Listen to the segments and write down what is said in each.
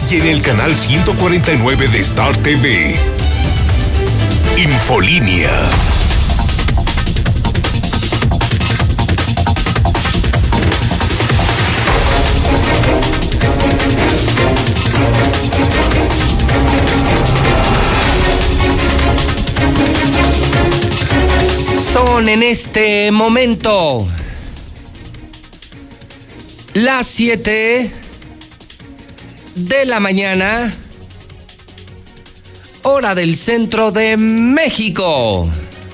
y en el canal 149 de Star TV. Infolínea. Son en este momento las 7 de la mañana, hora del centro de México.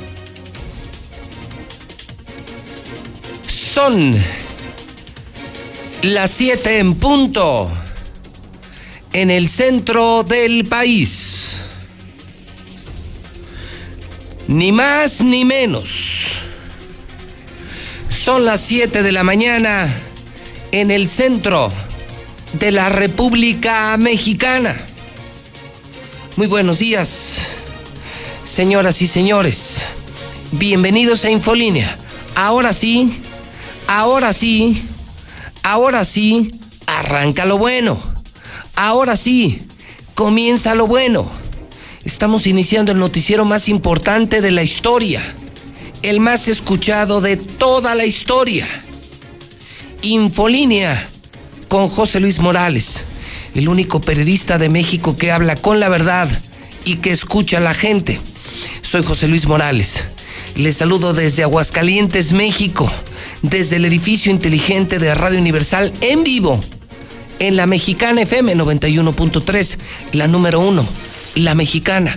Son las 7 en punto en el centro del país. Ni más ni menos. Son las 7 de la mañana en el centro de la República Mexicana. Muy buenos días, señoras y señores. Bienvenidos a Infolínea. Ahora sí, arranca lo bueno. Ahora sí, comienza lo bueno. Estamos iniciando el noticiero más importante de la historia, el más escuchado de toda la historia. Infolínea con José Luis Morales, el único periodista de México que habla con la verdad y que escucha a la gente. Soy José Luis Morales. Les saludo desde Aguascalientes, México, desde el edificio inteligente de Radio Universal en vivo, en la Mexicana FM 91.3, la número 1. La mexicana,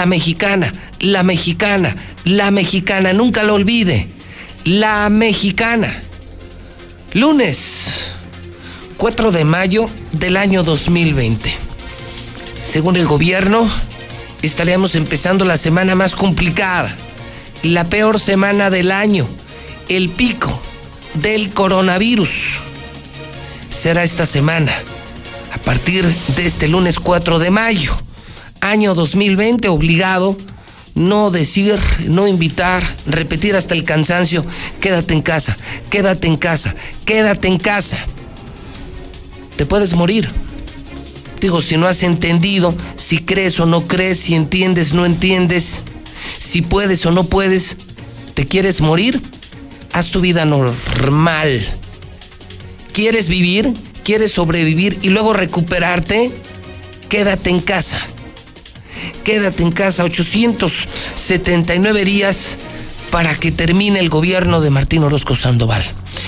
nunca lo olvide, la mexicana. Lunes 4 de mayo del año 2020. Según el gobierno, estaríamos empezando la semana más complicada, la peor semana del año, el pico del coronavirus. Será esta semana, a partir de este lunes 4 de mayo. Año 2020, obligado, no decir, no invitar, repetir hasta el cansancio, quédate en casa, quédate en casa, quédate en casa. Te puedes morir. Digo, si no has entendido, si crees o no crees, si entiendes, no entiendes, si puedes o no puedes, ¿te quieres morir? Haz tu vida normal. ¿Quieres vivir? ¿Quieres sobrevivir y luego recuperarte? Quédate en casa. Quédate en casa, 879 días para que termine el gobierno de Martín Orozco Sandoval.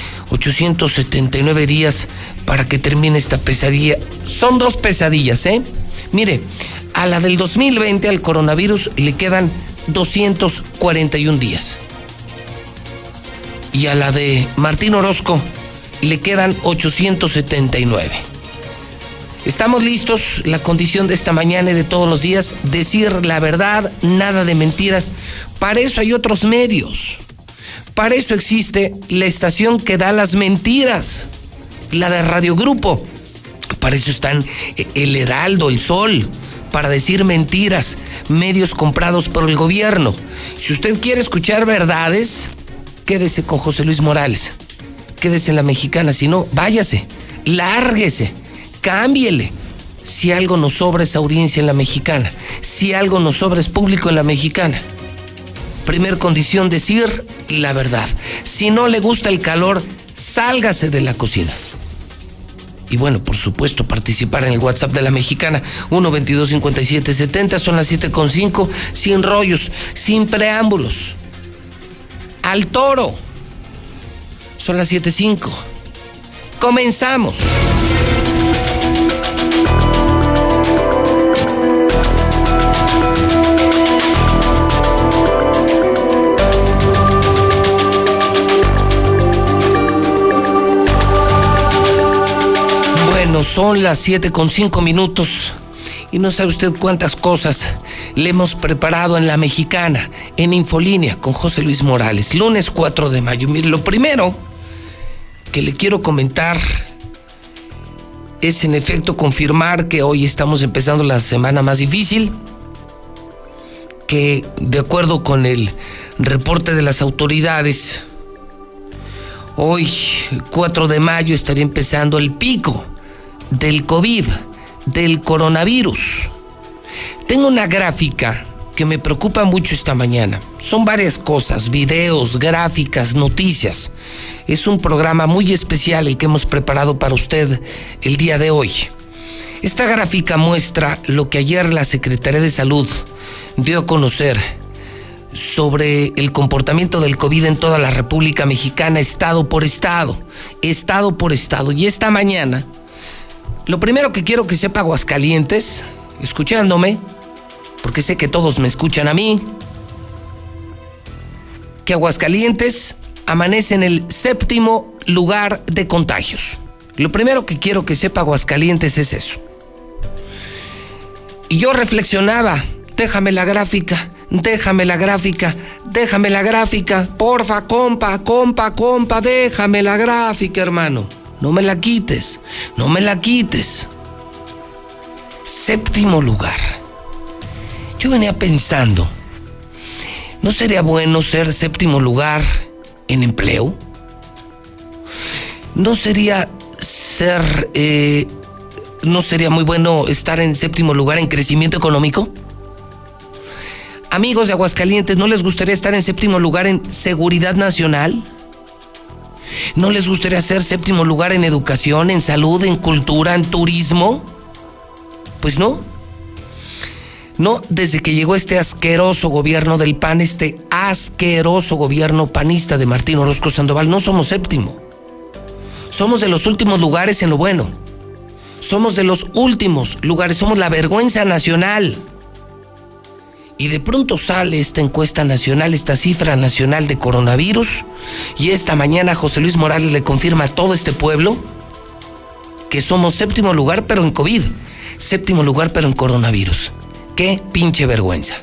879 días para que termine esta pesadilla. Son dos pesadillas, ¿eh? Mire, a la del 2020, al coronavirus, le quedan 241 días. Y a la de Martín Orozco le quedan 879. Estamos listos, la condición de esta mañana y de todos los días, decir la verdad, nada de mentiras. Para eso hay otros medios. Para eso existe la estación que da las mentiras, la de Radio Grupo. Para eso están El Heraldo, El Sol, para decir mentiras, medios comprados por el gobierno. Si usted quiere escuchar verdades, quédese con José Luis Morales, quédese en la mexicana. Si no, váyase, lárguese. Cámbiele. Si algo nos sobra es audiencia en la mexicana. Si algo nos sobra es público en la mexicana. Primer condición, decir la verdad. Si no le gusta el calor, sálgase de la cocina. Y bueno, por supuesto, participar en el WhatsApp de la mexicana, 122-5770, son las 7:05, sin rollos, sin preámbulos. Al toro. Son las 7:05. Comenzamos. Bueno, son las 7:05 y no sabe usted cuántas cosas le hemos preparado en la mexicana, en Infolínea, con José Luis Morales. Lunes 4 de mayo. Mire, lo primero que le quiero comentar es en efecto confirmar que hoy estamos empezando la semana más difícil, que de acuerdo con el reporte de las autoridades, hoy 4 de mayo estaría empezando el pico del COVID, del coronavirus. Tengo una gráfica que me preocupa mucho esta mañana. Son varias cosas, videos, gráficas, noticias. Es un programa muy especial el que hemos preparado para usted el día de hoy. Esta gráfica muestra lo que ayer la Secretaría de Salud dio a conocer sobre el comportamiento del COVID en toda la República Mexicana, estado por estado. Y esta mañana, lo primero que quiero que sepa Aguascalientes, escuchándome, porque sé que todos me escuchan a mí, que Aguascalientes amanece en el 7º lugar de contagios. Lo primero que quiero que sepa Aguascalientes es eso. Y yo reflexionaba, déjame la gráfica, porfa, compa, déjame la gráfica, hermano. No me la quites. 7º lugar. Yo venía pensando, ¿no sería bueno ser 7º lugar en empleo? ¿No sería muy bueno estar en 7º lugar en crecimiento económico? Amigos de Aguascalientes, ¿no les gustaría estar en 7º lugar en seguridad nacional? ¿No les gustaría ser 7º lugar en educación, en salud, en cultura, en turismo? Pues no. No, desde que llegó este asqueroso gobierno del PAN, este asqueroso gobierno panista de Martín Orozco Sandoval, no somos 7º. Somos de los últimos lugares en lo bueno. Somos de los últimos lugares, somos la vergüenza nacional. Y de pronto sale esta encuesta nacional, esta cifra nacional de coronavirus, y esta mañana José Luis Morales le confirma a todo este pueblo que somos 7º lugar, pero en COVID, 7º lugar, pero en coronavirus. ¡Qué pinche vergüenza!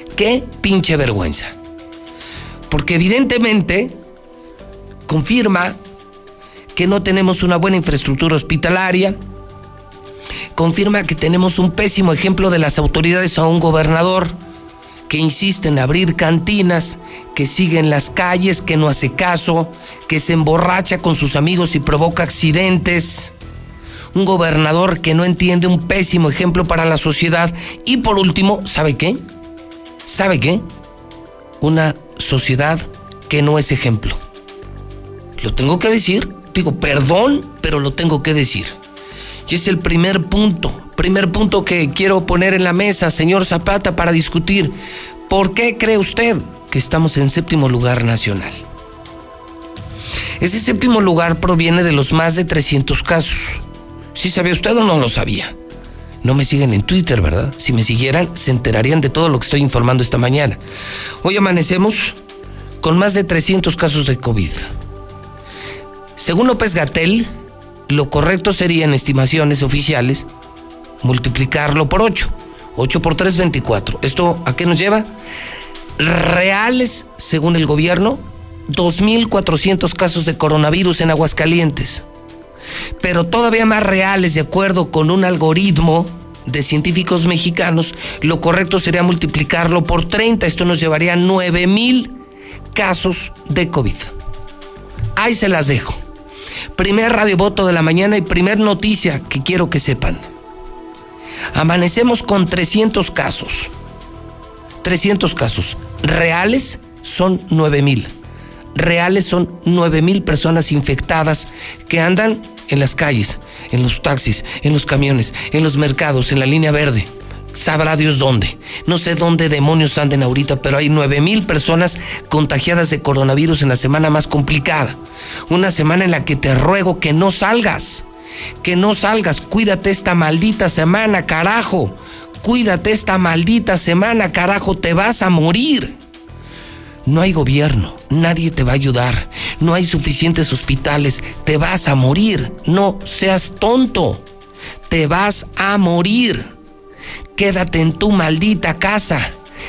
Porque evidentemente confirma que no tenemos una buena infraestructura hospitalaria, confirma que tenemos un pésimo ejemplo de las autoridades a un gobernador que insiste en abrir cantinas, que sigue en las calles, que no hace caso, que se emborracha con sus amigos y provoca accidentes. Un gobernador que no entiende, un pésimo ejemplo para la sociedad. Y por último, ¿sabe qué? Una sociedad que no es ejemplo. Lo tengo que decir, perdón, pero lo tengo que decir. Y es el primer punto que quiero poner en la mesa, señor Zapata, para discutir. ¿Por qué cree usted que estamos en 7º lugar nacional? Ese 7º lugar proviene de los más de 300 casos. ¿Sí sabía usted o no lo sabía? No me siguen en Twitter, ¿verdad? Si me siguieran, se enterarían de todo lo que estoy informando esta mañana. Hoy amanecemos con más de 300 casos de COVID. Según López-Gatell, lo correcto sería, en estimaciones oficiales, multiplicarlo por 8. 8 por 3, 24. ¿Esto a qué nos lleva? Reales, según el gobierno, 2,400 casos de coronavirus en Aguascalientes. Pero todavía más reales, de acuerdo con un algoritmo de científicos mexicanos, lo correcto sería multiplicarlo por 30. Esto nos llevaría a 9,000 casos de COVID. Ahí se las dejo. Primer Radio Voto de la mañana y primer noticia que quiero que sepan. Amanecemos con 300 casos. 300 casos. Reales son 9,000. Reales son 9,000 personas infectadas que andan en las calles, en los taxis, en los camiones, en los mercados, en la línea verde. Sabrá Dios dónde. No sé dónde demonios anden ahorita, pero hay 9,000 personas contagiadas de coronavirus en la semana más complicada. Una semana en la que te ruego que no salgas. Que no salgas. Cuídate esta maldita semana, carajo. Cuídate esta maldita semana, carajo. Te vas a morir. No hay gobierno, nadie te va a ayudar, no hay suficientes hospitales, te vas a morir, no seas tonto, te vas a morir. Quédate en tu maldita casa,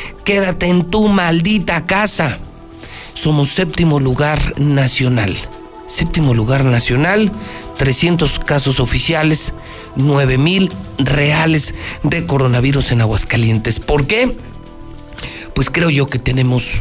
Somos 7º lugar nacional, 300 casos oficiales, 9,000 reales de coronavirus en Aguascalientes. ¿Por qué? Pues creo yo que tenemos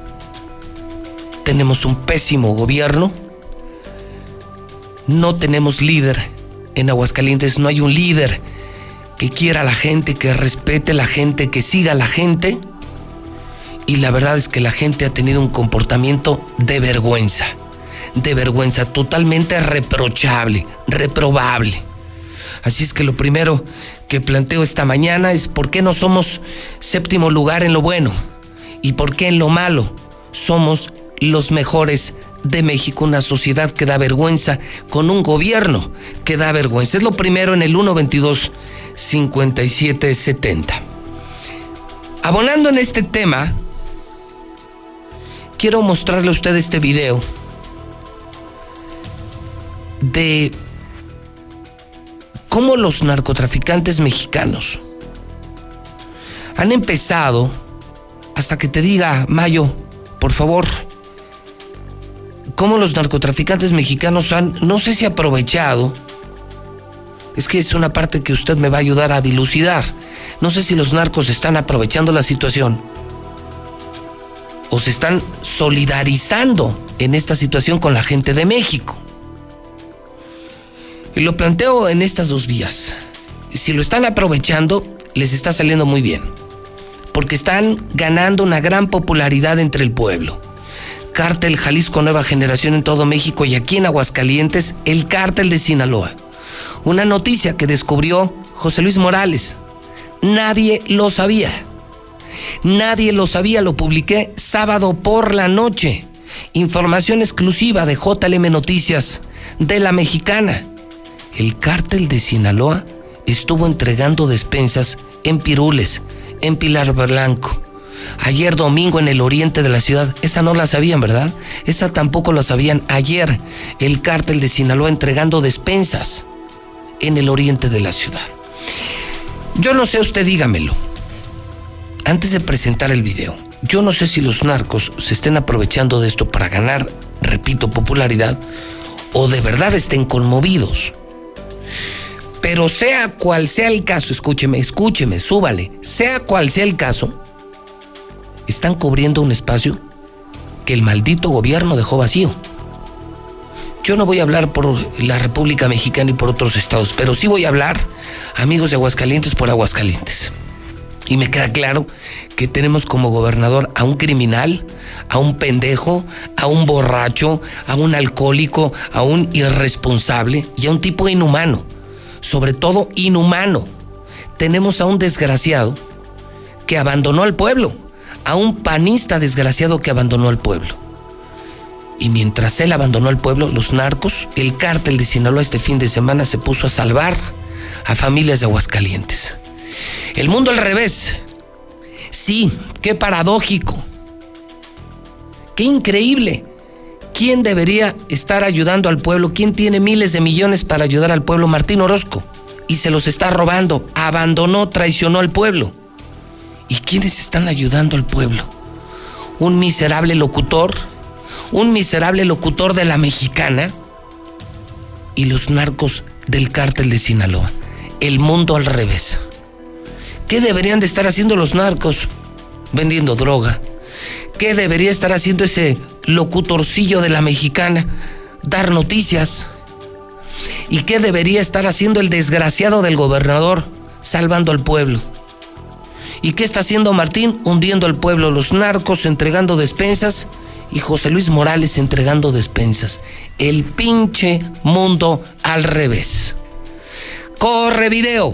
un pésimo gobierno, no tenemos líder en Aguascalientes, no hay un líder que quiera a la gente, que respete a la gente, que siga a la gente. Y la verdad es que la gente ha tenido un comportamiento de vergüenza, totalmente reprochable, reprobable. Así es que lo primero que planteo esta mañana es por qué no somos séptimo lugar en lo bueno y por qué en lo malo somos los mejores de México, una sociedad que da vergüenza, con un gobierno que da vergüenza. Es lo primero en el 122-5770. Abonando en este tema, quiero mostrarle a usted este video de cómo los narcotraficantes mexicanos han empezado, hasta que te diga, Mayo, por favor, cómo los narcotraficantes mexicanos han, no sé si aprovechado, es que es una parte que usted me va a ayudar a dilucidar, no sé si los narcos están aprovechando la situación o se están solidarizando en esta situación con la gente de México. Y lo planteo en estas dos vías. Si lo están aprovechando, les está saliendo muy bien, porque están ganando una gran popularidad entre el pueblo. Cártel Jalisco Nueva Generación en todo México y aquí en Aguascalientes, el Cártel de Sinaloa. Una noticia que descubrió José Luis Morales. Nadie lo sabía. Nadie lo sabía, lo publiqué sábado por la noche. Información exclusiva de JLM Noticias, de La Mexicana. El Cártel de Sinaloa estuvo entregando despensas en Pirules, en Pilar Blanco. Ayer domingo en el oriente de la ciudad. Esa no la sabían, ¿verdad? Esa tampoco la sabían. Ayer el Cártel de Sinaloa entregando despensas en el oriente de la ciudad. Yo no sé, usted dígamelo. Antes de presentar el video, yo no sé si los narcos se estén aprovechando de esto para ganar, repito, popularidad, o de verdad estén conmovidos. Pero sea cual sea el caso, escúcheme, súbale, sea cual sea el caso, están cubriendo un espacio que el maldito gobierno dejó vacío. Yo no voy a hablar por la República Mexicana y por otros estados, pero sí voy a hablar, amigos de Aguascalientes, por Aguascalientes. Y me queda claro que tenemos como gobernador a un criminal, a un pendejo, a un borracho, a un alcohólico, a un irresponsable y a un tipo inhumano. Sobre todo inhumano. Tenemos a un desgraciado que abandonó al pueblo, a un panista desgraciado que abandonó al pueblo. Y mientras él abandonó al pueblo, los narcos, el Cártel de Sinaloa este fin de semana se puso a salvar a familias de Aguascalientes. El mundo al revés. Sí, qué paradójico. Qué increíble. ¿Quién debería estar ayudando al pueblo? ¿Quién tiene miles de millones para ayudar al pueblo? Martín Orozco. Y se los está robando. Abandonó, traicionó al pueblo. ¿Y quiénes están ayudando al pueblo? Un miserable locutor de La Mexicana y los narcos del Cártel de Sinaloa. El mundo al revés. ¿Qué deberían de estar haciendo los narcos? Vendiendo droga. ¿Qué debería estar haciendo ese locutorcillo de La Mexicana? Dar noticias. ¿Y qué debería estar haciendo el desgraciado del gobernador? Salvando al pueblo. ¿Y qué está haciendo Martín? Hundiendo al pueblo. Los narcos entregando despensas y José Luis Morales entregando despensas. El pinche mundo al revés. ¡Corre video!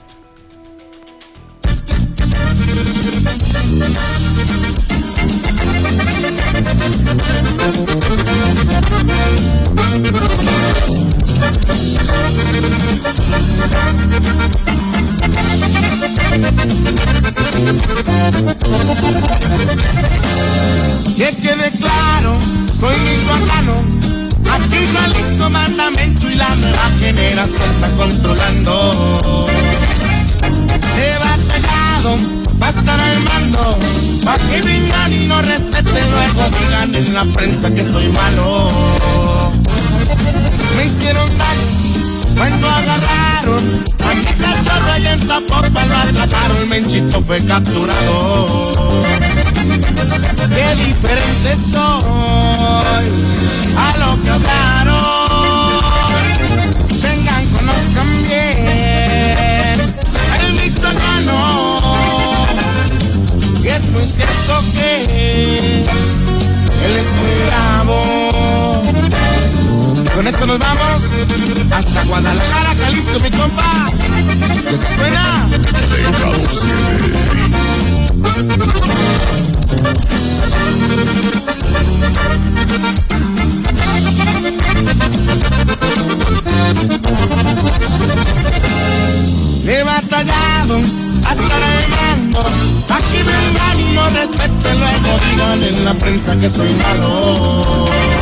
Que quede claro, soy michoacano, aquí Jalisco manda Mencho y la nueva generación está controlando. Se va pegado, va a estar al mando, pa' que vengan y no respeten, luego digan en la prensa que soy malo. Me hicieron daño cuando agarraron a mi cachorro y en Zapopan lo atraparon, Menchito fue capturado. Qué diferente soy a lo que hablaron. Vengan, conozcan bien toque, él es muy bravo. Con esto nos vamos hasta Guadalajara, Jalisco, mi compa. ¿Qué se suena? He batallado hasta remando. Aquí vengan y no respeten, luego digan en la prensa que soy malo.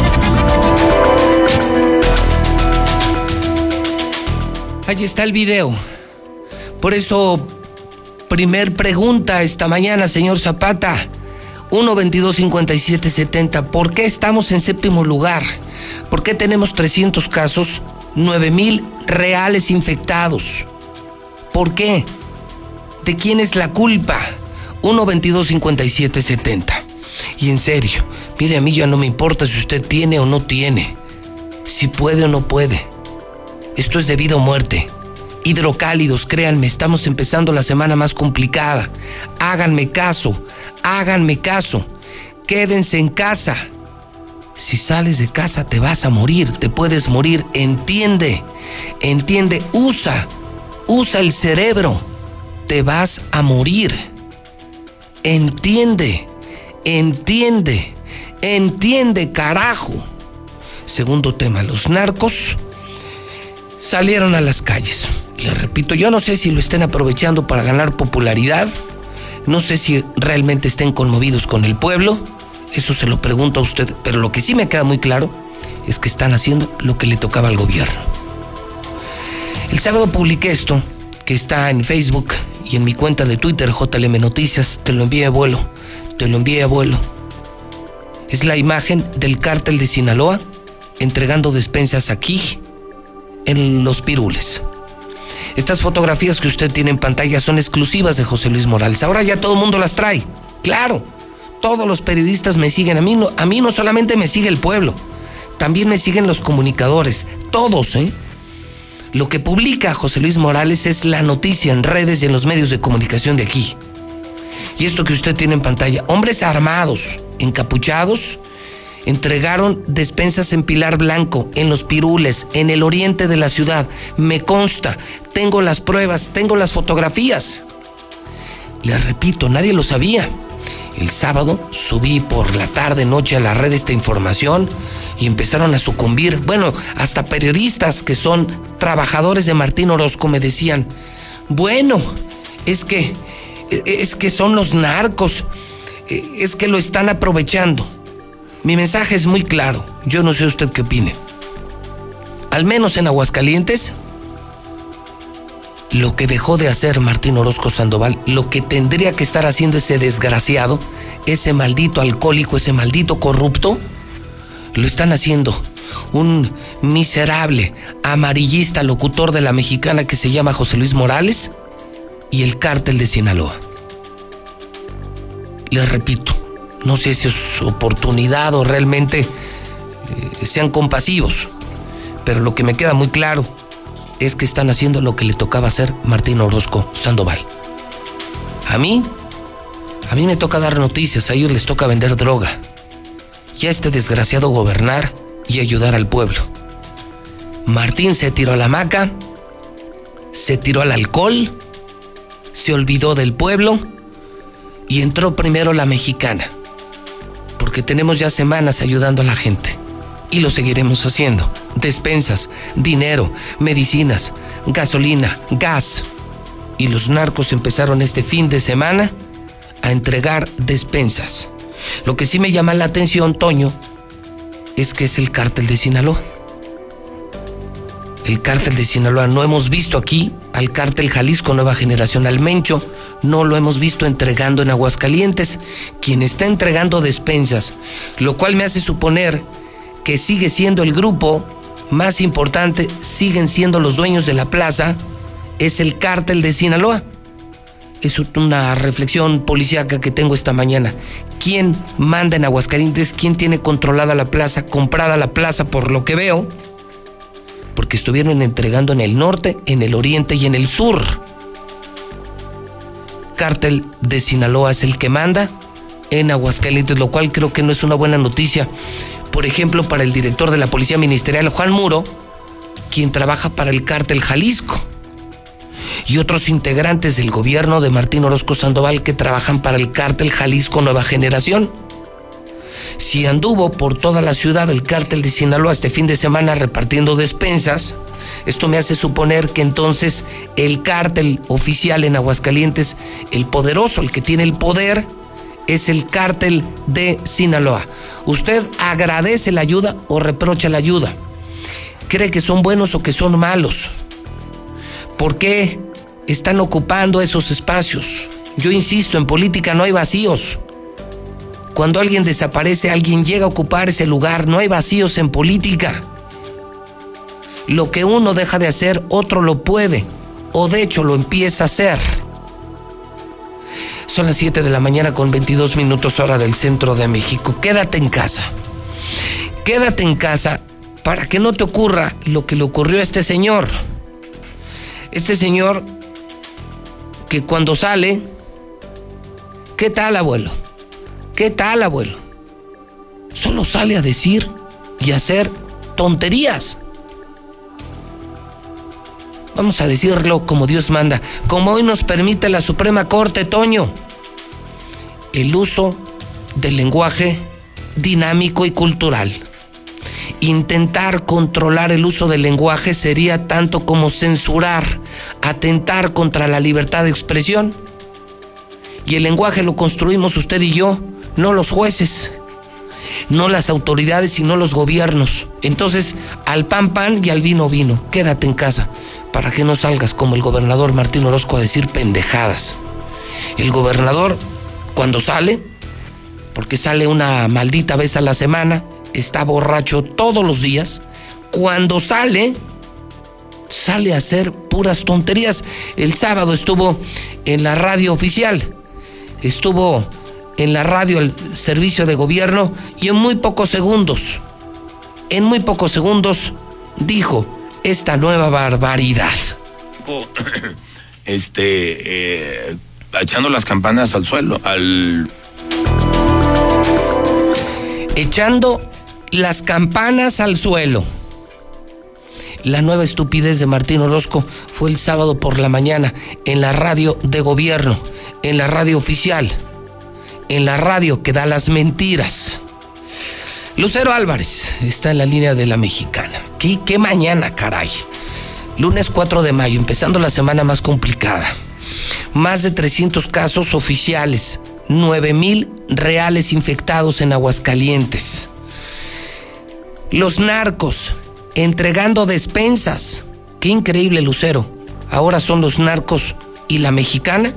Ahí está el video. Por eso, primer pregunta esta mañana, señor Zapata. 1-22-57-70. ¿Por qué estamos en séptimo lugar? ¿Por qué tenemos 300 casos, 9,000 reales infectados? ¿Por qué? ¿De quién es la culpa? 1-22-57-70. Y en serio, mire, a mí ya no me importa si usted tiene o no tiene, si puede o no puede. Esto es de vida o muerte. Hidrocálidos, créanme, estamos empezando la semana más complicada. Háganme caso, háganme caso. Quédense en casa. Si sales de casa te vas a morir, te puedes morir. Entiende, usa el cerebro. Te vas a morir. Entiende, carajo. Segundo tema, los narcos salieron a las calles. Les repito, yo no sé si lo estén aprovechando para ganar popularidad, no sé si realmente estén conmovidos con el pueblo, eso se lo pregunto a usted, pero lo que sí me queda muy claro es que están haciendo lo que le tocaba al gobierno. El sábado publiqué esto, que está en Facebook y en mi cuenta de Twitter, JLM Noticias, te lo envié, abuelo. Es la imagen del cártel de Sinaloa entregando despensas aquí, en Los Pirules. Estas fotografías que usted tiene en pantalla son exclusivas de José Luis Morales. Ahora ya todo el mundo las trae. Claro, todos los periodistas me siguen. A mí no solamente me sigue el pueblo, también me siguen los comunicadores. Todos, Lo que publica José Luis Morales es la noticia en redes y en los medios de comunicación de aquí. Y esto que usted tiene en pantalla, hombres armados, encapuchados, entregaron despensas en Pilar Blanco, en Los Pirules, en el oriente de la ciudad. Me consta, tengo las pruebas, tengo las fotografías. Les repito, nadie lo sabía. El sábado subí por la tarde, noche a la red esta información y empezaron a sucumbir. Bueno, hasta periodistas que son trabajadores de Martín Orozco me decían, bueno, es que son los narcos, es que lo están aprovechando. Mi mensaje es muy claro, yo no sé usted qué opine. Al menos en Aguascalientes, lo que dejó de hacer Martín Orozco Sandoval, lo que tendría que estar haciendo ese desgraciado, ese maldito alcohólico, ese maldito corrupto, lo están haciendo un miserable amarillista locutor de La Mexicana que se llama José Luis Morales y el cártel de Sinaloa. Les repito, no sé si es oportunidad o realmente sean compasivos, pero lo que me queda muy claro es que están haciendo lo que le tocaba hacer Martín Orozco Sandoval. A mí me toca dar noticias, a ellos les toca vender droga. Y a este desgraciado gobernar y ayudar al pueblo. Martín se tiró a la hamaca, se tiró al alcohol, se olvidó del pueblo y entró primero La Mexicana. Porque tenemos ya semanas ayudando a la gente y lo seguiremos haciendo. Despensas, dinero, medicinas, gasolina, gas. Y los narcos empezaron este fin de semana a entregar despensas. Lo que sí me llama la atención, Toño, es que es el cártel de Sinaloa. El cártel de Sinaloa, no hemos visto aquí al cártel Jalisco Nueva Generación, al Mencho, no lo hemos visto entregando en Aguascalientes. Quien está entregando despensas, lo cual me hace suponer que sigue siendo el grupo más importante, siguen siendo los dueños de la plaza, es el cártel de Sinaloa. Es una reflexión policíaca que tengo esta mañana. ¿Quién manda en Aguascalientes? ¿Quién tiene controlada la plaza, comprada la plaza por lo que veo? Porque estuvieron entregando en el norte, en el oriente y en el sur. Cártel de Sinaloa es el que manda en Aguascalientes, lo cual creo que no es una buena noticia. Por ejemplo, para el director de la Policía Ministerial, Juan Muro, quien trabaja para el Cártel Jalisco, y otros integrantes del gobierno de Martín Orozco Sandoval que trabajan para el Cártel Jalisco Nueva Generación. Si anduvo por toda la ciudad el Cártel de Sinaloa este fin de semana repartiendo despensas, esto me hace suponer que entonces el cártel oficial en Aguascalientes, el poderoso, el que tiene el poder, es el Cártel de Sinaloa. ¿Usted agradece la ayuda o reprocha la ayuda? ¿Cree que son buenos o que son malos? ¿Por qué están ocupando esos espacios? Yo insisto, en política no hay vacíos. Cuando alguien desaparece, alguien llega a ocupar ese lugar. No hay vacíos en política. Lo que uno deja de hacer, otro lo puede, o de hecho lo empieza a hacer. Son las 7 de la mañana con 22 minutos hora del centro de México. Quédate en casa. Quédate en casa para que no te ocurra lo que le ocurrió a este señor. Este señor que cuando sale, ¿qué tal, abuelo? ¿Qué tal, abuelo? Solo sale a decir y a hacer tonterías. Vamos a decirlo como Dios manda, como hoy nos permite la Suprema Corte, Toño. El uso del lenguaje dinámico y cultural. Intentar controlar el uso del lenguaje sería tanto como censurar, atentar contra la libertad de expresión. Y el lenguaje lo construimos usted y yo, no los jueces, no las autoridades, sino los gobiernos. Entonces, al pan, pan y al vino, vino. Quédate en casa para que no salgas como el gobernador Martín Orozco a decir pendejadas. El gobernador, cuando sale, porque sale una maldita vez a la semana, está borracho todos los días, cuando sale a hacer puras tonterías. El sábado estuvo en la radio oficial, estuvo en la radio el servicio de gobierno y en muy pocos segundos dijo esta nueva barbaridad. Echando las campanas al suelo, echando las campanas al suelo. La nueva estupidez de Martín Orozco fue el sábado por la mañana en la radio de gobierno, en la radio oficial, en la radio que da las mentiras. Lucero Álvarez está en la línea de La Mexicana. ¿Qué mañana, caray? Lunes 4 de mayo, empezando la semana más complicada. Más de 300 casos oficiales, 9,000 reales infectados en Aguascalientes. Los narcos entregando despensas. Qué increíble, Lucero. Ahora son los narcos y La Mexicana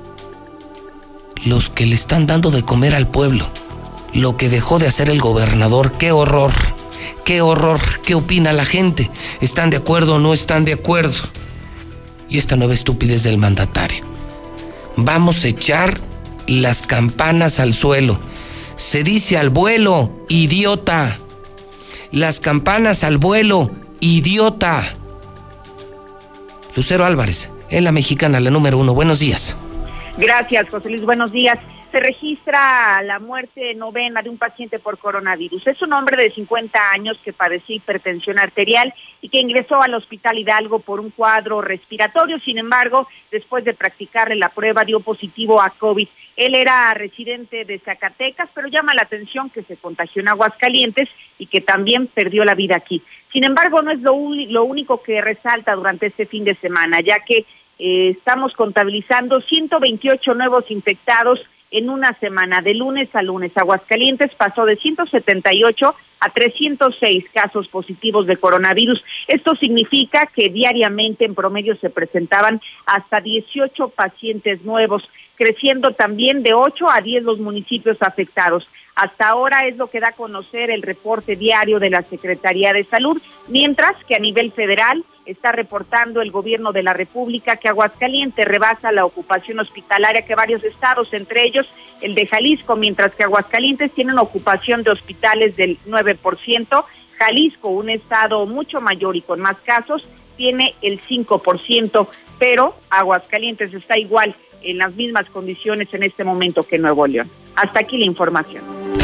los que le están dando de comer al pueblo. Lo que dejó de hacer el gobernador. ¡Qué horror! ¡Qué horror! ¿Qué opina la gente? ¿Están de acuerdo o no están de acuerdo? Y esta nueva estupidez del mandatario. Vamos a echar las campanas al suelo. Se dice al vuelo, idiota. Las campanas al vuelo, idiota. Lucero Álvarez, en La Mexicana, la número 1. Buenos días. Gracias, José Luis. Buenos días. Se registra la muerte novena de un paciente por coronavirus. Es un hombre de 50 años que padecía hipertensión arterial y que ingresó al Hospital Hidalgo por un cuadro respiratorio. Sin embargo, después de practicarle la prueba, dio positivo a COVID. Él era residente de Zacatecas, pero llama la atención que se contagió en Aguascalientes y que también perdió la vida aquí. Sin embargo, no es lo único que resalta durante este fin de semana, ya que estamos contabilizando 128 nuevos infectados en una semana. De lunes a lunes, Aguascalientes pasó de 178 a 306 casos positivos de coronavirus. Esto significa que diariamente en promedio se presentaban hasta 18 pacientes nuevos, creciendo también de 8 a 10 los municipios afectados. Hasta ahora es lo que da a conocer el reporte diario de la Secretaría de Salud, mientras que a nivel federal está reportando el gobierno de la República que Aguascalientes rebasa la ocupación hospitalaria que varios estados, entre ellos el de Jalisco, mientras que Aguascalientes tiene una ocupación de hospitales del 9%, Jalisco, un estado mucho mayor y con más casos, tiene el 5%, pero Aguascalientes está igual en las mismas condiciones en este momento que Nuevo León. Hasta aquí la información.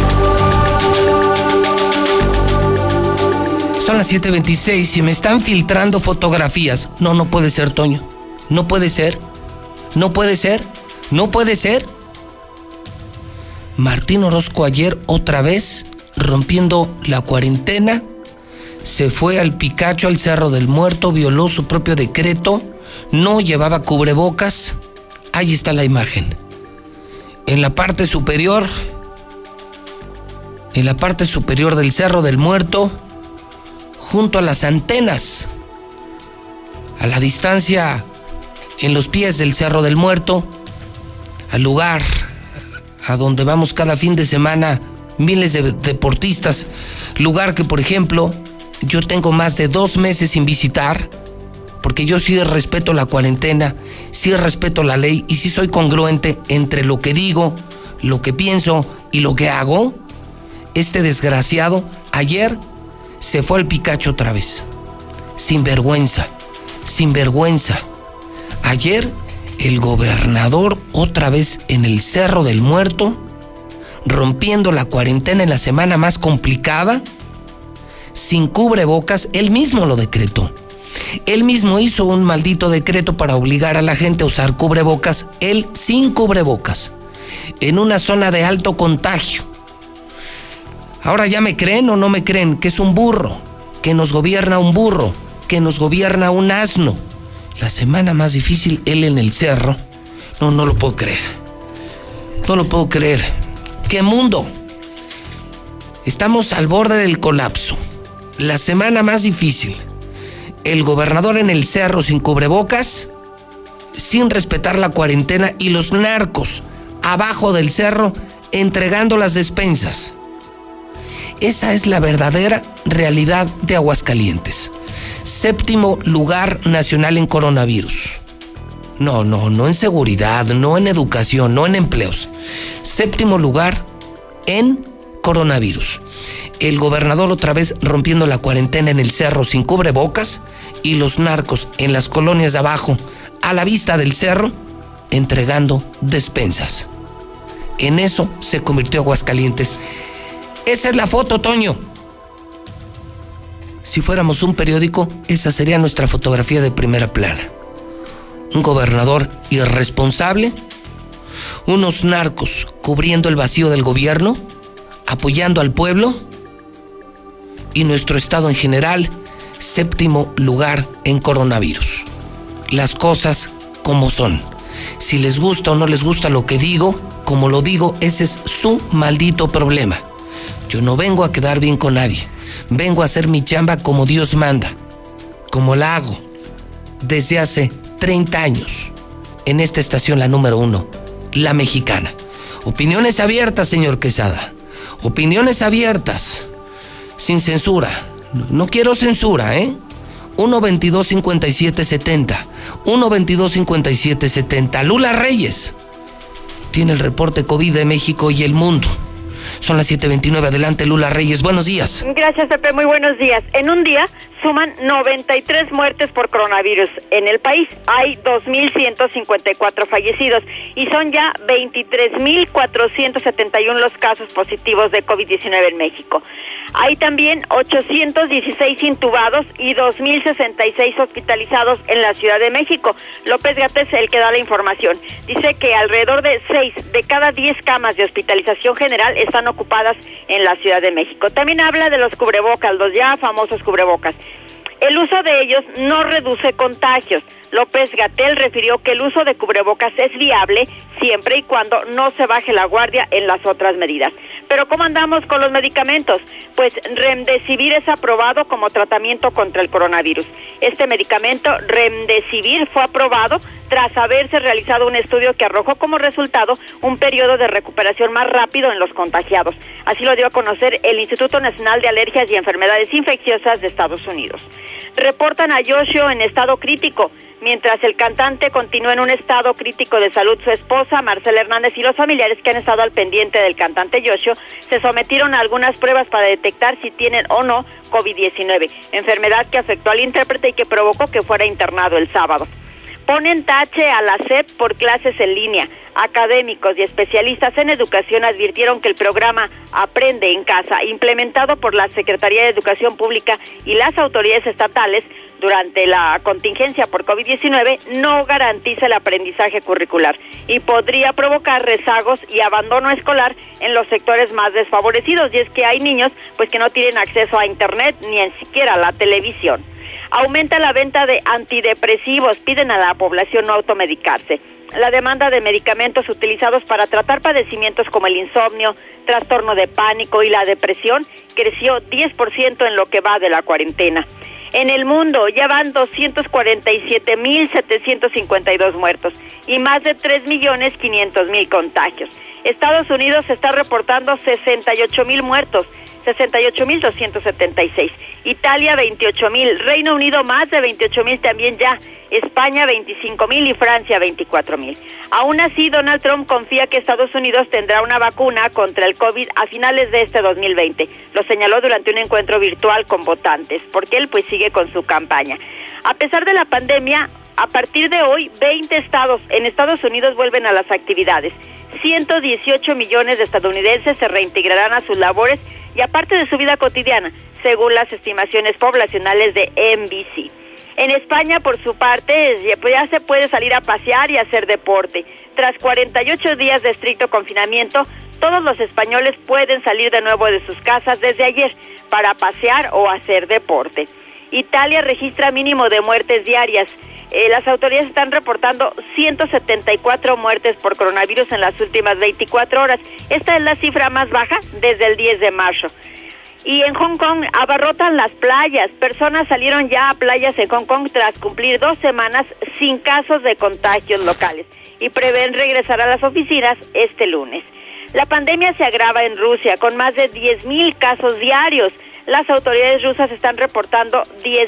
Son las 7:26 y me están filtrando fotografías. No puede ser, Toño. No puede ser. No puede ser. No puede ser. Martín Orozco ayer otra vez rompiendo la cuarentena. Se fue al Picacho, al Cerro del Muerto, violó su propio decreto, no llevaba cubrebocas. Ahí está la imagen. En la parte superior del Cerro del Muerto, junto a las antenas, a la distancia, en los pies del Cerro del Muerto, al lugar a donde vamos cada fin de semana miles de deportistas, lugar que, por ejemplo, yo tengo más de 2 meses sin visitar, porque yo sí respeto la cuarentena, sí respeto la ley y sí soy congruente entre lo que digo, lo que pienso y lo que hago. Este desgraciado ayer se fue al Picacho otra vez. Sin vergüenza. Ayer el gobernador otra vez en el Cerro del Muerto, rompiendo la cuarentena en la semana más complicada, sin cubrebocas. Él mismo lo decretó. Él mismo hizo un maldito decreto para obligar a la gente a usar cubrebocas, él sin cubrebocas, en una zona de alto contagio. Ahora ya me creen o no me creen que es un burro, que nos gobierna un burro, que nos gobierna un asno. La semana más difícil, él en el cerro. No lo puedo creer. No lo puedo creer. ¡Qué mundo! Estamos al borde del colapso. La semana más difícil. El gobernador en el cerro sin cubrebocas, sin respetar la cuarentena, y los narcos abajo del cerro entregando las despensas. Esa es la verdadera realidad de Aguascalientes. 7º lugar nacional en coronavirus. No en seguridad, no en educación, no en empleos. 7º lugar en coronavirus. El gobernador otra vez rompiendo la cuarentena en el cerro sin cubrebocas, y los narcos en las colonias de abajo, a la vista del cerro, entregando despensas. En eso se convirtió Aguascalientes. Esa es la foto, Toño. Si fuéramos un periódico, esa sería nuestra fotografía de primera plana. Un gobernador irresponsable, unos narcos cubriendo el vacío del gobierno, apoyando al pueblo, y nuestro estado en general, 7º lugar en coronavirus. Las cosas como son. Si les gusta o no les gusta lo que digo, como lo digo, ese es su maldito problema. Yo no vengo a quedar bien con nadie. Vengo a hacer mi chamba como Dios manda, como la hago desde hace 30 años en esta estación, la número 1, La Mexicana. Opiniones abiertas, señor Quesada. Opiniones abiertas, sin censura. No quiero censura, 1-22-57-70. 1-22-57-70. Lula Reyes tiene el reporte COVID de México y el mundo. Son las 7:29. Adelante, Lula Reyes. Buenos días. Gracias, Pepe. Muy buenos días. En un día suman 93 muertes por coronavirus en el país. Hay 2.154 fallecidos y son ya 23.471 los casos positivos de COVID-19 en México. Hay también 816 intubados y 2.066 hospitalizados en la Ciudad de México. López-Gatell es el que da la información. Dice que alrededor de 6 de cada 10 camas de hospitalización general están ocupadas en la Ciudad de México. También habla de los cubrebocas, los ya famosos cubrebocas. El uso de ellos no reduce contagios. López-Gatell refirió que el uso de cubrebocas es viable siempre y cuando no se baje la guardia en las otras medidas. Pero ¿cómo andamos con los medicamentos? Pues Remdesivir es aprobado como tratamiento contra el coronavirus. Este medicamento, Remdesivir, fue aprobado tras haberse realizado un estudio que arrojó como resultado un periodo de recuperación más rápido en los contagiados. Así lo dio a conocer el Instituto Nacional de Alergias y Enfermedades Infecciosas de Estados Unidos. Reportan a Yoshio en estado crítico. Mientras el cantante continúa en un estado crítico de salud, su esposa, Marcela Hernández, y los familiares que han estado al pendiente del cantante Yoshio se sometieron a algunas pruebas para detectar si tienen o no COVID-19, enfermedad que afectó al intérprete y que provocó que fuera internado el sábado. Ponen tache a la SEP por clases en línea. Académicos y especialistas en educación advirtieron que el programa Aprende en Casa, implementado por la Secretaría de Educación Pública y las autoridades estatales durante la contingencia por COVID-19, no garantiza el aprendizaje curricular y podría provocar rezagos y abandono escolar en los sectores más desfavorecidos. Y es que hay niños pues que no tienen acceso a internet ni siquiera a la televisión. Aumenta la venta de antidepresivos, piden a la población no automedicarse. La demanda de medicamentos utilizados para tratar padecimientos como el insomnio, trastorno de pánico y la depresión creció 10% en lo que va de la cuarentena. En el mundo ya van 247,752 muertos y más de 3,500,000 contagios. Estados Unidos está reportando 68,000 muertos, 68,276. Italia 28,000, Reino Unido más de 28,000 también ya, España 25,000 y Francia 24,000. Aún así, Donald Trump confía que Estados Unidos tendrá una vacuna contra el COVID a finales de este 2020. Lo señaló durante un encuentro virtual con votantes, porque él pues sigue con su campaña. A pesar de la pandemia, a partir de hoy, 20 estados en Estados Unidos vuelven a las actividades. 118 millones de estadounidenses se reintegrarán a sus labores y aparte de su vida cotidiana, según las estimaciones poblacionales de NBC. En España, por su parte, ya se puede salir a pasear y hacer deporte. Tras 48 días de estricto confinamiento, todos los españoles pueden salir de nuevo de sus casas desde ayer para pasear o hacer deporte. Italia registra mínimo de muertes diarias. Las autoridades están reportando 174 muertes por coronavirus en las últimas 24 horas. Esta es la cifra más baja desde el 10 de marzo. Y en Hong Kong abarrotan las playas. Personas salieron ya a playas en Hong Kong tras cumplir 2 semanas sin casos de contagios locales y prevén regresar a las oficinas este lunes. La pandemia se agrava en Rusia con más de 10,000 casos diarios. Las autoridades rusas están reportando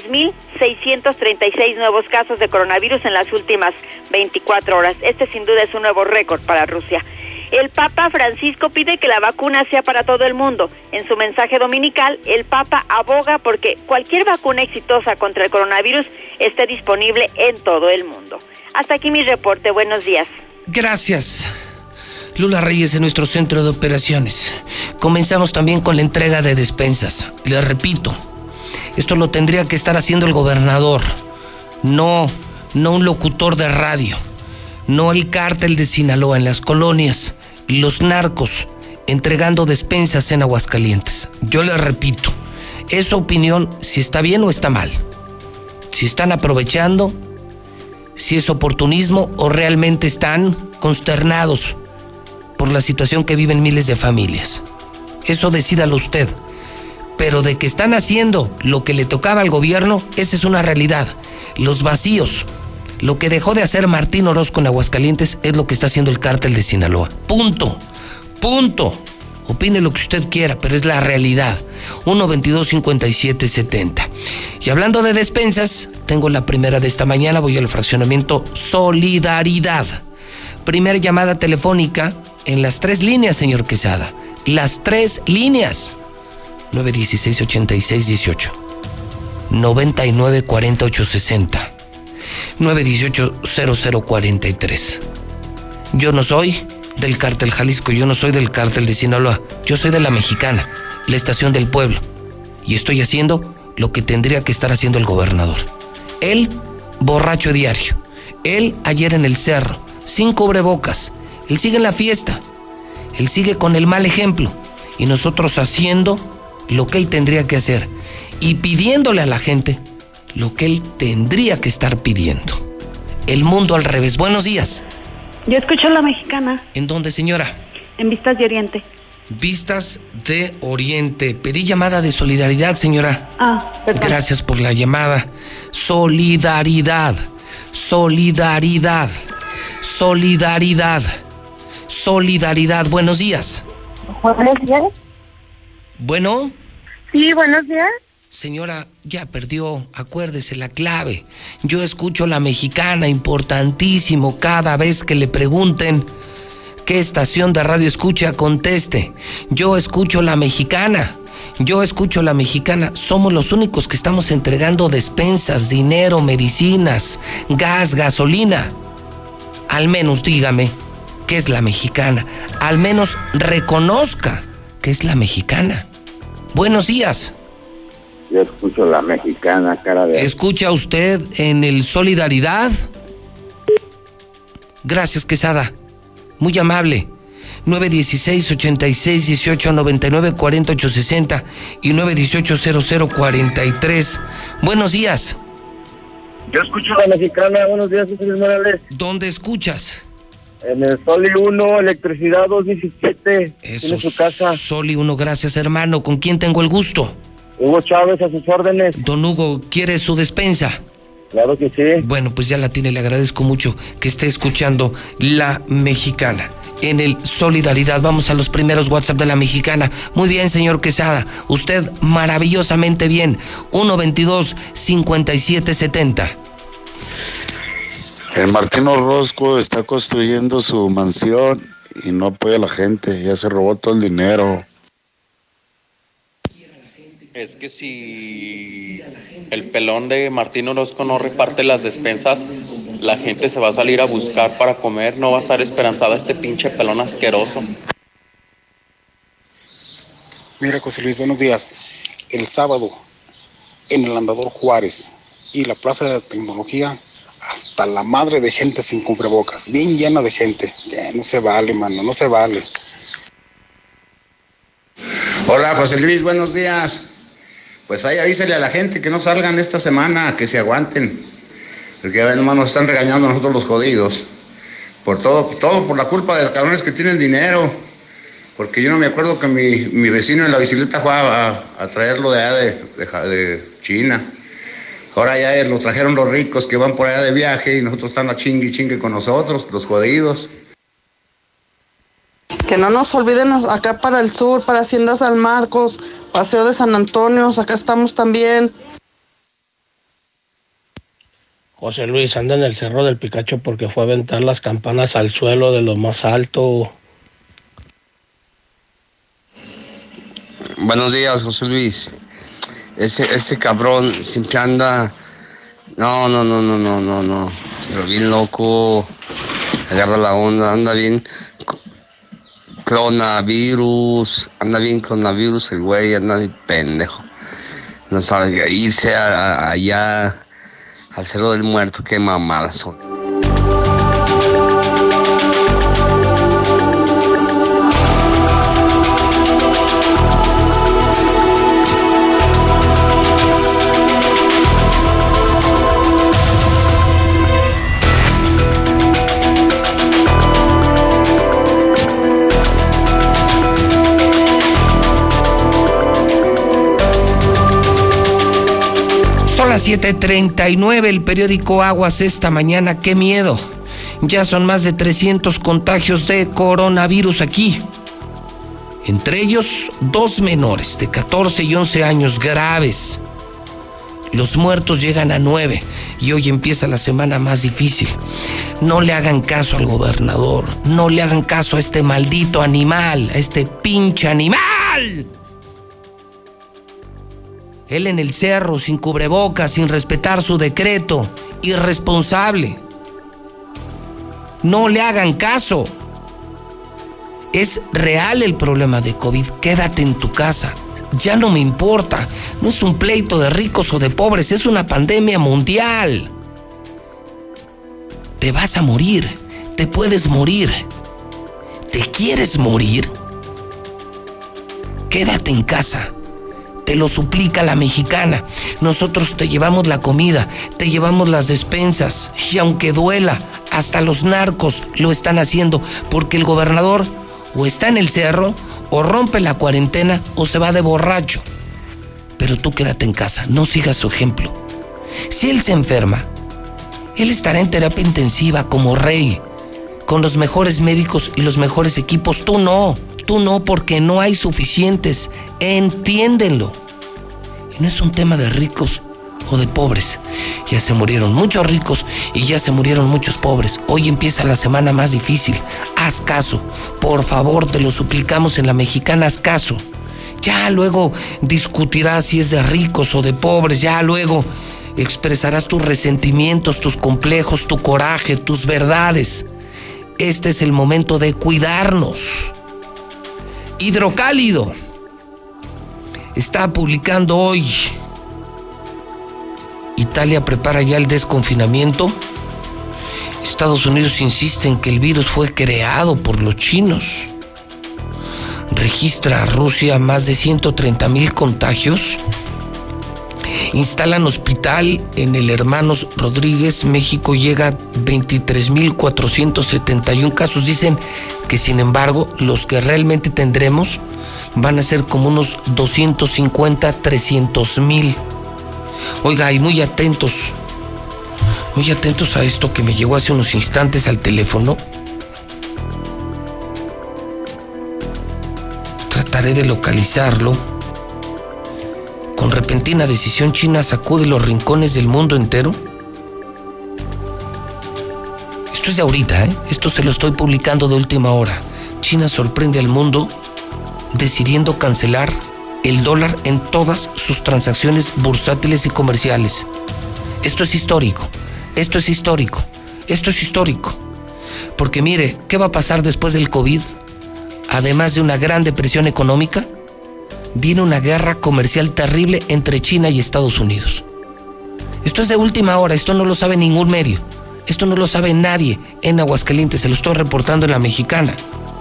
10,636 nuevos casos de coronavirus en las últimas 24 horas. Este sin duda es un nuevo récord para Rusia. El Papa Francisco pide que la vacuna sea para todo el mundo. En su mensaje dominical, el Papa aboga porque cualquier vacuna exitosa contra el coronavirus esté disponible en todo el mundo. Hasta aquí mi reporte. Buenos días. Gracias. Lula Reyes en nuestro centro de operaciones. Comenzamos también con la entrega de despensas. Les repito, esto lo tendría que estar haciendo el gobernador, no un locutor de radio, no el cártel de Sinaloa en las colonias, los narcos entregando despensas en Aguascalientes. Yo les repito, es su opinión si está bien o está mal, si están aprovechando, si es oportunismo o realmente están consternados por la situación que viven miles de familias. Eso decídalo usted. Pero de que están haciendo lo que le tocaba al gobierno, esa es una realidad. Los vacíos, lo que dejó de hacer Martín Orozco en Aguascalientes es lo que está haciendo el cártel de Sinaloa. Punto. Opine lo que usted quiera, pero es la realidad. 1-22-57-70. Y hablando de despensas, tengo la primera de esta mañana. Voy al fraccionamiento Solidaridad. Primera llamada telefónica en las 3 líneas, señor Quesada. Las 3 líneas. 916-8618. 9940-860. 918-0043. Yo no soy del cártel Jalisco, yo no soy del cártel de Sinaloa. Yo soy de La Mexicana, la estación del pueblo. Y estoy haciendo lo que tendría que estar haciendo el gobernador. Él, borracho diario. Él, ayer en el cerro, sin cubrebocas. Él sigue en la fiesta, él sigue con el mal ejemplo y nosotros haciendo lo que él tendría que hacer y pidiéndole a la gente lo que él tendría que estar pidiendo. El mundo al revés. Buenos días. Yo escucho La Mexicana. ¿En dónde, señora? En Vistas de Oriente. Vistas de Oriente. Pedí llamada de solidaridad, señora. Perdón. Gracias por la llamada. Solidaridad. Buenos días. Buenos días. Bueno. Sí, buenos días. Señora, ya perdió, acuérdese la clave. Yo escucho La Mexicana, importantísimo. Cada vez que le pregunten qué estación de radio escucha, conteste. Yo escucho La Mexicana. Yo escucho La Mexicana, somos los únicos que estamos entregando despensas, dinero, medicinas, gas, gasolina. Al menos dígame qué es La Mexicana. Al menos reconozca que es La Mexicana. Buenos días. Yo escucho La Mexicana, cara de... ¿Escucha usted en el Solidaridad? Gracias, Quesada. Muy amable. 916-86-1899-4860 y 918-0043. Buenos días. Yo escucho La Mexicana. Buenos días, José Luis Morales. ¿Dónde escuchas? En el Soli 1, Electricidad 217. Eso, tiene su casa. Soli 1, gracias, hermano. ¿Con quién tengo el gusto? Hugo Chávez, a sus órdenes. Don Hugo, ¿quiere su despensa? Claro que sí. Bueno, pues ya la tiene, le agradezco mucho que esté escuchando La Mexicana. En el Solidaridad, vamos a los primeros WhatsApp de La Mexicana. Muy bien, señor Quesada, usted maravillosamente bien. 122-5770. El Martín Orozco está construyendo su mansión y no apoya a la gente, ya se robó todo el dinero. Es que si el pelón de Martín Orozco no reparte las despensas, la gente se va a salir a buscar para comer, no va a estar esperanzada este pinche pelón asqueroso. Mira, José Luis, buenos días. El sábado, en el Andador Juárez y la Plaza de Tecnología, hasta la madre de gente sin cubrebocas, bien llena de gente. No se vale, mano, no se vale. Hola, José Luis, buenos días. Pues ahí avísale a la gente que no salgan esta semana, que se aguanten. Porque ya ven, nomás nos están regañando a nosotros los jodidos. Por todo por la culpa de los cabrones que tienen dinero. Porque yo no me acuerdo que mi vecino en la bicicleta fue a traerlo de allá de China. Ahora ya lo trajeron los ricos que van por allá de viaje y nosotros están a chingue y chingue con nosotros, los jodidos. Que no nos olviden acá para el sur, para Hacienda San Marcos, Paseo de San Antonio, acá estamos también. José Luis anda en el Cerro del Picacho porque fue a aventar las campanas al suelo de lo más alto. Buenos días, José Luis. Ese cabrón siempre anda... No. Pero bien loco. Agarra la onda, anda bien... Coronavirus, anda bien coronavirus el güey, anda bien pendejo. No sabe irse allá al Cerro del Muerto, qué mamadas son. Son las 7:39, el periódico Aguas esta mañana, qué miedo. Ya son más de 300 contagios de coronavirus aquí. Entre ellos, 2 menores de 14 y 11 años graves. Los muertos llegan a 9 y hoy empieza la semana más difícil. No le hagan caso al gobernador, no le hagan caso a este maldito animal, a este pinche animal. Él en el cerro, sin cubrebocas, sin respetar su decreto, irresponsable. No le hagan caso. Es real el problema de COVID, quédate en tu casa. Ya no me importa, no es un pleito de ricos o de pobres, es una pandemia mundial. Te vas a morir, te puedes morir. ¿Te quieres morir? Quédate en casa. Te lo suplica La Mexicana. Nosotros te llevamos la comida, te llevamos las despensas. Y aunque duela, hasta los narcos lo están haciendo, porque el gobernador o está en el cerro, o rompe la cuarentena, o se va de borracho. Pero tú quédate en casa, no sigas su ejemplo. Si él se enferma, él estará en terapia intensiva como rey, con los mejores médicos y los mejores equipos. Tú no, porque no hay suficientes. Entiéndenlo. Y no es un tema de ricos o de pobres. Ya se murieron muchos ricos y ya se murieron muchos pobres. Hoy empieza la semana más difícil. Haz caso. Por favor, te lo suplicamos en La Mexicana, haz caso. Ya luego discutirás si es de ricos o de pobres, ya luego expresarás tus resentimientos, tus complejos, tu coraje, tus verdades. Este es el momento de cuidarnos. Hidrocálido está publicando hoy: Italia prepara ya el desconfinamiento. Estados Unidos insiste en que el virus fue creado por los chinos. Registra a Rusia más de 130,000 contagios. Instalan hospital en el Hermanos Rodríguez. México llega a 23,471 casos. Dicen que, sin embargo, los que realmente tendremos van a ser como unos 250, 300,000. Oiga, y muy atentos a esto que me llegó hace unos instantes al teléfono. Trataré de localizarlo. Con repentina decisión, China sacude los rincones del mundo entero. Esto es de ahorita, Esto se lo estoy publicando de última hora. China sorprende al mundo decidiendo cancelar el dólar en todas sus transacciones bursátiles y comerciales. Esto es histórico. Porque mire, ¿qué va a pasar después del COVID? Además de una gran depresión económica, viene una guerra comercial terrible entre China y Estados Unidos. Esto es de última hora, esto no lo sabe ningún medio, esto no lo sabe nadie en Aguascalientes, se lo estoy reportando en La Mexicana.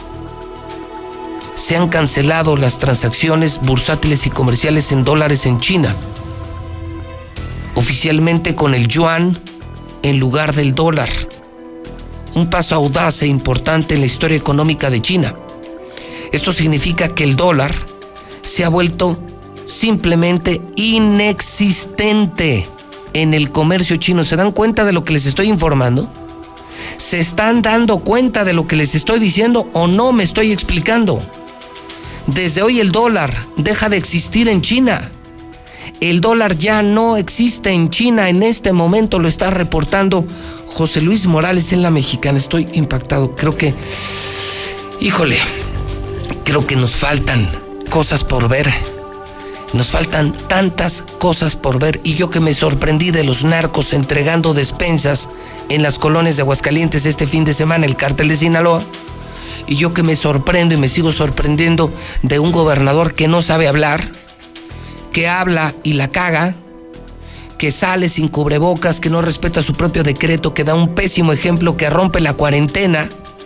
Se han cancelado las transacciones bursátiles y comerciales en dólares en China, oficialmente con el yuan en lugar del dólar. Un paso audaz e importante en la historia económica de China. Esto significa que el dólar se ha vuelto simplemente inexistente en el comercio chino. ¿Se dan cuenta de lo que les estoy informando? ¿Se están dando cuenta de lo que les estoy diciendo o no me estoy explicando? Desde hoy el dólar deja de existir en China. El dólar ya no existe en China. En este momento lo está reportando José Luis Morales en La Mexicana. Estoy impactado. Creo que nos faltan cosas por ver. Nos faltan tantas cosas por ver. Y yo que me sorprendí de los narcos entregando despensas en las colonias de Aguascalientes este fin de semana, el cártel de Sinaloa. Y yo que me sorprendo y me sigo sorprendiendo de un gobernador que no sabe hablar, que habla y la caga, que sale sin cubrebocas, que no respeta su propio decreto, que da un pésimo ejemplo, que rompe la cuarentena.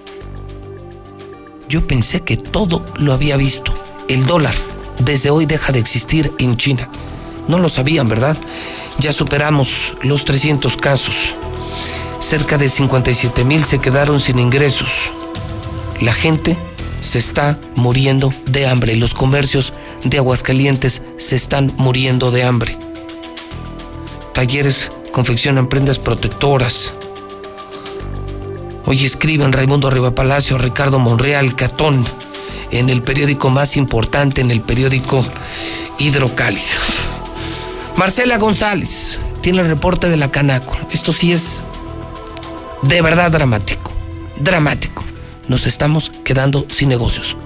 Yo pensé que todo lo había visto. El dólar desde hoy deja de existir en China. No lo sabían, ¿verdad? Ya superamos los 300 casos. Cerca de 57,000 se quedaron sin ingresos. La gente se está muriendo de hambre. Los comercios de Aguascalientes se están muriendo de hambre. Talleres confeccionan prendas protectoras. Hoy escriben Raimundo Rivapalacio, Ricardo Monreal, Catón, en el periódico más importante, en el periódico Hidrocálido. Marcela González tiene el reporte de la Canaco. Esto sí es de verdad dramático. Nos estamos quedando sin negocios.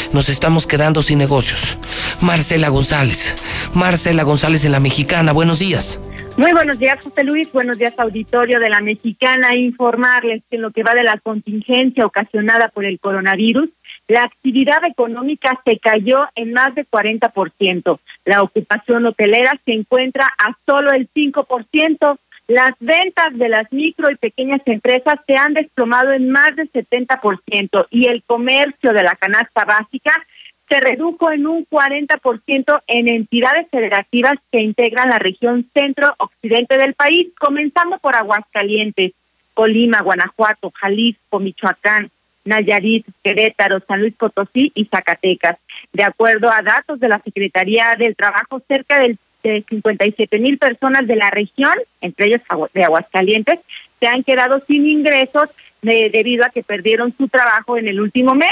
Marcela González en La Mexicana, buenos días. Muy buenos días, José Luis. Buenos días, auditorio de La Mexicana. Informarles que en lo que va de la contingencia ocasionada por el coronavirus, la actividad económica se cayó en más de 40%. La ocupación hotelera se encuentra a solo el 5%. Las ventas de las micro y pequeñas empresas se han desplomado en más del 70% y el comercio de la canasta básica se redujo en un 40% en entidades federativas que integran la región centro-occidente del país, comenzando por Aguascalientes, Colima, Guanajuato, Jalisco, Michoacán, Nayarit, Querétaro, San Luis Potosí y Zacatecas. De acuerdo a datos de la Secretaría del Trabajo, cerca de 57,000 personas de la región, entre ellas de Aguascalientes, se han quedado sin ingresos debido a que perdieron su trabajo en el último mes.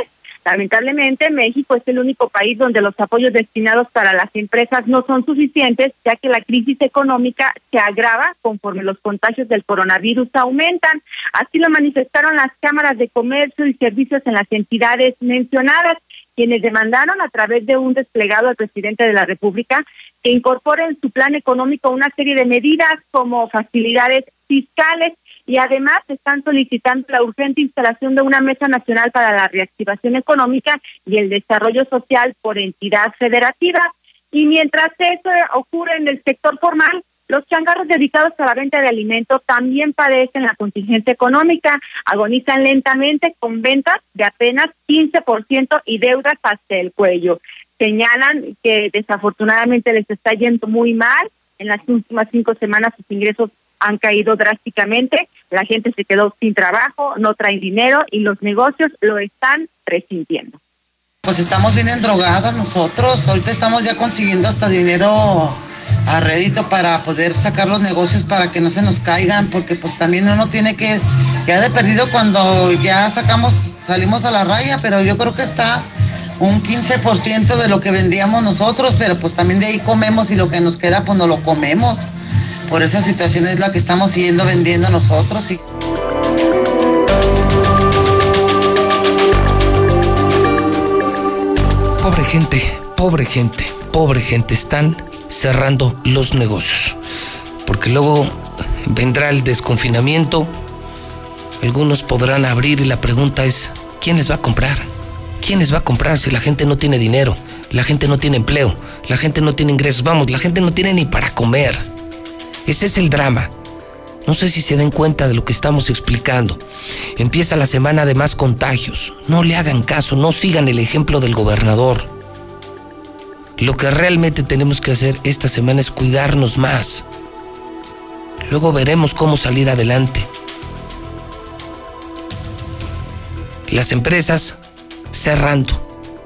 Lamentablemente, México es el único país donde los apoyos destinados para las empresas no son suficientes, ya que la crisis económica se agrava conforme los contagios del coronavirus aumentan. Así lo manifestaron las cámaras de comercio y servicios en las entidades mencionadas, quienes demandaron a través de un desplegado al presidente de la República que incorpore en su plan económico una serie de medidas como facilidades fiscales, y además están solicitando la urgente instalación de una mesa nacional para la reactivación económica y el desarrollo social por entidad federativa. Y mientras eso ocurre en el sector formal, los changarros dedicados a la venta de alimentos también padecen la contingencia económica, agonizan lentamente con ventas de apenas 15% y deudas hasta el cuello. Señalan que desafortunadamente les está yendo muy mal. En las últimas 5 semanas sus ingresos han caído drásticamente, la gente se quedó sin trabajo, no traen dinero y los negocios lo están resintiendo. Pues estamos bien endrogados nosotros, ahorita estamos ya consiguiendo hasta dinero a rédito para poder sacar los negocios para que no se nos caigan, porque pues también uno tiene que, ya de perdido cuando ya salimos a la raya, pero yo creo que está un 15% de lo que vendíamos nosotros, pero pues también de ahí comemos y lo que nos queda pues no lo comemos. Por esa situación es la que estamos siguiendo vendiendo nosotros. Pobre gente, pobre gente, pobre gente. Están cerrando los negocios. Porque luego vendrá el desconfinamiento. Algunos podrán abrir y la pregunta es, ¿quién les va a comprar? ¿Quién les va a comprar si la gente no tiene dinero? La gente no tiene empleo. La gente no tiene ingresos. Vamos, la gente no tiene ni para comer. Ese es el drama. No sé si se den cuenta de lo que estamos explicando. Empieza la semana de más contagios. No le hagan caso, no sigan el ejemplo del gobernador. Lo que realmente tenemos que hacer esta semana es cuidarnos más. Luego veremos cómo salir adelante. Las empresas cerrando.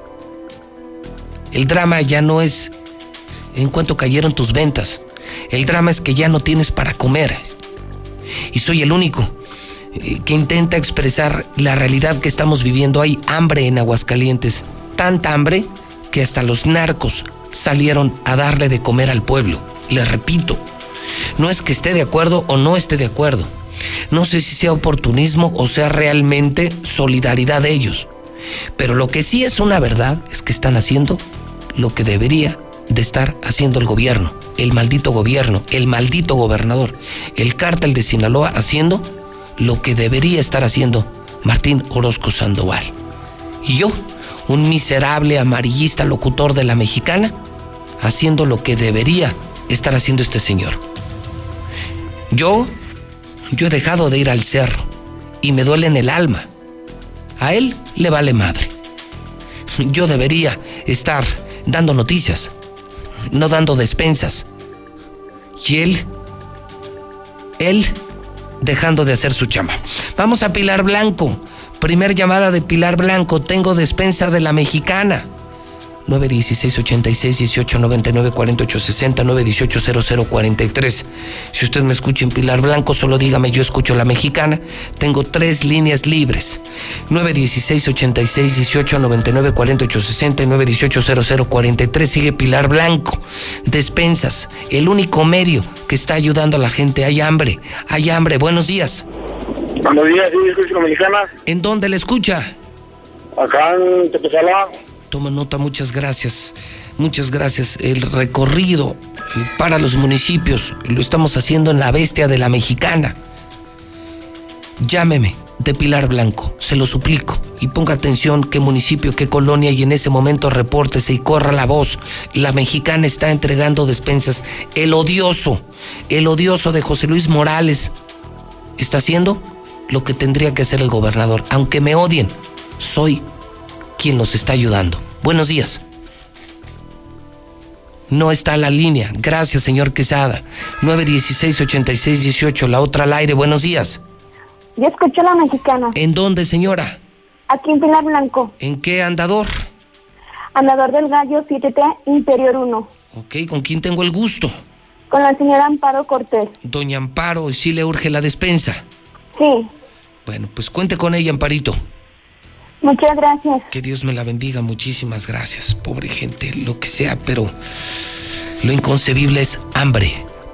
El drama ya no es en cuánto cayeron tus ventas. El drama es que ya no tienes para comer. Y soy el único que intenta expresar la realidad que estamos viviendo. Hay hambre en Aguascalientes. Tanta hambre que hasta los narcos salieron a darle de comer al pueblo. Les repito, no es que esté de acuerdo o no esté de acuerdo. No sé si sea oportunismo o sea realmente solidaridad de ellos. Pero lo que sí es una verdad es que están haciendo lo que debería de estar haciendo el gobierno, el maldito gobernador, el cártel de Sinaloa haciendo lo que debería estar haciendo Martín Orozco Sandoval. Y yo, un miserable amarillista locutor de La Mexicana, haciendo lo que debería estar haciendo este señor. Yo he dejado de ir al cerro y me duele en el alma. A él le vale madre. Yo debería estar dando noticias, no dando despensas. Y él dejando de hacer su chamba. Vamos a Pilar Blanco. Primer llamada de Pilar Blanco. Tengo despensa de La Mexicana. 916-86-1899-4860, 918-0043. Si usted me escucha en Pilar Blanco, solo dígame, yo escucho La Mexicana. Tengo 3 líneas libres. 916-86-1899-4860 y 918-0043. Sigue Pilar Blanco. Despensas, el único medio que está ayudando a la gente. Hay hambre. Buenos días. Buenos días, sí, escucho La Mexicana. ¿En dónde la escucha? Acá en Tepezalá. Toma nota, muchas gracias. El recorrido para los municipios lo estamos haciendo en La Bestia de La Mexicana. Llámeme de Pilar Blanco, se lo suplico, y ponga atención qué municipio, qué colonia, y en ese momento repórtese y corra la voz. La Mexicana está entregando despensas. El odioso de José Luis Morales está haciendo lo que tendría que hacer el gobernador. Aunque me odien, soy quien los está ayudando. Buenos días. No está la línea. Gracias, señor Quesada. 916-8618, la otra al aire. Buenos días. Yo escucho La Mexicana. ¿En dónde, señora? Aquí en Pilar Blanco. ¿En qué andador? Andador del Gallo 7T, Interior 1. Ok, ¿con quién tengo el gusto? Con la señora Amparo Cortés. Doña Amparo, ¿sí le urge la despensa? Sí. Bueno, pues cuente con ella, Amparito. Muchas gracias. Que Dios me la bendiga, muchísimas gracias. Pobre gente, lo que sea, pero lo inconcebible es hambre.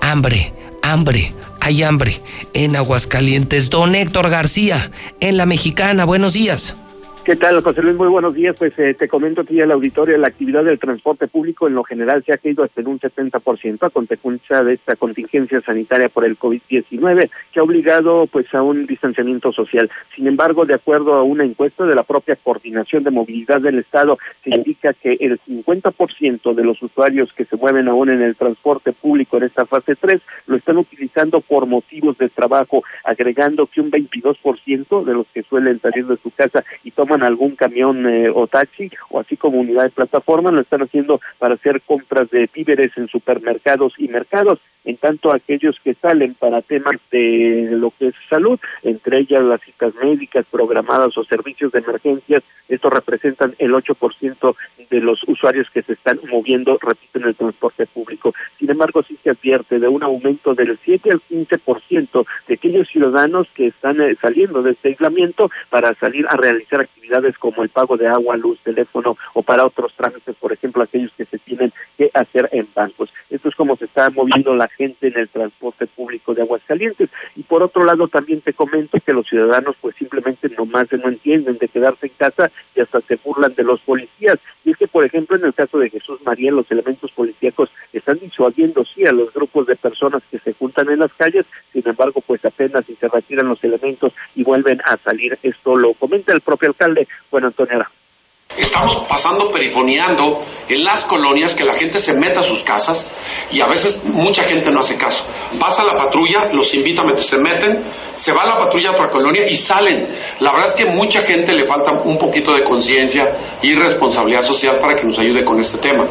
Hay hambre en Aguascalientes. Don Héctor García, en La Mexicana, buenos días. ¿Qué tal, José Luis? Muy buenos días. Pues te comento aquí al auditorio, la actividad del transporte público en lo general se ha caído hasta en un 70% a consecuencia de esta contingencia sanitaria por el COVID-19 que ha obligado pues a un distanciamiento social. Sin embargo, de acuerdo a una encuesta de la propia Coordinación de Movilidad del Estado, se indica que el 50% de los usuarios que se mueven aún en el transporte público en esta fase 3 lo están utilizando por motivos de trabajo, agregando que un 22% de los que suelen salir de su casa y toman algún camión o taxi, o así como unidad de plataforma, lo están haciendo para hacer compras de víveres en supermercados y mercados, en tanto aquellos que salen para temas de lo que es salud, entre ellas las citas médicas programadas o servicios de emergencias, estos representan el 8% de los usuarios que se están moviendo, repito, en el transporte público. Sin embargo, sí se advierte de un aumento del 7 al 15% de aquellos ciudadanos que están saliendo de este aislamiento para salir a realizar actividades como el pago de agua, luz, teléfono o para otros trámites, por ejemplo, aquellos que se tienen que hacer en bancos. Esto es como se está moviendo la gente en el transporte público de Aguascalientes. Y por otro lado, también te comento que los ciudadanos pues simplemente nomás no entienden de quedarse en casa y hasta se burlan de los policías. Y es que, por ejemplo, en el caso de Jesús María, los elementos policíacos están disuadiendo sí a los grupos de personas que se juntan en las calles, sin embargo, pues apenas si se retiran los elementos y vuelven a salir. Esto lo comenta el propio alcalde, Juan Antonio Ara. Estamos pasando, perifoneando en las colonias, que la gente se meta a sus casas y a veces mucha gente no hace caso. Pasa la patrulla, los invita a meterse, se meten, se va la patrulla a otra colonia y salen. La verdad es que mucha gente le falta un poquito de conciencia y responsabilidad social para que nos ayude con este tema.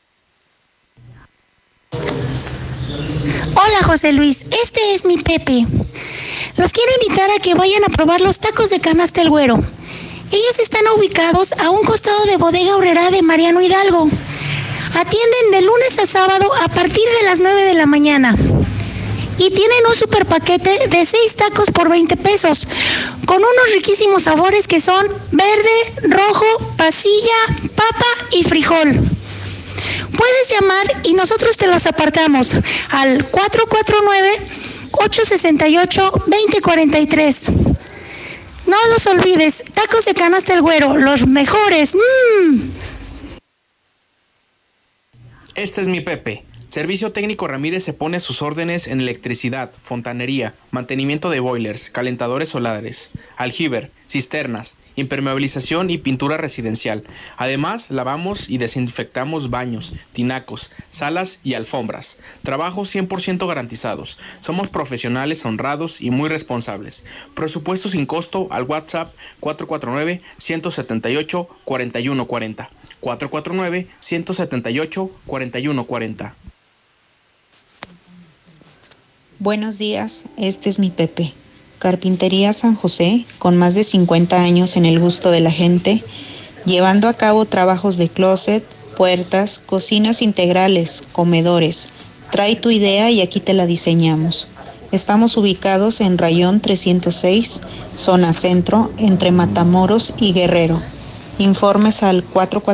Hola José Luis, este es mi Pepe. Los quiero invitar a que vayan a probar los tacos de canasta El Güero. Ellos están ubicados a un costado de Bodega Aurrerá de Mariano Hidalgo. Atienden de lunes a sábado a partir de las 9 de la mañana. Y tienen un super paquete de 6 tacos por 20 pesos, con unos riquísimos sabores que son verde, rojo, pasilla, papa y frijol. Puedes llamar y nosotros te los apartamos al 449-868-2043. No los olvides, tacos de canasta El Güero, los mejores. Este es mi Pepe. Servicio Técnico Ramírez se pone a sus órdenes en electricidad, fontanería, mantenimiento de boilers, calentadores solares, aljiber, cisternas, impermeabilización y pintura residencial. Además, lavamos y desinfectamos baños, tinacos, salas y alfombras. Trabajos 100% garantizados. Somos profesionales honrados y muy responsables. Presupuesto sin costo al WhatsApp 449-178-4140. 449-178-4140. Buenos días, este es mi Pepe. Carpintería San José, con más de 50 años en el gusto de la gente, llevando a cabo trabajos de closet, puertas, cocinas integrales, comedores. Trae tu idea y aquí te la diseñamos. Estamos ubicados en Rayón 306, zona centro, entre Matamoros y Guerrero. Informes al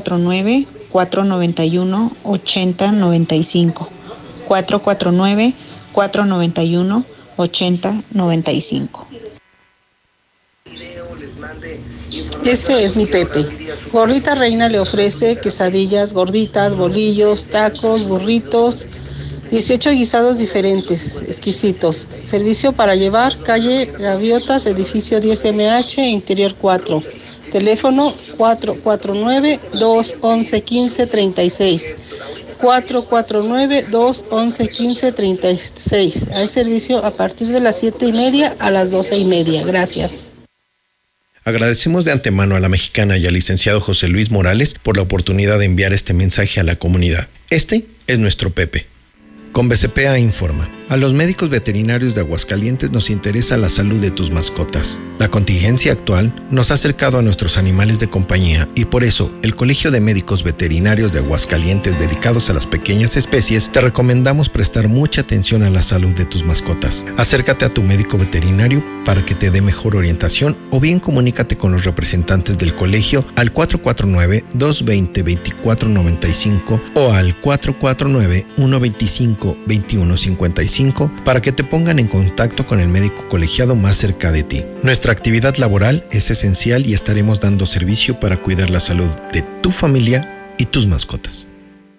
449-491-8095. 449-491-8095. Este es mi Pepe. Gordita Reina le ofrece quesadillas, gorditas, bolillos, tacos, burritos, 18 guisados diferentes, exquisitos. Servicio para llevar, calle Gaviotas, edificio 10MH, interior 4. Teléfono 449-211-1536. 449-211-1536. Hay servicio a partir de las 7:30 a las 12:30. Gracias. Agradecemos de antemano a La Mexicana y al licenciado José Luis Morales por la oportunidad de enviar este mensaje a la comunidad. Este es nuestro Pepe. Con BCPA informa. A los médicos veterinarios de Aguascalientes nos interesa la salud de tus mascotas. La contingencia actual nos ha acercado a nuestros animales de compañía y por eso el Colegio de Médicos Veterinarios de Aguascalientes dedicados a las pequeñas especies te recomendamos prestar mucha atención a la salud de tus mascotas. Acércate a tu médico veterinario para que te dé mejor orientación o bien comunícate con los representantes del colegio al 449-220-2495 o al 449-125-2155 para que te pongan en contacto con el médico colegiado más cerca de ti. Nuestra actividad laboral es esencial y estaremos dando servicio para cuidar la salud de tu familia y tus mascotas.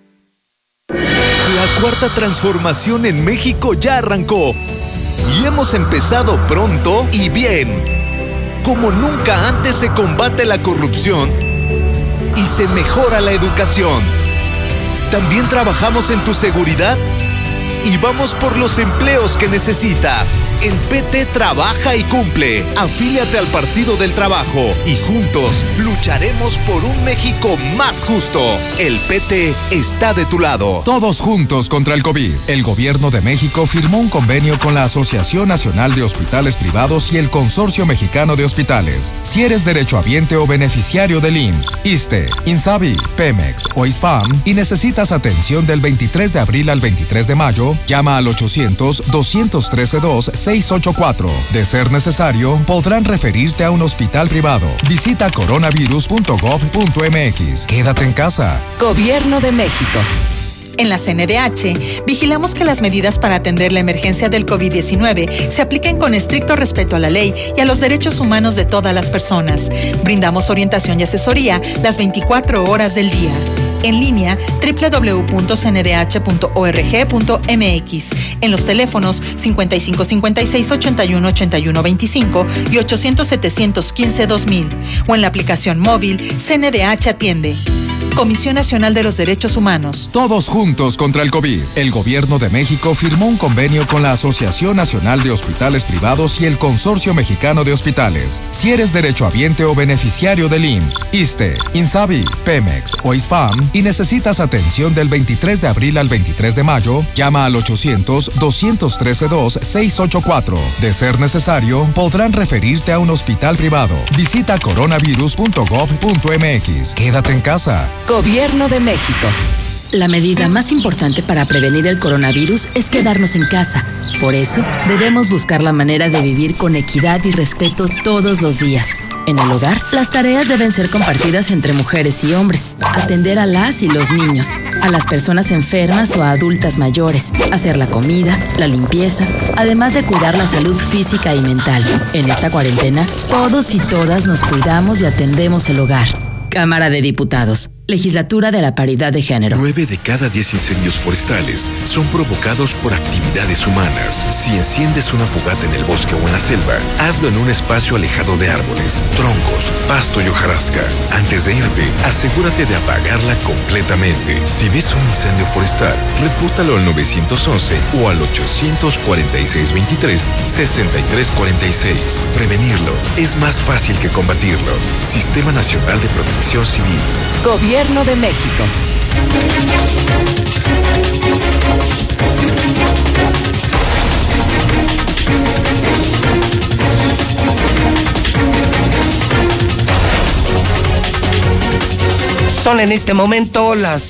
La cuarta transformación en México ya arrancó y hemos empezado pronto y bien. Como nunca antes se combate la corrupción y se mejora la educación. También trabajamos en tu seguridad y vamos por los empleos que necesitas. En PT trabaja y cumple. Afíliate al Partido del Trabajo y juntos lucharemos por un México más justo. El PT está de tu lado. Todos juntos contra el COVID. El Gobierno de México firmó un convenio con la Asociación Nacional de Hospitales Privados y el Consorcio Mexicano de Hospitales. Si eres derechohabiente o beneficiario del IMSS, ISSSTE, INSABI, Pemex o ISFAM y necesitas atención del 23 de abril al 23 de mayo, llama al 800-213-2684. De ser necesario, podrán referirte a un hospital privado. Visita coronavirus.gov.mx. Quédate en casa. Gobierno de México. En la CNDH, vigilamos que las medidas para atender la emergencia del COVID-19 se apliquen con estricto respeto a la ley y a los derechos humanos de todas las personas. Brindamos orientación y asesoría las 24 horas del día. En línea, www.cndh.org.mx, en los teléfonos 5556-818125 y 800-715-2000, o en la aplicación móvil CNDH Atiende. Comisión Nacional de los Derechos Humanos. Todos juntos contra el COVID. El Gobierno de México firmó un convenio con la Asociación Nacional de Hospitales Privados y el Consorcio Mexicano de Hospitales. Si eres derechohabiente o beneficiario del IMSS, ISSSTE, INSABI, Pemex o ISFAM y necesitas atención del 23 de abril al 23 de mayo, llama al 800-213-2684. De ser necesario, podrán referirte a un hospital privado. Visita coronavirus.gov.mx. Quédate en casa. Gobierno de México. La medida más importante para prevenir el coronavirus es quedarnos en casa. Por eso, debemos buscar la manera de vivir con equidad y respeto todos los días. En el hogar, las tareas deben ser compartidas entre mujeres y hombres. Atender a las y los niños, a las personas enfermas o a adultas mayores, hacer la comida, la limpieza, además de cuidar la salud física y mental. En esta cuarentena, todos y todas nos cuidamos y atendemos el hogar. Cámara de Diputados. Legislatura de la Paridad de Género. 9 de cada 10 incendios forestales son provocados por actividades humanas. Si enciendes una fogata en el bosque o en la selva, hazlo en un espacio alejado de árboles, troncos, pasto y hojarasca. Antes de irte, asegúrate de apagarla completamente. Si ves un incendio forestal, repórtalo al 911 o al 846-23-6346. Prevenirlo es más fácil que combatirlo. Sistema Nacional de Protección Civil. Gobierno de México. Son en este momento las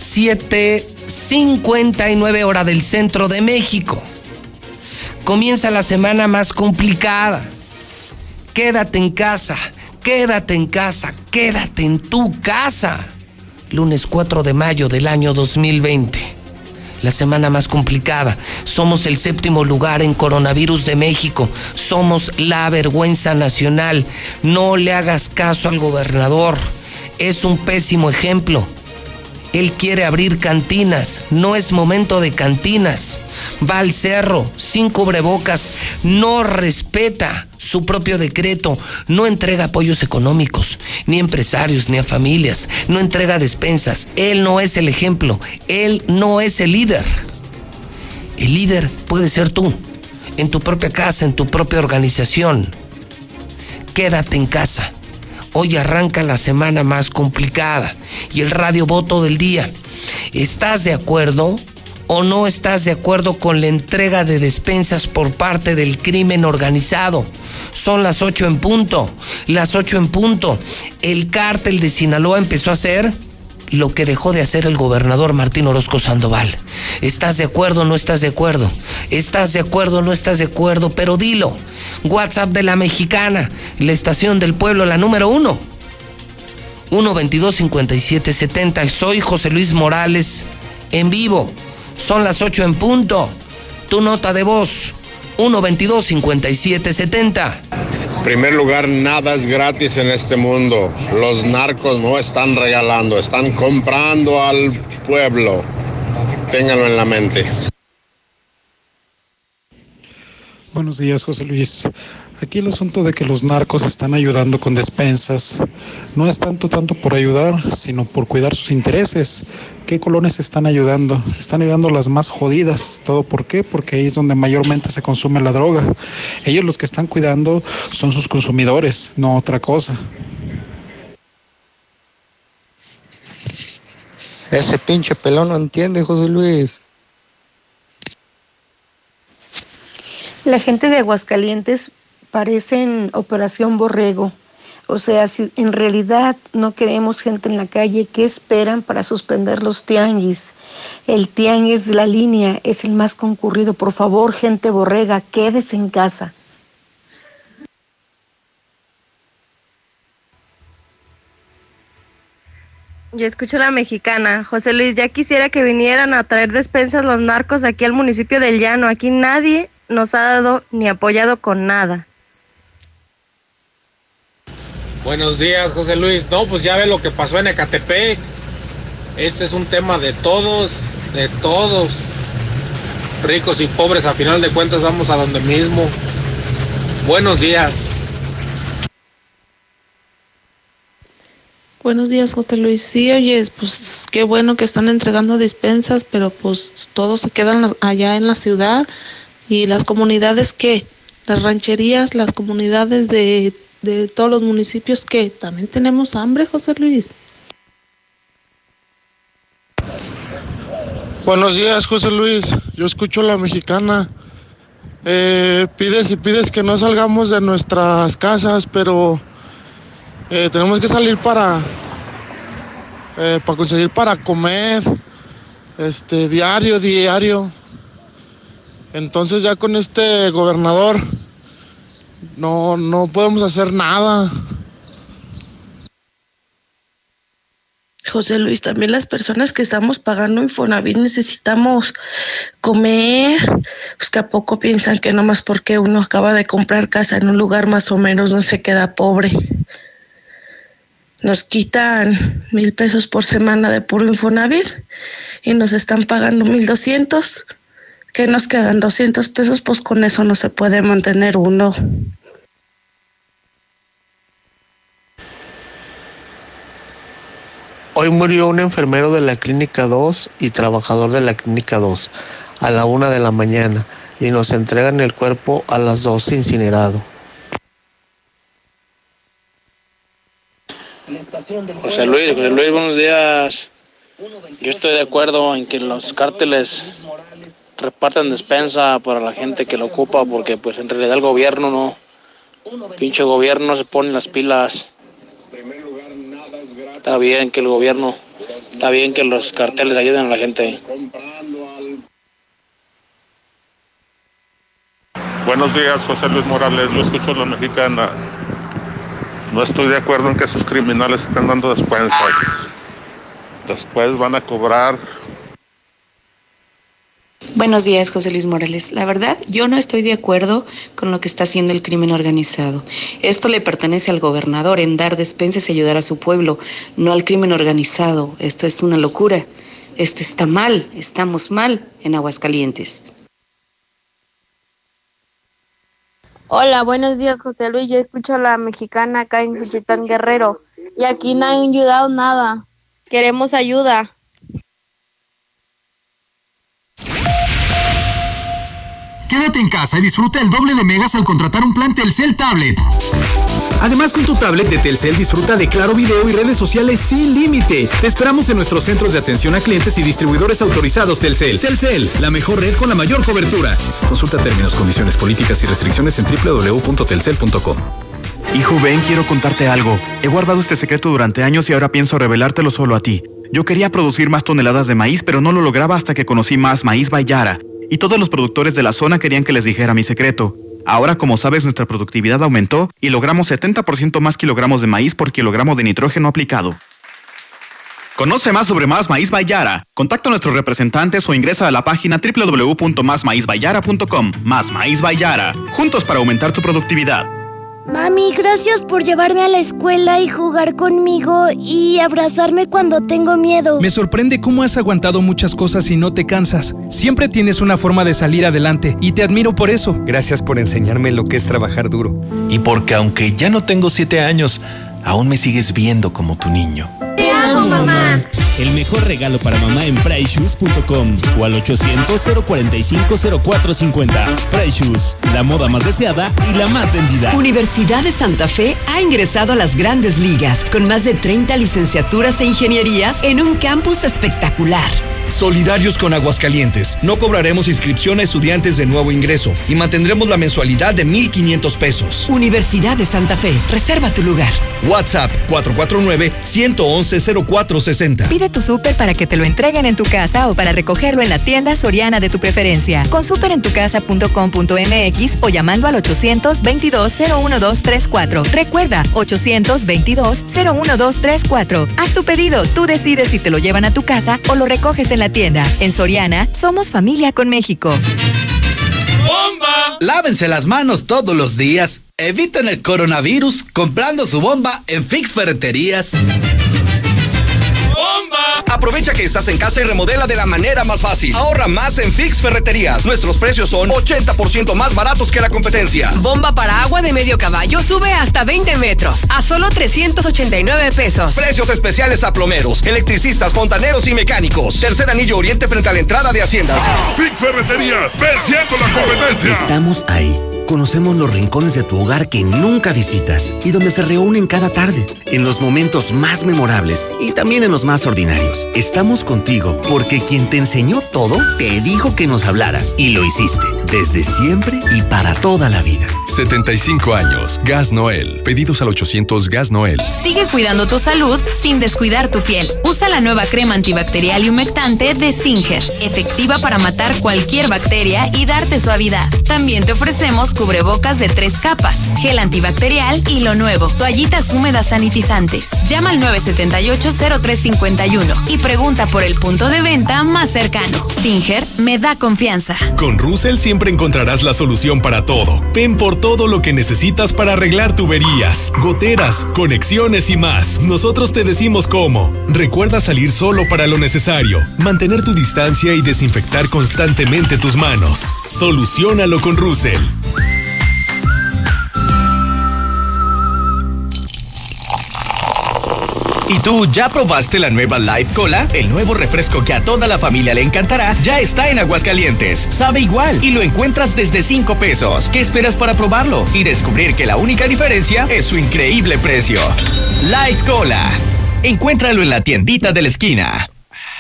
7:59 hora del centro de México. Comienza la semana más complicada. Quédate en casa, quédate en casa, quédate en tu casa. Lunes 4 de mayo del año 2020. La semana más complicada. Somos el 7º lugar en coronavirus de México. Somos la vergüenza nacional. No le hagas caso al gobernador. Es un pésimo ejemplo. Él quiere abrir cantinas. No es momento de cantinas. Va al cerro sin cubrebocas. No respeta su propio decreto, no entrega apoyos económicos, ni a empresarios, ni a familias, no entrega despensas. Él no es el ejemplo, él no es el líder. El líder puede ser tú, en tu propia casa, en tu propia organización. Quédate en casa. Hoy arranca la semana más complicada y el radio voto del día. ¿Estás de acuerdo o no estás de acuerdo con la entrega de despensas por parte del crimen organizado? Son las 8 en punto. Las 8 en punto. El cártel de Sinaloa empezó a hacer lo que dejó de hacer el gobernador Martín Orozco Sandoval. ¿Estás de acuerdo o no estás de acuerdo? ¿Estás de acuerdo o no estás de acuerdo? Pero dilo. WhatsApp de La Mexicana, la estación del pueblo, la número 1. 122-5770. Soy José Luis Morales, en vivo. Son las 8 en punto. Tu nota de voz, 122-5770. En primer lugar, nada es gratis en este mundo. Los narcos no están regalando, están comprando al pueblo. Ténganlo en la mente. Buenos días, José Luis. Aquí el asunto de que los narcos están ayudando con despensas no es tanto por ayudar, sino por cuidar sus intereses. ¿Qué colonias están ayudando? Están ayudando a las más jodidas. ¿Todo por qué? Porque ahí es donde mayormente se consume la droga. Ellos los que están cuidando son sus consumidores, no otra cosa. Ese pinche pelón no entiende, José Luis. La gente de Aguascalientes parecen Operación Borrego. O sea, si en realidad no queremos gente en la calle, ¿qué esperan para suspender los tianguis? El tianguis de La Línea es el más concurrido. Por favor, gente borrega, quédese en casa. Yo escucho La Mexicana. José Luis, ya quisiera que vinieran a traer despensas los narcos aquí al municipio del Llano. Aquí nadie nos ha dado ni apoyado con nada. Buenos días, José Luis. No, pues ya ve lo que pasó en Ecatepec. Este es un tema de todos, ricos y pobres, a final de cuentas vamos a donde mismo. Buenos días. Buenos días, José Luis. Sí, oye, pues qué bueno que están entregando despensas, pero pues todos se quedan allá en la ciudad. Y las comunidades que, las rancherías, las comunidades de todos los municipios que también tenemos hambre, José Luis. Buenos días, José Luis. Yo escucho La Mexicana. Pides y pides que no salgamos de nuestras casas, pero tenemos que salir para conseguir para comer, diario. Entonces ya con este gobernador no podemos hacer nada. José Luis, también las personas que estamos pagando Infonavit necesitamos comer, pues que a poco piensan que nomás porque uno acaba de comprar casa en un lugar más o menos no se queda pobre. Nos quitan 1,000 pesos por semana de puro Infonavit y nos están pagando 1,200. ¿Qué nos quedan? 200 pesos, pues con eso no se puede mantener uno. Hoy murió un enfermero de la Clínica 2 y trabajador de la Clínica 2 a la 1 de la mañana y nos entregan el cuerpo a las 2 incinerado. José Luis, buenos días. Yo estoy de acuerdo en que los cárteles repartan despensa para la gente que lo ocupa, porque pues en realidad el gobierno no, pinche gobierno no se pone las pilas. Está bien que los carteles ayuden a la gente. Buenos días, José Luis Morales. Yo escucho La Mexicana. No estoy de acuerdo en que esos criminales estén dando despensas. Después van a cobrar. Buenos días, José Luis Morales. La verdad, yo no estoy de acuerdo con lo que está haciendo el crimen organizado. Esto le pertenece al gobernador en dar despensas y ayudar a su pueblo, no al crimen organizado. Esto es una locura. Esto está mal. Estamos mal en Aguascalientes. Hola, buenos días, José Luis. Yo escucho a La Mexicana acá en Juchitán, Guerrero. Y aquí no han ayudado nada. Queremos ayuda. Quédate en casa y disfruta el doble de megas al contratar un plan Telcel Tablet. Además, con tu tablet de Telcel disfruta de Claro Video y redes sociales sin límite. Te esperamos en nuestros centros de atención a clientes y distribuidores autorizados Telcel. Telcel, la mejor red con la mayor cobertura. Consulta términos, condiciones, políticas y restricciones en www.telcel.com. Hijo, ven, quiero contarte algo. He guardado este secreto durante años y ahora pienso revelártelo solo a ti. Yo quería producir más toneladas de maíz, pero no lo lograba hasta que conocí Más Maíz by Yara. Y todos los productores de la zona querían que les dijera mi secreto. Ahora, como sabes, nuestra productividad aumentó y logramos 70% más kilogramos de maíz por kilogramo de nitrógeno aplicado. Conoce más sobre Más Maíz by Yara. Contacta a nuestros representantes o ingresa a la página www.masmaizbyara.com. Más Maíz by Yara. Juntos para aumentar tu productividad. Mami, gracias por llevarme a la escuela y jugar conmigo y abrazarme cuando tengo miedo. Me sorprende cómo has aguantado muchas cosas y no te cansas. Siempre tienes una forma de salir adelante y te admiro por eso. Gracias por enseñarme lo que es trabajar duro. Y porque aunque ya no tengo 7 años, aún me sigues viendo como tu niño. ¡Te amo, mamá! El mejor regalo para mamá en PriceShoes.com o al 800-045-0450. Price Shoes, la moda más deseada y la más vendida. Universidad de Santa Fe ha ingresado a las grandes ligas con más de 30 licenciaturas e ingenierías en un campus espectacular. Solidarios con Aguascalientes. No cobraremos inscripción a estudiantes de nuevo ingreso y mantendremos la mensualidad de 1,500 pesos. Universidad de Santa Fe. Reserva tu lugar. WhatsApp 449-111-0460. Pide tu súper para que te lo entreguen en tu casa o para recogerlo en la tienda Soriana de tu preferencia. Con superentucasa.com.mx o llamando al 822-01234. Recuerda, 822-01234. Haz tu pedido. Tú decides si te lo llevan a tu casa o lo recoges en la tienda. En Soriana, somos familia con México. ¡Bomba! Lávense las manos todos los días. Eviten el coronavirus comprando su bomba en Fix Ferreterías. ¡Bomba! Aprovecha que estás en casa y remodela de la manera más fácil. Ahorra más en Fix Ferreterías. Nuestros precios son 80% más baratos que la competencia. Bomba para agua de medio caballo sube hasta 20 metros a solo 389 pesos. Precios especiales a plomeros, electricistas, fontaneros y mecánicos. Tercer anillo oriente frente a la entrada de Haciendas. Fix Ferreterías, venciendo la competencia. Estamos ahí. Conocemos los rincones de tu hogar que nunca visitas y donde se reúnen cada tarde, en los momentos más memorables y también en los más ordinarios. Estamos contigo porque quien te enseñó todo te dijo que nos hablaras y lo hiciste, desde siempre y para toda la vida. 75 años. Gas Noel. Pedidos al 800 Gas Noel. Sigue cuidando tu salud sin descuidar tu piel. Usa la nueva crema antibacterial y humectante de Singer, efectiva para matar cualquier bacteria y darte suavidad. También te ofrecemos cubrebocas de 3 capas, gel antibacterial y lo nuevo, toallitas húmedas sanitizantes. Llama al 978-0351 y pregunta por el punto de venta más cercano. Singer me da confianza. Con Russell siempre encontrarás la solución para todo. Ven por todo lo que necesitas para arreglar tuberías, goteras, conexiones y más. Nosotros te decimos cómo. Recuerda salir solo para lo necesario, mantener tu distancia y desinfectar constantemente tus manos. Soluciónalo con Russell. ¿Y tú ya probaste la nueva Life Cola? El nuevo refresco que a toda la familia le encantará ya está en Aguascalientes. Sabe igual y lo encuentras desde 5 pesos. ¿Qué esperas para probarlo? Y descubrir que la única diferencia es su increíble precio. Life Cola. Encuéntralo en la tiendita de la esquina.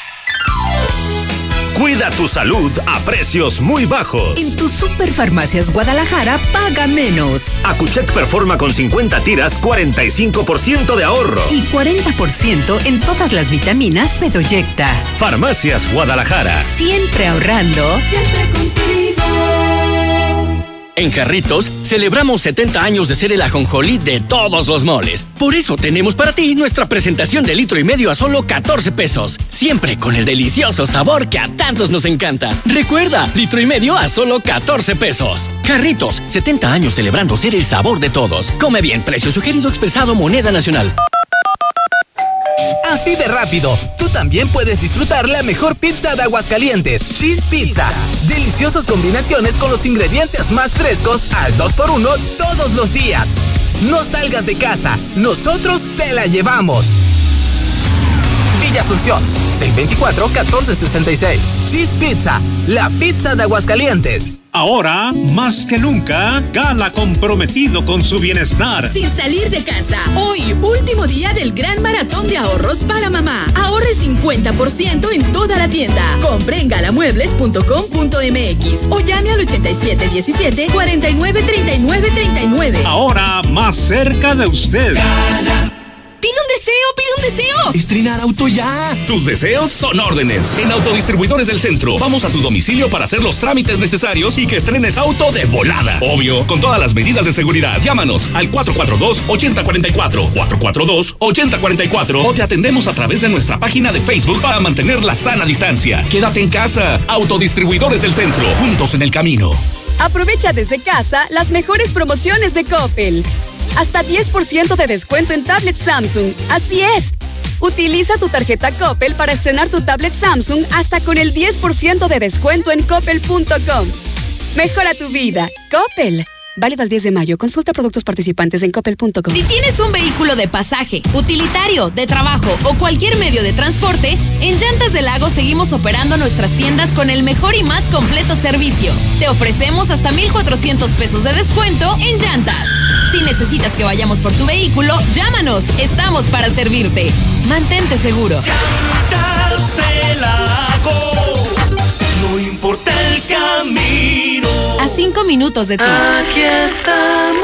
Cuida tu salud a precios muy bajos. En tus Superfarmacias Guadalajara, paga menos. Acuchec Performa con 50 tiras, 45% de ahorro. Y 40% en todas las vitaminas Fedoyecta. Farmacias Guadalajara. Siempre ahorrando. Siempre contigo. En Jarritos, celebramos 70 años de ser el ajonjolí de todos los moles. Por eso tenemos para ti nuestra presentación de 1,5 litros a solo 14 pesos. Siempre con el delicioso sabor que a tantos nos encanta. Recuerda, 1,5 litros a solo 14 pesos. Jarritos, 70 años celebrando ser el sabor de todos. Come bien, precio sugerido expresado moneda nacional. Así de rápido, tú también puedes disfrutar la mejor pizza de Aguascalientes, Cheese Pizza. Deliciosas combinaciones con los ingredientes más frescos al 2x1 todos los días. No salgas de casa, nosotros te la llevamos. de Asunción. 624-1466. Cheese Pizza, la pizza de Aguascalientes. Ahora, más que nunca, Gala comprometido con su bienestar. Sin salir de casa, hoy, último día del gran maratón de ahorros para mamá. Ahorre 50% en toda la tienda. Compre en galamuebles.com.mx o llame al 8717-493939. Ahora, más cerca de usted. Gala. ¡Pide un deseo! ¡Pide un deseo! ¡Estrenar auto ya! Tus deseos son órdenes. En Autodistribuidores del Centro, vamos a tu domicilio para hacer los trámites necesarios y que estrenes auto de volada. Obvio, con todas las medidas de seguridad. Llámanos al 442-8044, 442-8044 o te atendemos a través de nuestra página de Facebook para mantener la sana distancia. Quédate en casa. Autodistribuidores del Centro, juntos en el camino. Aprovecha desde casa las mejores promociones de Coppel. Hasta 10% de descuento en tablet Samsung. Así es. Utiliza tu tarjeta Coppel para estrenar tu tablet Samsung hasta con el 10% de descuento en coppel.com. Mejora tu vida. Coppel. Válido al 10 de mayo. Consulta productos participantes en coppel.com. Si tienes un vehículo de pasaje, utilitario, de trabajo o cualquier medio de transporte, en Llantas del Lago seguimos operando nuestras tiendas con el mejor y más completo servicio. Te ofrecemos hasta 1,400 pesos de descuento en llantas. Si necesitas que vayamos por tu vehículo, llámanos. Estamos para servirte. Mantente seguro. Llantas del Lago. No importa el camino. A 5 minutos de ti. Aquí estamos.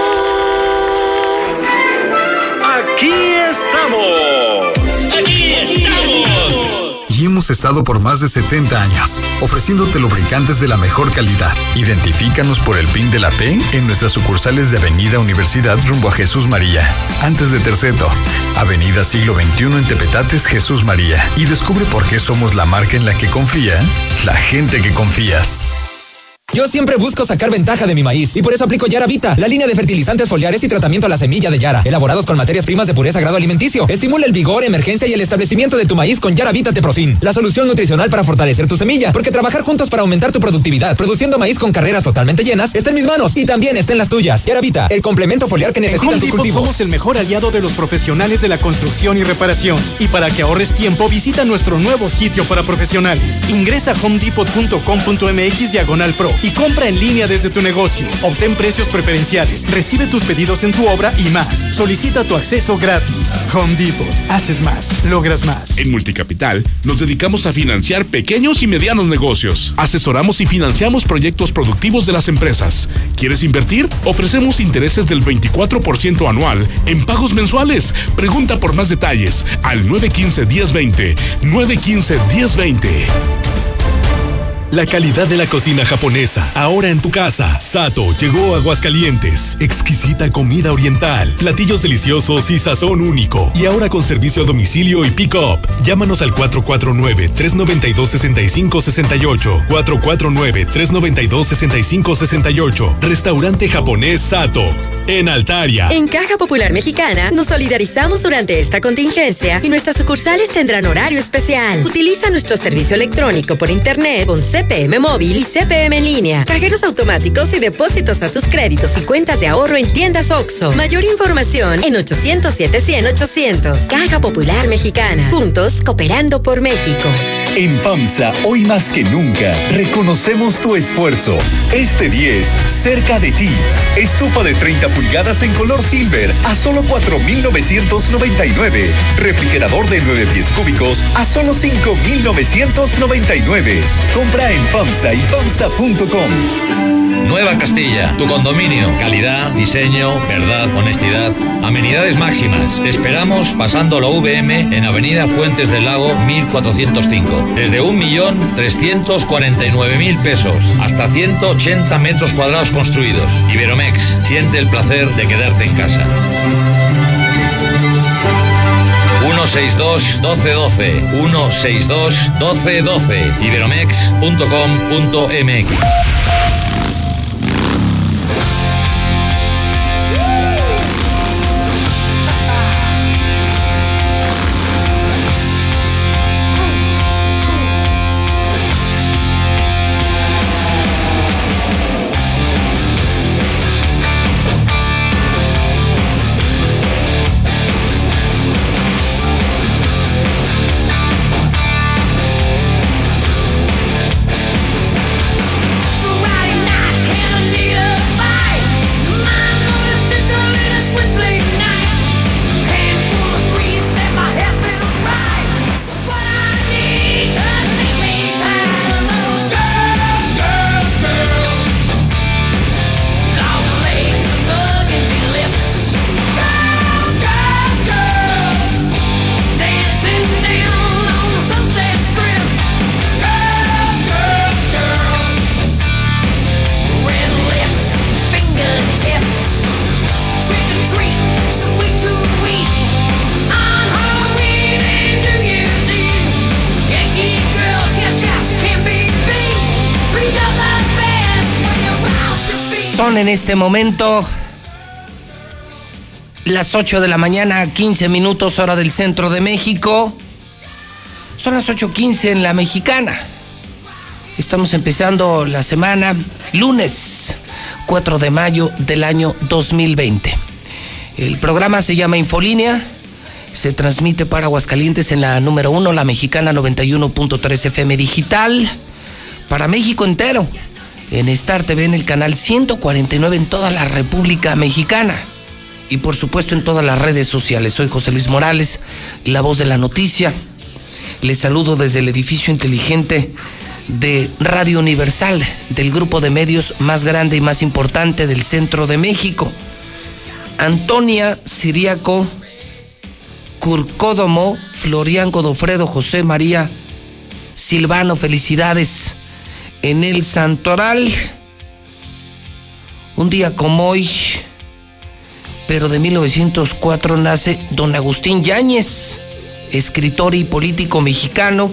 Aquí estamos. Aquí estamos. Y hemos estado por más de 70 años, ofreciéndote lubricantes de la mejor calidad. Identifícanos por el PIN de la P en nuestras sucursales de Avenida Universidad rumbo a Jesús María, antes de Terceto, Avenida Siglo XXI en Tepetates, Jesús María. Y descubre por qué somos la marca en la que confía la gente que confías. Yo siempre busco sacar ventaja de mi maíz y por eso aplico Yara Vita, la línea de fertilizantes foliares y tratamiento a la semilla de Yara, elaborados con materias primas de pureza grado alimenticio. Estimula el vigor, emergencia y el establecimiento de tu maíz con Yara Vita Teprofin, la solución nutricional para fortalecer tu semilla, porque trabajar juntos para aumentar tu productividad, produciendo maíz con carreras totalmente llenas, está en mis manos y también está en las tuyas. Yara Vita, el complemento foliar que necesitan tus cultivos. Somos el mejor aliado de los profesionales de la construcción y reparación. Y para que ahorres tiempo, visita nuestro nuevo sitio para profesionales. Ingresa a homedepot.com.mx/pro y compra en línea desde tu negocio. Obtén precios preferenciales, recibe tus pedidos en tu obra y más. Solicita tu acceso gratis. Home Depot. Haces más, logras más. En Multicapital nos dedicamos a financiar pequeños y medianos negocios. Asesoramos y financiamos proyectos productivos de las empresas. ¿Quieres invertir? Ofrecemos intereses del 24% anual en pagos mensuales. Pregunta por más detalles al 915-1020. 915-1020. La calidad de la cocina japonesa, ahora en tu casa. Sato llegó a Aguascalientes. Exquisita comida oriental, platillos deliciosos y sazón único. Y ahora con servicio a domicilio y pick-up. Llámanos al 449-392-6568. 449-392-6568. Restaurante japonés Sato, en Altaria. En Caja Popular Mexicana nos solidarizamos durante esta contingencia y nuestras sucursales tendrán horario especial. Utiliza nuestro servicio electrónico por internet con CPM móvil y CPM en línea. Cajeros automáticos y depósitos a tus créditos y cuentas de ahorro en tiendas OXXO. Mayor información en 800-700-800. Caja Popular Mexicana. Juntos cooperando por México. En FAMSA, hoy más que nunca, reconocemos tu esfuerzo. Este 10, cerca de ti. Estufa de 30 pulgadas en color silver a solo 4,999. Refrigerador de 9 pies cúbicos a solo 5,999. Compra en FAMSA y FAMSA.com. Nueva Castilla, tu condominio. Calidad, diseño, verdad, honestidad. Amenidades máximas. Te esperamos pasando la VM en Avenida Fuentes del Lago 1405. Desde 1.349.000 pesos hasta 180 metros cuadrados construidos. Iberomex, siente el placer de quedarte en casa. 162-1212. 162-1212. Iberomex.com.mx. Son en este momento las 8 de la mañana, 15 minutos, hora del centro de México. Son las 8:15 en la Mexicana. Estamos empezando la semana, lunes 4 de mayo del año 2020. El programa se llama Infolínea. Se transmite para Aguascalientes en la número 1, la Mexicana 91.3 FM digital. Para México entero, en Star TV, en el canal 149 en toda la República Mexicana. Y por supuesto en todas las redes sociales. Soy José Luis Morales, la voz de la noticia. Les saludo desde el edificio inteligente de Radio Universal, del grupo de medios más grande y más importante del centro de México. Antonia Siriaco, Curcódomo, Florian Godofredo, José María Silvano, felicidades en el Santoral. Un día como hoy, pero de 1904, nace don Agustín Yáñez, escritor y político mexicano.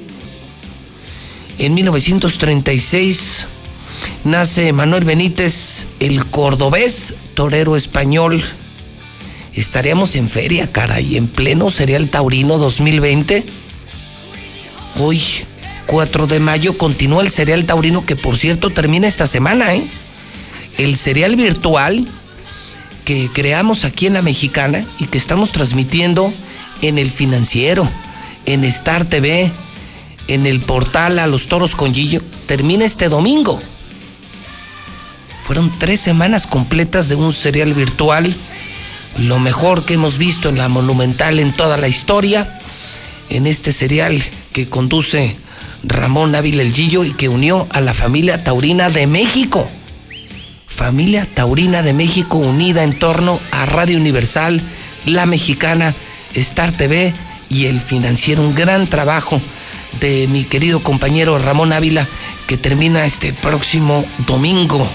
En 1936 nace Manuel Benítez, el cordobés, torero español. Estaríamos en feria, caray, en pleno Serial Taurino 2020. Hoy, 4 de mayo, continúa el Serial Taurino, que por cierto termina esta semana, ¿eh? El serial virtual que creamos aquí en la Mexicana y que estamos transmitiendo en El Financiero, en Star TV, en el portal A los Toros con Gillo, termina este domingo. Fueron 3 semanas completas de un serial virtual, lo mejor que hemos visto en la Monumental en toda la historia, en este serial que conduce Ramón Ávila el Gillo y que unió a la familia taurina de México. Familia taurina de México unida en torno a Radio Universal, La Mexicana, Star TV y El Financiero. Un gran trabajo de mi querido compañero Ramón Ávila, que termina este próximo domingo.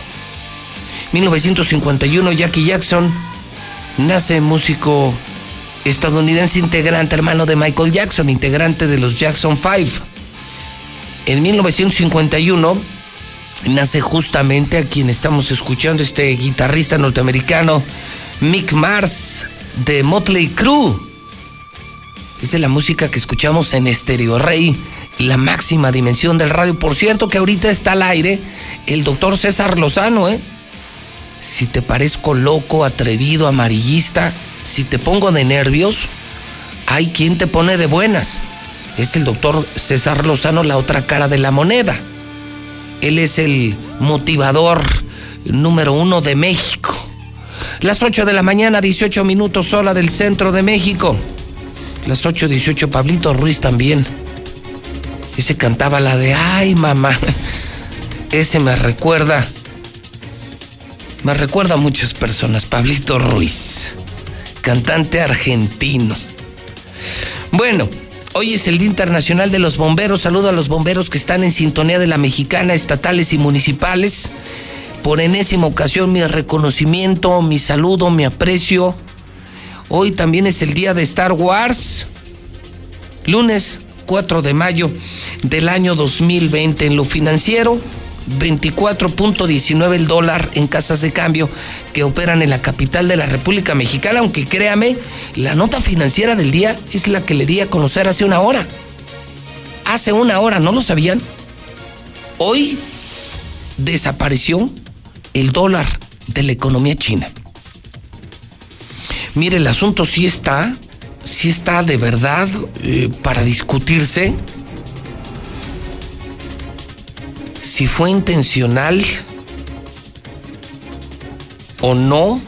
1951, Jackie Jackson, nace músico estadounidense, integrante, hermano de Michael Jackson, integrante de los Jackson 5. En 1951 nace justamente a quien estamos escuchando, este guitarrista norteamericano, Mick Mars, de Motley Crue. Es de la música que escuchamos en Estéreo Rey, la máxima dimensión del radio. Por cierto que ahorita está al aire el doctor César Lozano, ¿eh? Si te parezco loco, atrevido, amarillista, si te pongo de nervios, hay quien te pone de buenas. Es el doctor César Lozano, la otra cara de la moneda. Él es el motivador número 1 de México. Las 8 de la mañana, 18 minutos, hora del centro de México. Las 8:18, Pablito Ruiz también. Ese cantaba la de ay mamá. Ese me recuerda a muchas personas. Pablito Ruiz, cantante argentino. Bueno, hoy es el Día Internacional de los Bomberos. Saludo a los bomberos que están en sintonía de la Mexicana, estatales y municipales. Por enésima ocasión, mi reconocimiento, mi saludo, mi aprecio. Hoy también es el día de Star Wars. Lunes 4 de mayo del año 2020. En lo financiero, 24.19 el dólar en casas de cambio que operan en la capital de la República Mexicana, aunque créame, la nota financiera del día es la que le di a conocer hace una hora. Hace una hora, ¿no lo sabían? Hoy desapareció el dólar de la economía china. Mire, el asunto sí está de verdad para discutirse. Si fue intencional o no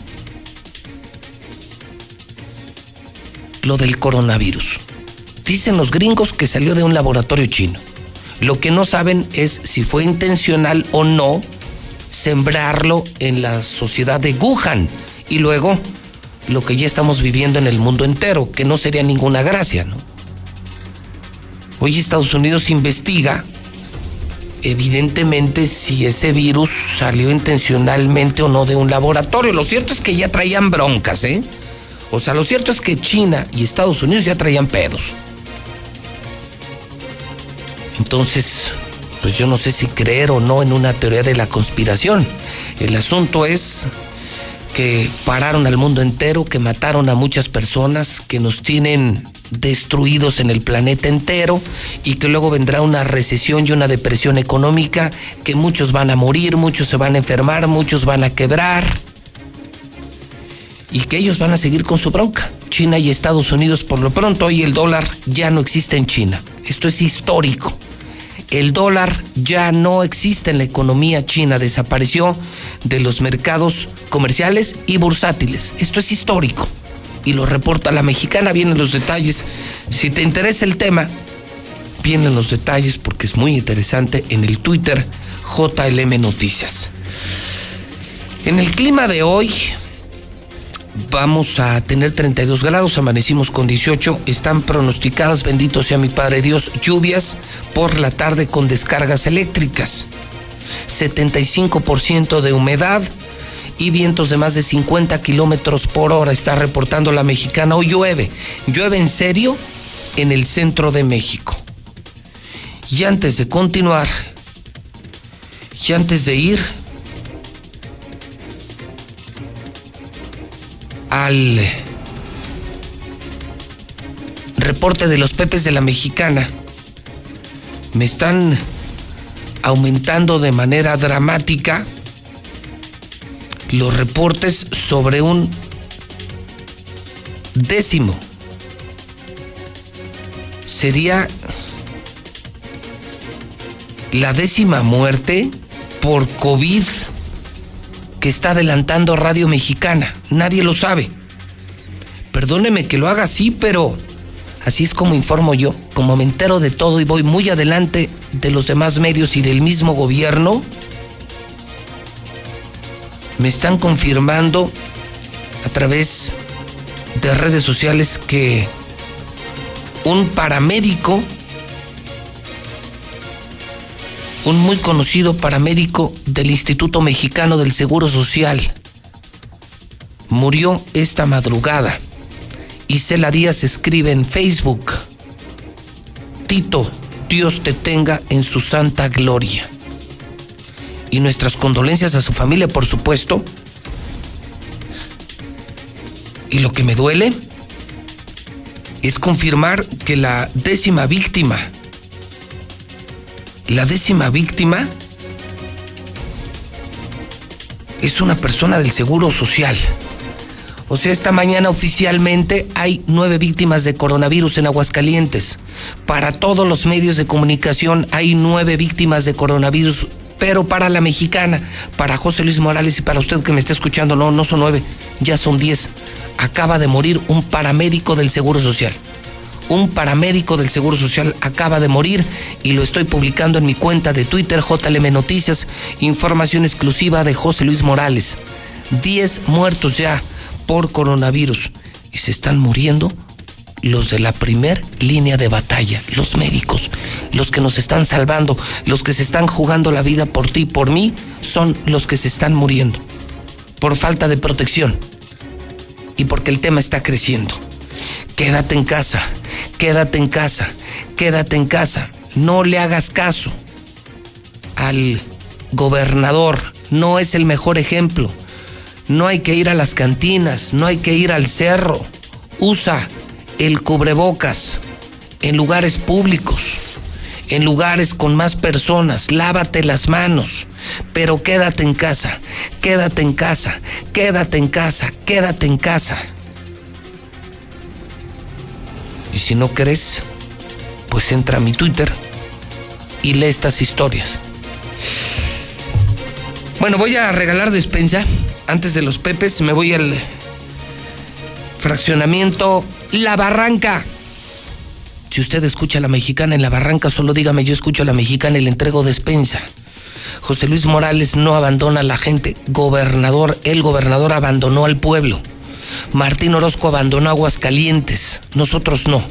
lo del coronavirus. Dicen los gringos que salió de un laboratorio chino. Lo que no saben es si fue intencional o no sembrarlo en la sociedad de Wuhan y luego lo que ya estamos viviendo en el mundo entero, que no sería ninguna gracia, ¿no? Hoy Estados Unidos investiga evidentemente si ese virus salió intencionalmente o no de un laboratorio. Lo cierto es que ya traían broncas, ¿eh? O sea, lo cierto es que China y Estados Unidos ya traían pedos. Entonces, pues yo no sé si creer o no en una teoría de la conspiración. El asunto es que pararon al mundo entero, que mataron a muchas personas, que nos tienen destruidos en el planeta entero y que luego vendrá una recesión y una depresión económica, que muchos van a morir, muchos se van a enfermar, muchos van a quebrar y que ellos van a seguir con su bronca. China y Estados Unidos, por lo pronto, hoy el dólar ya no existe en China. Esto es histórico. El dólar ya no existe en la economía china, desapareció de los mercados comerciales y bursátiles. Esto es histórico y lo reporta La Mexicana. Vienen los detalles. Si te interesa el tema, vienen los detalles porque es muy interesante en el Twitter JLM Noticias. En el clima de hoy vamos a tener 32 grados, amanecimos con 18, están pronosticadas, bendito sea mi Padre Dios, lluvias por la tarde con descargas eléctricas, 75% de humedad y vientos de más de 50 kilómetros por hora, está reportando La Mexicana. Hoy llueve en serio en el centro de México. Y antes de continuar, y antes de ir al reporte de los Pepes de La Mexicana, me están aumentando de manera dramática los reportes sobre un 10º. Sería la 10ª muerte por COVID que está adelantando Radio Mexicana. Nadie lo sabe. Perdóneme que lo haga así, pero así es como informo yo, como me entero de todo y voy muy adelante de los demás medios y del mismo gobierno. Me están confirmando a través de redes sociales que un paramédico, un muy conocido paramédico del Instituto Mexicano del Seguro Social, murió esta madrugada. Isela Díaz escribe en Facebook: Tito, Dios te tenga en su santa gloria. Y nuestras condolencias a su familia, por supuesto. Y lo que me duele es confirmar que la 10ª víctima es una persona del Seguro Social. O sea, esta mañana oficialmente hay 9 víctimas de coronavirus en Aguascalientes. Para todos los medios de comunicación hay 9 víctimas de coronavirus, pero para La Mexicana, para José Luis Morales y para usted que me está escuchando, no son 9, ya son 10. Acaba de morir un paramédico del Seguro Social. Un paramédico del Seguro Social acaba de morir y lo estoy publicando en mi cuenta de Twitter, JLM Noticias, información exclusiva de José Luis Morales. 10 muertos ya por coronavirus y se están muriendo los de la primer línea de batalla, los médicos, los que nos están salvando, los que se están jugando la vida por ti y por mí, son los que se están muriendo por falta de protección y porque el tema está creciendo. Quédate en casa, quédate en casa, quédate en casa. No le hagas caso al gobernador, no es el mejor ejemplo. No hay que ir a las cantinas, no hay que ir al cerro. Usa el cubrebocas en lugares públicos, en lugares con más personas. Lávate las manos, pero quédate en casa, quédate en casa, quédate en casa, quédate en casa. Y si no crees, pues entra a mi Twitter y lee estas historias. Bueno, voy a regalar despensa. Antes de los Pepes me voy al fraccionamiento La Barranca. Si usted escucha a La Mexicana en La Barranca, solo dígame: yo escucho a La Mexicana y le entrego despensa. José Luis Morales no abandona a la gente. El gobernador abandonó al pueblo. Martín Orozco abandonó Aguascalientes. Nosotros no.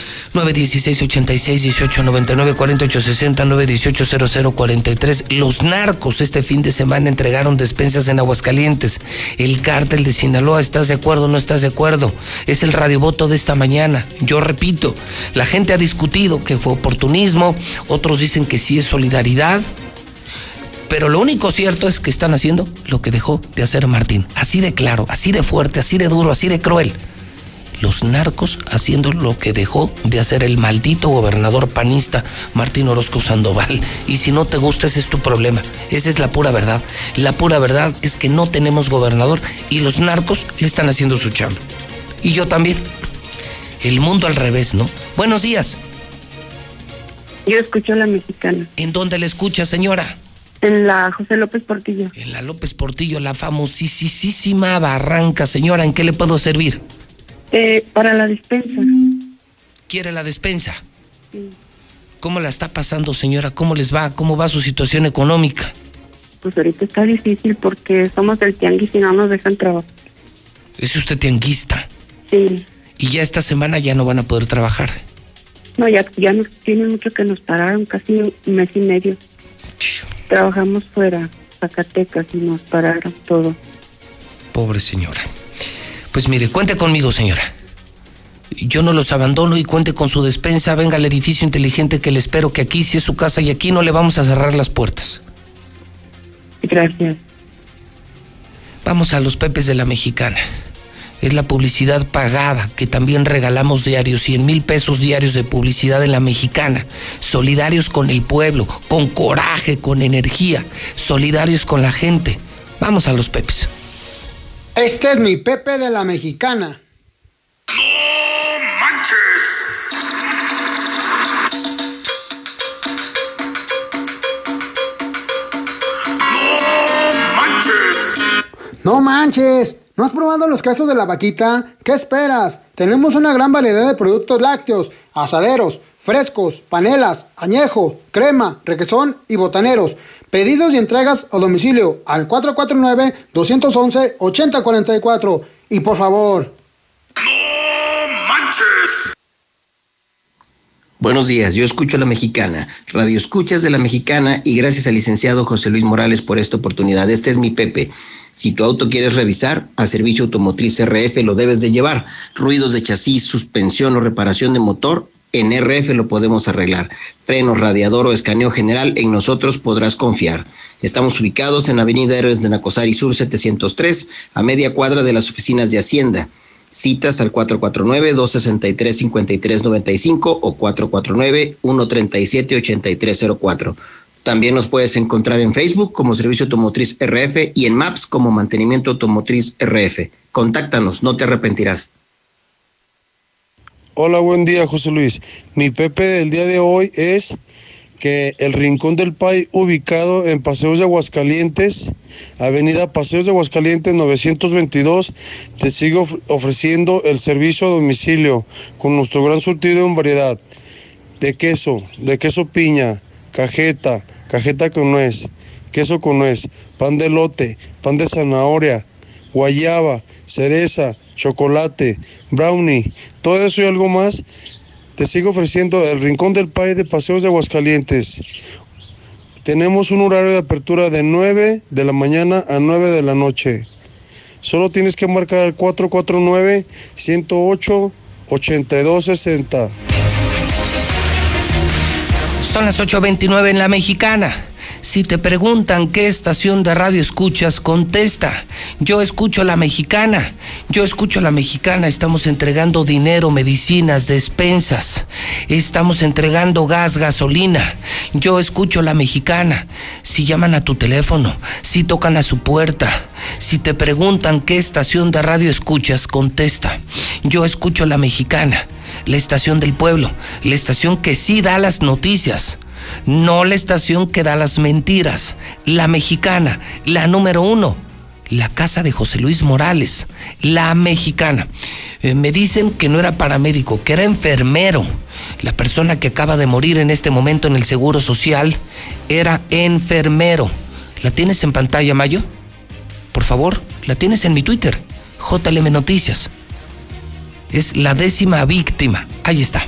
916-86-1899-4860, 918-0043. Los narcos este fin de semana entregaron despensas en Aguascalientes. El cártel de Sinaloa, ¿estás de acuerdo o no estás de acuerdo? Es el radiovoto de esta mañana. Yo repito, la gente ha discutido que fue oportunismo, otros dicen que sí es solidaridad, Pero lo único cierto es que están haciendo lo que dejó de hacer Martín. Así de claro, así de fuerte, así de duro, así de cruel. Los narcos haciendo lo que dejó de hacer el maldito gobernador panista Martín Orozco Sandoval. Y si no te gusta, ese es tu problema. Esa es la pura verdad. La pura verdad es que no tenemos gobernador y los narcos le están haciendo su chamba. Y yo también. El mundo al revés, ¿no? Buenos días. Yo escucho La Mexicana. ¿En dónde la escucha, señora? En la José López Portillo. En la López Portillo, la famosísima Barranca. Señora, ¿en qué le puedo servir? Para la despensa. ¿Quiere la despensa? Sí. ¿Cómo la está pasando, señora? ¿Cómo les va? ¿Cómo va su situación económica? Pues ahorita está difícil porque somos del tianguis y no nos dejan trabajar. ¿Es usted tianguista? Sí. Y ya esta semana ya no van a poder trabajar. No, ya nos tienen mucho que nos pararon, casi un mes y medio. Trabajamos fuera, Zacatecas, y nos pararon todo. Pobre señora. Pues mire, cuente conmigo, señora. Yo no los abandono y cuente con su despensa. Venga al edificio inteligente que le espero, que aquí sí es su casa y aquí no le vamos a cerrar las puertas. Gracias. Vamos a los Pepes de La Mexicana. Es la publicidad pagada que también regalamos diarios, 100,000 pesos diarios de publicidad en La Mexicana. Solidarios con el pueblo, con coraje, con energía, solidarios con la gente. Vamos a los Pepes. Este es mi Pepe de La Mexicana. ¡No manches! ¡No manches! ¡No manches! ¿No has probado los quesos de la vaquita? ¿Qué esperas? Tenemos una gran variedad de productos lácteos, asaderos, frescos, panelas, añejo, crema, requesón y botaneros. Pedidos y entregas a domicilio al 449-211-8044. Y por favor... ¡No manches! Buenos días, yo escucho La Mexicana, Radio Escuchas de La Mexicana, y gracias al licenciado José Luis Morales por esta oportunidad. Este es mi Pepe. Si tu auto quieres revisar, a Servicio Automotriz RF lo debes de llevar. Ruidos de chasis, suspensión o reparación de motor, en RF lo podemos arreglar. Frenos, radiador o escaneo general, en nosotros podrás confiar. Estamos ubicados en Avenida Héroes de Nacosari Sur 703, a media cuadra de las oficinas de Hacienda. Citas al 449-263-5395 o 449-137-8304. También nos puedes encontrar en Facebook como Servicio Automotriz RF y en Maps como Mantenimiento Automotriz RF. Contáctanos, no te arrepentirás. Hola, buen día, José Luis. Mi Pepe del día de hoy es que el Rincón del Pay, ubicado en Paseos de Aguascalientes, Avenida Paseos de Aguascalientes 922, te sigo ofreciendo el servicio a domicilio con nuestro gran surtido en variedad de queso piña, cajeta con nuez, queso con nuez, pan de elote, pan de zanahoria, guayaba, cereza, chocolate, brownie, todo eso y algo más. Te sigo ofreciendo el Rincón del Pay de Paseos de Aguascalientes. Tenemos un horario de apertura de 9 de la mañana a 9 de la noche. Solo tienes que marcar al 449-108-8260. Son las 8:29 en La Mexicana. Si te preguntan qué estación de radio escuchas, contesta: yo escucho La Mexicana. Yo escucho La Mexicana. Estamos entregando dinero, medicinas, despensas. Estamos entregando gas, gasolina. Yo escucho La Mexicana. Si llaman a tu teléfono, si tocan a su puerta, si te preguntan qué estación de radio escuchas, contesta: yo escucho La Mexicana. La estación del pueblo, la estación que sí da las noticias. No la estación que da las mentiras. La Mexicana, la número 1. La casa de José Luis Morales. La Mexicana. Me dicen que no era paramédico, que era enfermero. La persona que acaba de morir en este momento en el Seguro Social era enfermero. ¿La tienes en pantalla, Mayo? Por favor, la tienes en mi Twitter, JLM Noticias. Es la 10ª víctima. Ahí está.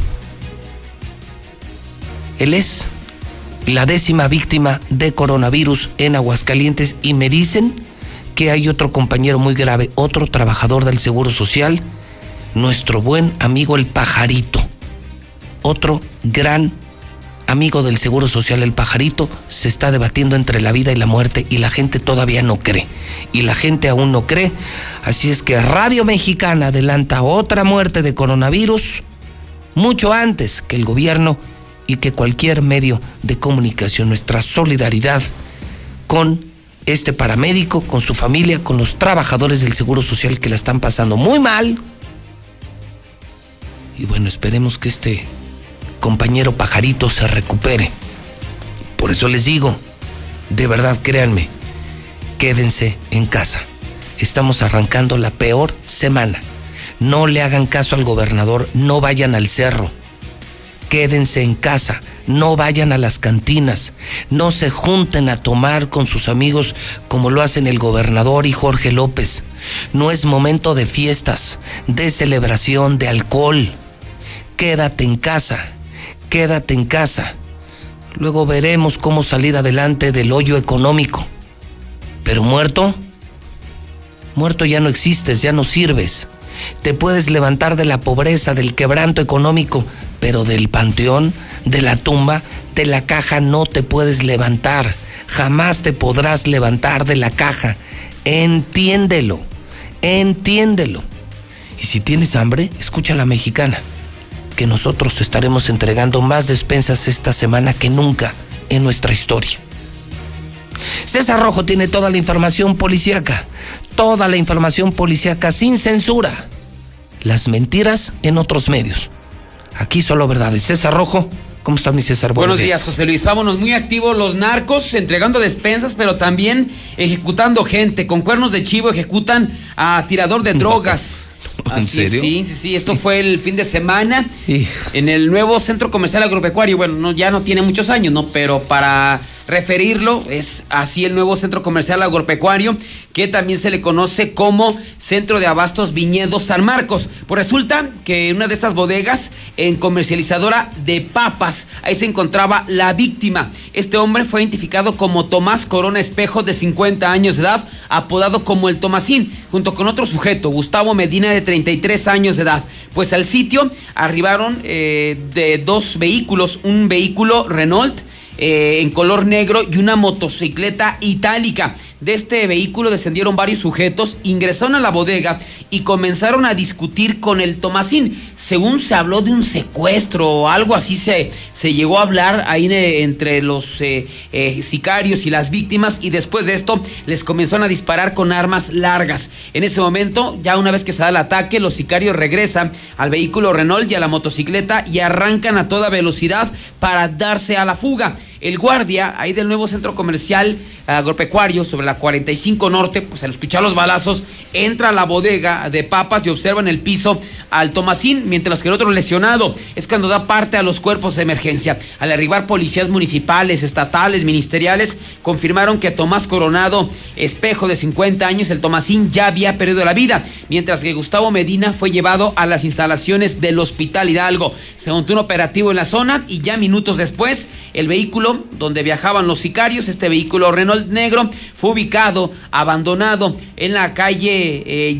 Él es la 10ª víctima de coronavirus en Aguascalientes, y me dicen que hay otro compañero muy grave, otro trabajador del Seguro Social, nuestro buen amigo el Pajarito, otro gran amigo del Seguro Social, el pajarito, se está debatiendo entre la vida y la muerte y la gente todavía no cree. Y la gente aún no cree. Así es que Radio Mexicana adelanta otra muerte de coronavirus mucho antes que el gobierno y que cualquier medio de comunicación. Nuestra solidaridad con este paramédico, con su familia, con los trabajadores del Seguro Social que la están pasando muy mal. Y bueno, esperemos que este compañero pajarito se recupere. Por eso les digo, de verdad, créanme, quédense en casa. Estamos arrancando la peor semana. No le hagan caso al gobernador, no vayan al cerro. Quédense en casa, no vayan a las cantinas, no se junten a tomar con sus amigos como lo hacen el gobernador y Jorge López. No es momento de fiestas, de celebración, de alcohol. Quédate en casa, quédate en casa. Luego veremos cómo salir adelante del hoyo económico. Pero muerto ya no existes, ya no sirves. Te puedes levantar de la pobreza, del quebranto económico, pero del panteón, de la tumba, de la caja no te puedes levantar. Jamás te podrás levantar de la caja. Entiéndelo, entiéndelo. Y si tienes hambre, escucha a La Mexicana, que nosotros estaremos entregando más despensas esta semana que nunca en nuestra historia. César Rojo tiene toda la información policíaca sin censura. Las mentiras en otros medios. Aquí solo verdades. César Rojo, ¿cómo está mi César? Buenos días, José Luis. Vámonos, muy activos los narcos, entregando despensas, pero también ejecutando gente. Con cuernos de chivo ejecutan a tirador de drogas. ¿En serio? Sí. Esto fue el fin de semana en el nuevo centro comercial agropecuario. Bueno, ya no tiene muchos años, ¿no? Pero para referirlo, es así el nuevo centro comercial agropecuario, que también se le conoce como Centro de Abastos Viñedo San Marcos. Pues resulta que en una de estas bodegas, en comercializadora de papas, ahí se encontraba la víctima. Este hombre fue identificado como Tomás Corona Espejo, de 50 años de edad, apodado como el Tomasín, junto con otro sujeto, Gustavo Medina, de 33 años de edad. Pues al sitio arribaron de dos vehículos, un vehículo Renault en color negro y una motocicleta itálica. De este vehículo descendieron varios sujetos, ingresaron a la bodega y comenzaron a discutir con el Tomasín. Según se habló de un secuestro o algo así, se llegó a hablar ahí entre los sicarios y las víctimas, y después de esto les comenzaron a disparar con armas largas. En ese momento, ya una vez que se da el ataque, los sicarios regresan al vehículo Renault y a la motocicleta y arrancan a toda velocidad para darse a la fuga. El guardia ahí del nuevo centro comercial agropecuario sobre la 45 Norte, pues al escuchar los balazos, entra a la bodega de papas y observa en el piso al Tomasín, mientras que el otro lesionado. Es cuando da parte a los cuerpos de emergencia. Al arribar policías municipales, estatales, ministeriales, confirmaron que Tomás Coronado Espejo, de 50 años, el Tomasín, ya había perdido la vida, mientras que Gustavo Medina fue llevado a las instalaciones del Hospital Hidalgo. Se montó un operativo en la zona y ya minutos después, el vehículo donde viajaban los sicarios, este vehículo Renault negro, fue ubicado, abandonado en la calle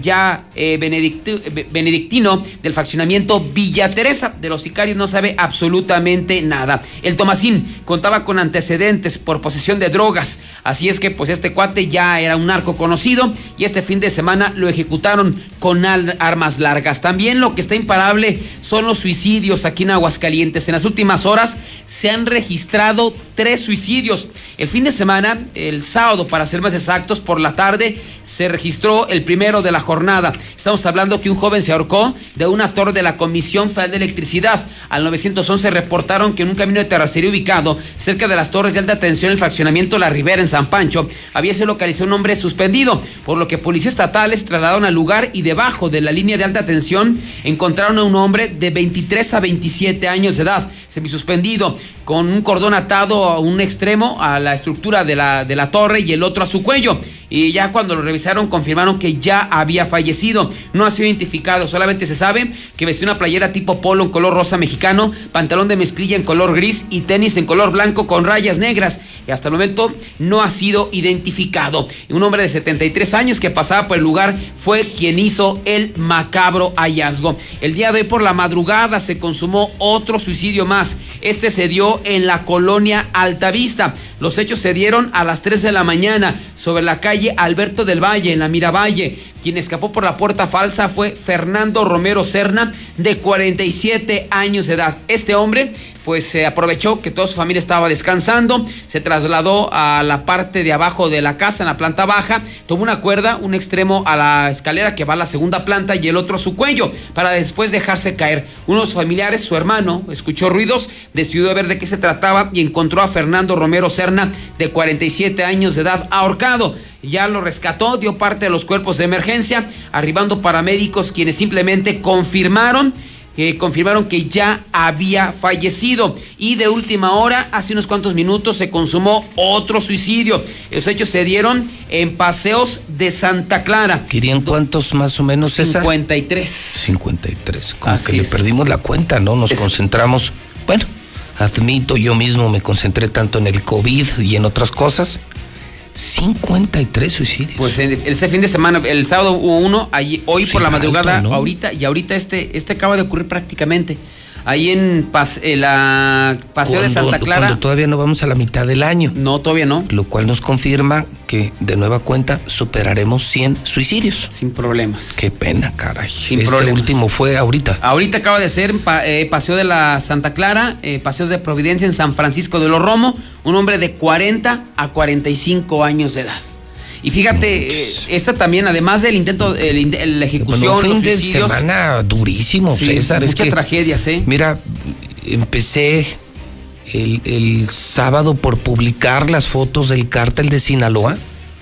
Benedictino del fraccionamiento Villa Teresa. De los sicarios no sabe absolutamente nada. El Tomasín contaba con antecedentes por posesión de drogas, así es que pues este cuate ya era un narco conocido y este fin de semana lo ejecutaron con armas largas. También lo que está imparable son los suicidios aquí en Aguascalientes. En las últimas horas se han registrado 3 suicidios. El fin de semana, el sábado para ser más exactos, por la tarde se registró el primero de la jornada. Estamos hablando que un joven se ahorcó de una torre de la Comisión Federal de Electricidad. Al 911 reportaron que en un camino de terracería ubicado cerca de las torres de alta tensión, el fraccionamiento La Ribera en San Pancho, había se localizado un hombre suspendido, por lo que policías estatales trasladaron al lugar y debajo de la línea de alta tensión encontraron a un hombre de 23 a 27 años de edad, semisuspendido, con un cordón atado a un extremo a la estructura de la torre y el otro a su cuello. y ya cuando lo revisaron confirmaron que ya había fallecido. No ha sido identificado, solamente se sabe que vestió una playera tipo polo en color rosa mexicano, pantalón de mezclilla en color gris y tenis en color blanco con rayas negras, y hasta el momento no ha sido identificado. Un hombre de 73 años que pasaba por el lugar fue quien hizo el macabro hallazgo. El día de hoy por la madrugada se consumó otro suicidio más. Este se dio en la colonia Altavista. Los hechos se dieron a las 3 de la mañana sobre la calle Alberto del Valle, en la Miravalle. Quien escapó por la puerta falsa fue Fernando Romero Serna, de 47 años de edad. Este hombre pues se aprovechó que toda su familia estaba descansando, se trasladó a la parte de abajo de la casa, en la planta baja, tomó una cuerda, un extremo a la escalera que va a la segunda planta y el otro a su cuello, para después dejarse caer. Unos familiares, su hermano, escuchó ruidos, decidió ver de qué se trataba y encontró a Fernando Romero Serna, de 47 años de edad, ahorcado. Ya lo rescató, dio parte de los cuerpos de emergencia, arribando paramédicos quienes simplemente confirmaron que ya había fallecido. Y de última hora, hace unos cuantos minutos, se consumó otro suicidio. Los hechos se dieron en Paseos de Santa Clara. ¿Querían cuántos más o menos, César? 53. 53. Como así que le perdimos la cuenta, ¿no? Nos concentramos. Bueno, admito, yo mismo me concentré tanto en el COVID y en otras cosas. 53 suicidios. Pues este fin de semana, el sábado hubo uno, hoy sí, por la madrugada, alto, ¿no? ahorita este acaba de ocurrir prácticamente. Ahí en la Paseo de Santa Clara. Cuando todavía no vamos a la mitad del año. No, todavía no. Lo cual nos confirma que de nueva cuenta superaremos 100 suicidios. Sin problemas. Qué pena, caray. Sin problemas. Último fue ahorita. Ahorita acaba de ser Paseo de la Santa Clara, Paseos de Providencia en San Francisco de los Romo, un hombre de 40 a 45 años de edad. Y fíjate, esta también, además del intento, la ejecución, bueno, los fin de suicidios, semana durísimo, sí, César. Muchas tragedias, Mira, empecé el sábado por publicar las fotos del cártel de Sinaloa. Sí.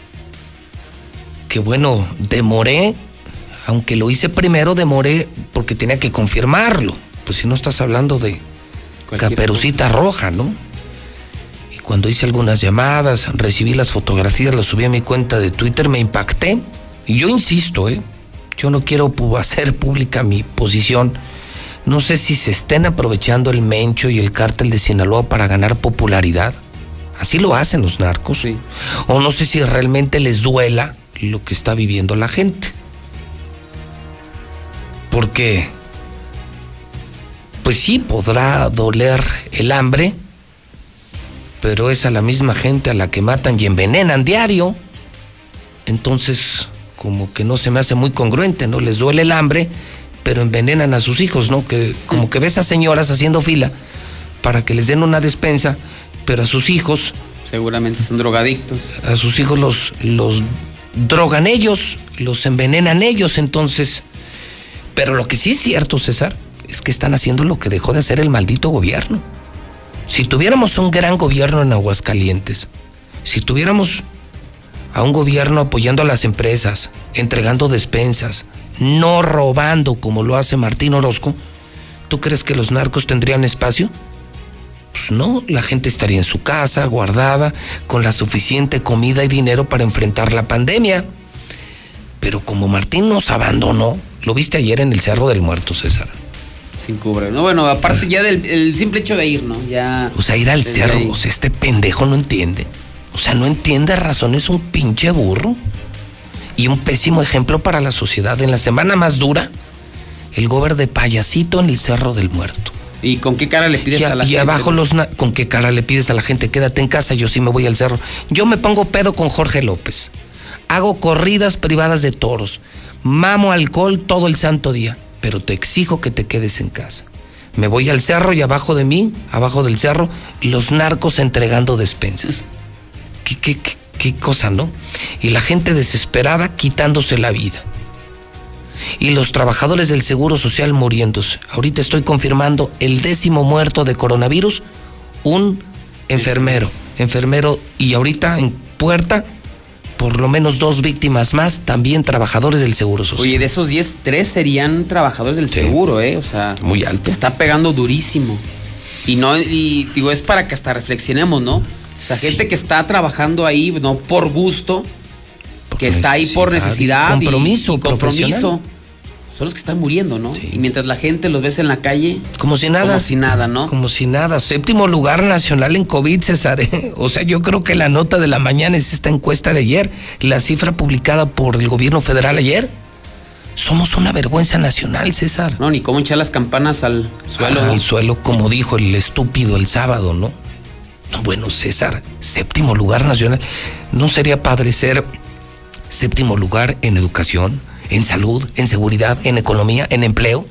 Que bueno, demoré, aunque lo hice primero, demoré porque tenía que confirmarlo. Pues si no estás hablando de Caperucita Roja, ¿no? Cuando hice algunas llamadas, recibí las fotografías, las subí a mi cuenta de Twitter, me impacté. Y yo insisto, yo no quiero hacer pública mi posición. No sé si se estén aprovechando el Mencho y el cártel de Sinaloa para ganar popularidad. Así lo hacen los narcos. Sí. O no sé si realmente les duela lo que está viviendo la gente. Porque, pues sí, podrá doler el hambre, pero es a la misma gente a la que matan y envenenan diario. Entonces, como que no se me hace muy congruente, ¿no? Les duele el hambre, pero envenenan a sus hijos, ¿no? Que como que ves a señoras haciendo fila para que les den una despensa, pero a sus hijos... Seguramente son drogadictos. A sus hijos los drogan ellos, los envenenan ellos, entonces... Pero lo que sí es cierto, César, es que están haciendo lo que dejó de hacer el maldito gobierno. Si tuviéramos un gran gobierno en Aguascalientes, si tuviéramos a un gobierno apoyando a las empresas, entregando despensas, no robando como lo hace Martín Orozco, ¿tú crees que los narcos tendrían espacio? Pues no, la gente estaría en su casa, guardada, con la suficiente comida y dinero para enfrentar la pandemia. Pero como Martín nos abandonó, lo viste ayer en el Cerro del Muerto, César. Sin cubre, ¿no? Bueno, aparte ya del simple hecho de ir, ¿no? Ya. O sea, ir al cerro, o sea, este pendejo no entiende. O sea, no entiende razón, es un pinche burro. Y un pésimo ejemplo para la sociedad. En la semana más dura, el gober de payasito en el Cerro del Muerto. ¿Y con qué cara le pides a la gente? Y abajo ¿con qué cara le pides a la gente? Quédate en casa, yo sí me voy al cerro. Yo me pongo pedo con Jorge López. Hago corridas privadas de toros. Mamo alcohol todo el santo día. Pero te exijo que te quedes en casa. Me voy al cerro y abajo de mí, abajo del cerro, los narcos entregando despensas. ¿Qué cosa, no? Y la gente desesperada quitándose la vida. Y los trabajadores del Seguro Social muriéndose. Ahorita estoy confirmando el 10º muerto de coronavirus, un enfermero, y ahorita en Puerta, por lo menos 2 víctimas más, también trabajadores del Seguro Social. Oye, de esos 10, 3 serían trabajadores del seguro, o sea, muy alto. Está pegando durísimo. Y digo, es para que hasta reflexionemos, ¿no? O sea, gente que está trabajando ahí, no por gusto, que está ahí por necesidad. Compromiso, y compromiso. Son los que están muriendo, ¿no? Sí. Y mientras la gente los ves en la calle. Como si nada. Como si nada, ¿no? Como si nada. 7º lugar nacional en COVID, César. O sea, yo creo que la nota de la mañana es esta encuesta de ayer. La cifra publicada por el gobierno federal ayer. Somos una vergüenza nacional, César. No, ni cómo echar las campanas al suelo. Al suelo, como dijo el estúpido el sábado, ¿no? No, bueno, César, 7º lugar nacional. ¿No sería padre ser 7º lugar en educación, en salud, en seguridad, en economía, en empleo?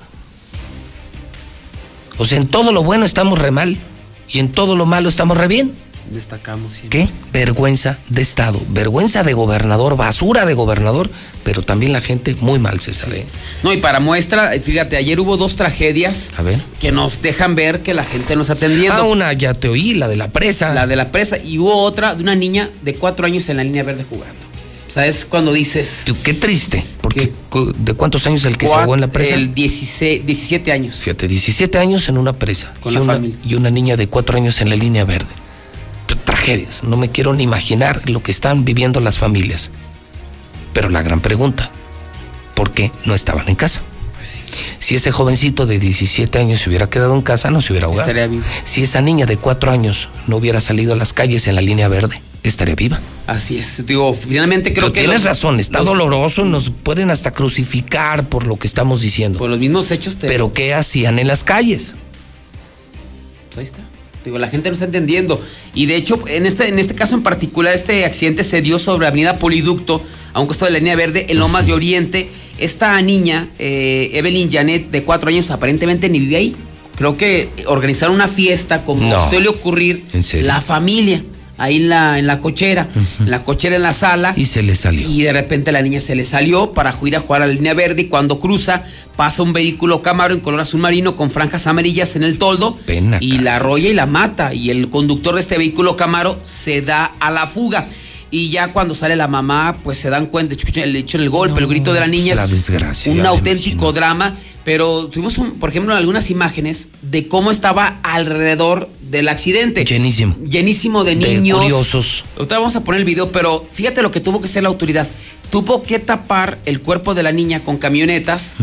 O sea, en todo lo bueno estamos re mal y en todo lo malo estamos re bien. Destacamos siempre. ¿Qué? Vergüenza de Estado, vergüenza de gobernador, basura de gobernador, pero también la gente muy mal, César. Sí. No, y para muestra, fíjate, ayer hubo 2 tragedias que nos dejan ver que la gente no está atendiendo. Una ya te oí, la de la presa. La de la presa, y hubo otra de una niña de 4 años en la línea verde jugando. O sea, es cuando dices... Qué triste, porque ¿de cuántos años el que se ahogó en la presa? 17 años. Fíjate, 17 años en una presa. Con la familia. Y una niña de 4 años en la línea verde. Tragedias, no me quiero ni imaginar lo que están viviendo las familias. Pero la gran pregunta, ¿por qué no estaban en casa? Pues sí. Si ese jovencito de 17 años se hubiera quedado en casa, no se hubiera ahogado. Estaría vivo. Si esa niña de 4 años no hubiera salido a las calles en la línea verde, estaría viva. Así es, digo, finalmente creo que... Tienes razón, está doloroso, nos pueden hasta crucificar por lo que estamos diciendo. Por los mismos hechos. Pero ¿qué hacían en las calles? Pues ahí está. Digo, la gente no está entendiendo. Y de hecho, en este caso en particular, este accidente se dio sobre Avenida Poliducto, a un costado de la línea verde, en Lomas de Oriente. Esta niña, Evelyn Janet, de 4 años, aparentemente ni vive ahí. Creo que organizaron una fiesta, como suele ocurrir, la familia, ahí en la cochera, en la sala. Y se le salió. Y de repente la niña se le salió para ir a jugar a la línea verde, y cuando cruza, pasa un vehículo Camaro en color azul marino con franjas amarillas en el toldo. Y la arrolla y la mata. Y el conductor de este vehículo Camaro se da a la fuga. Y ya cuando sale la mamá, pues se dan cuenta, le echan el golpe, el grito de la niña. La desgracia. Un auténtico drama. Pero tuvimos, por ejemplo, algunas imágenes de cómo estaba alrededor del accidente. Llenísimo de niños. Curiosos. Ahorita vamos a poner el video, pero fíjate lo que tuvo que hacer la autoridad. Tuvo que tapar el cuerpo de la niña con camionetas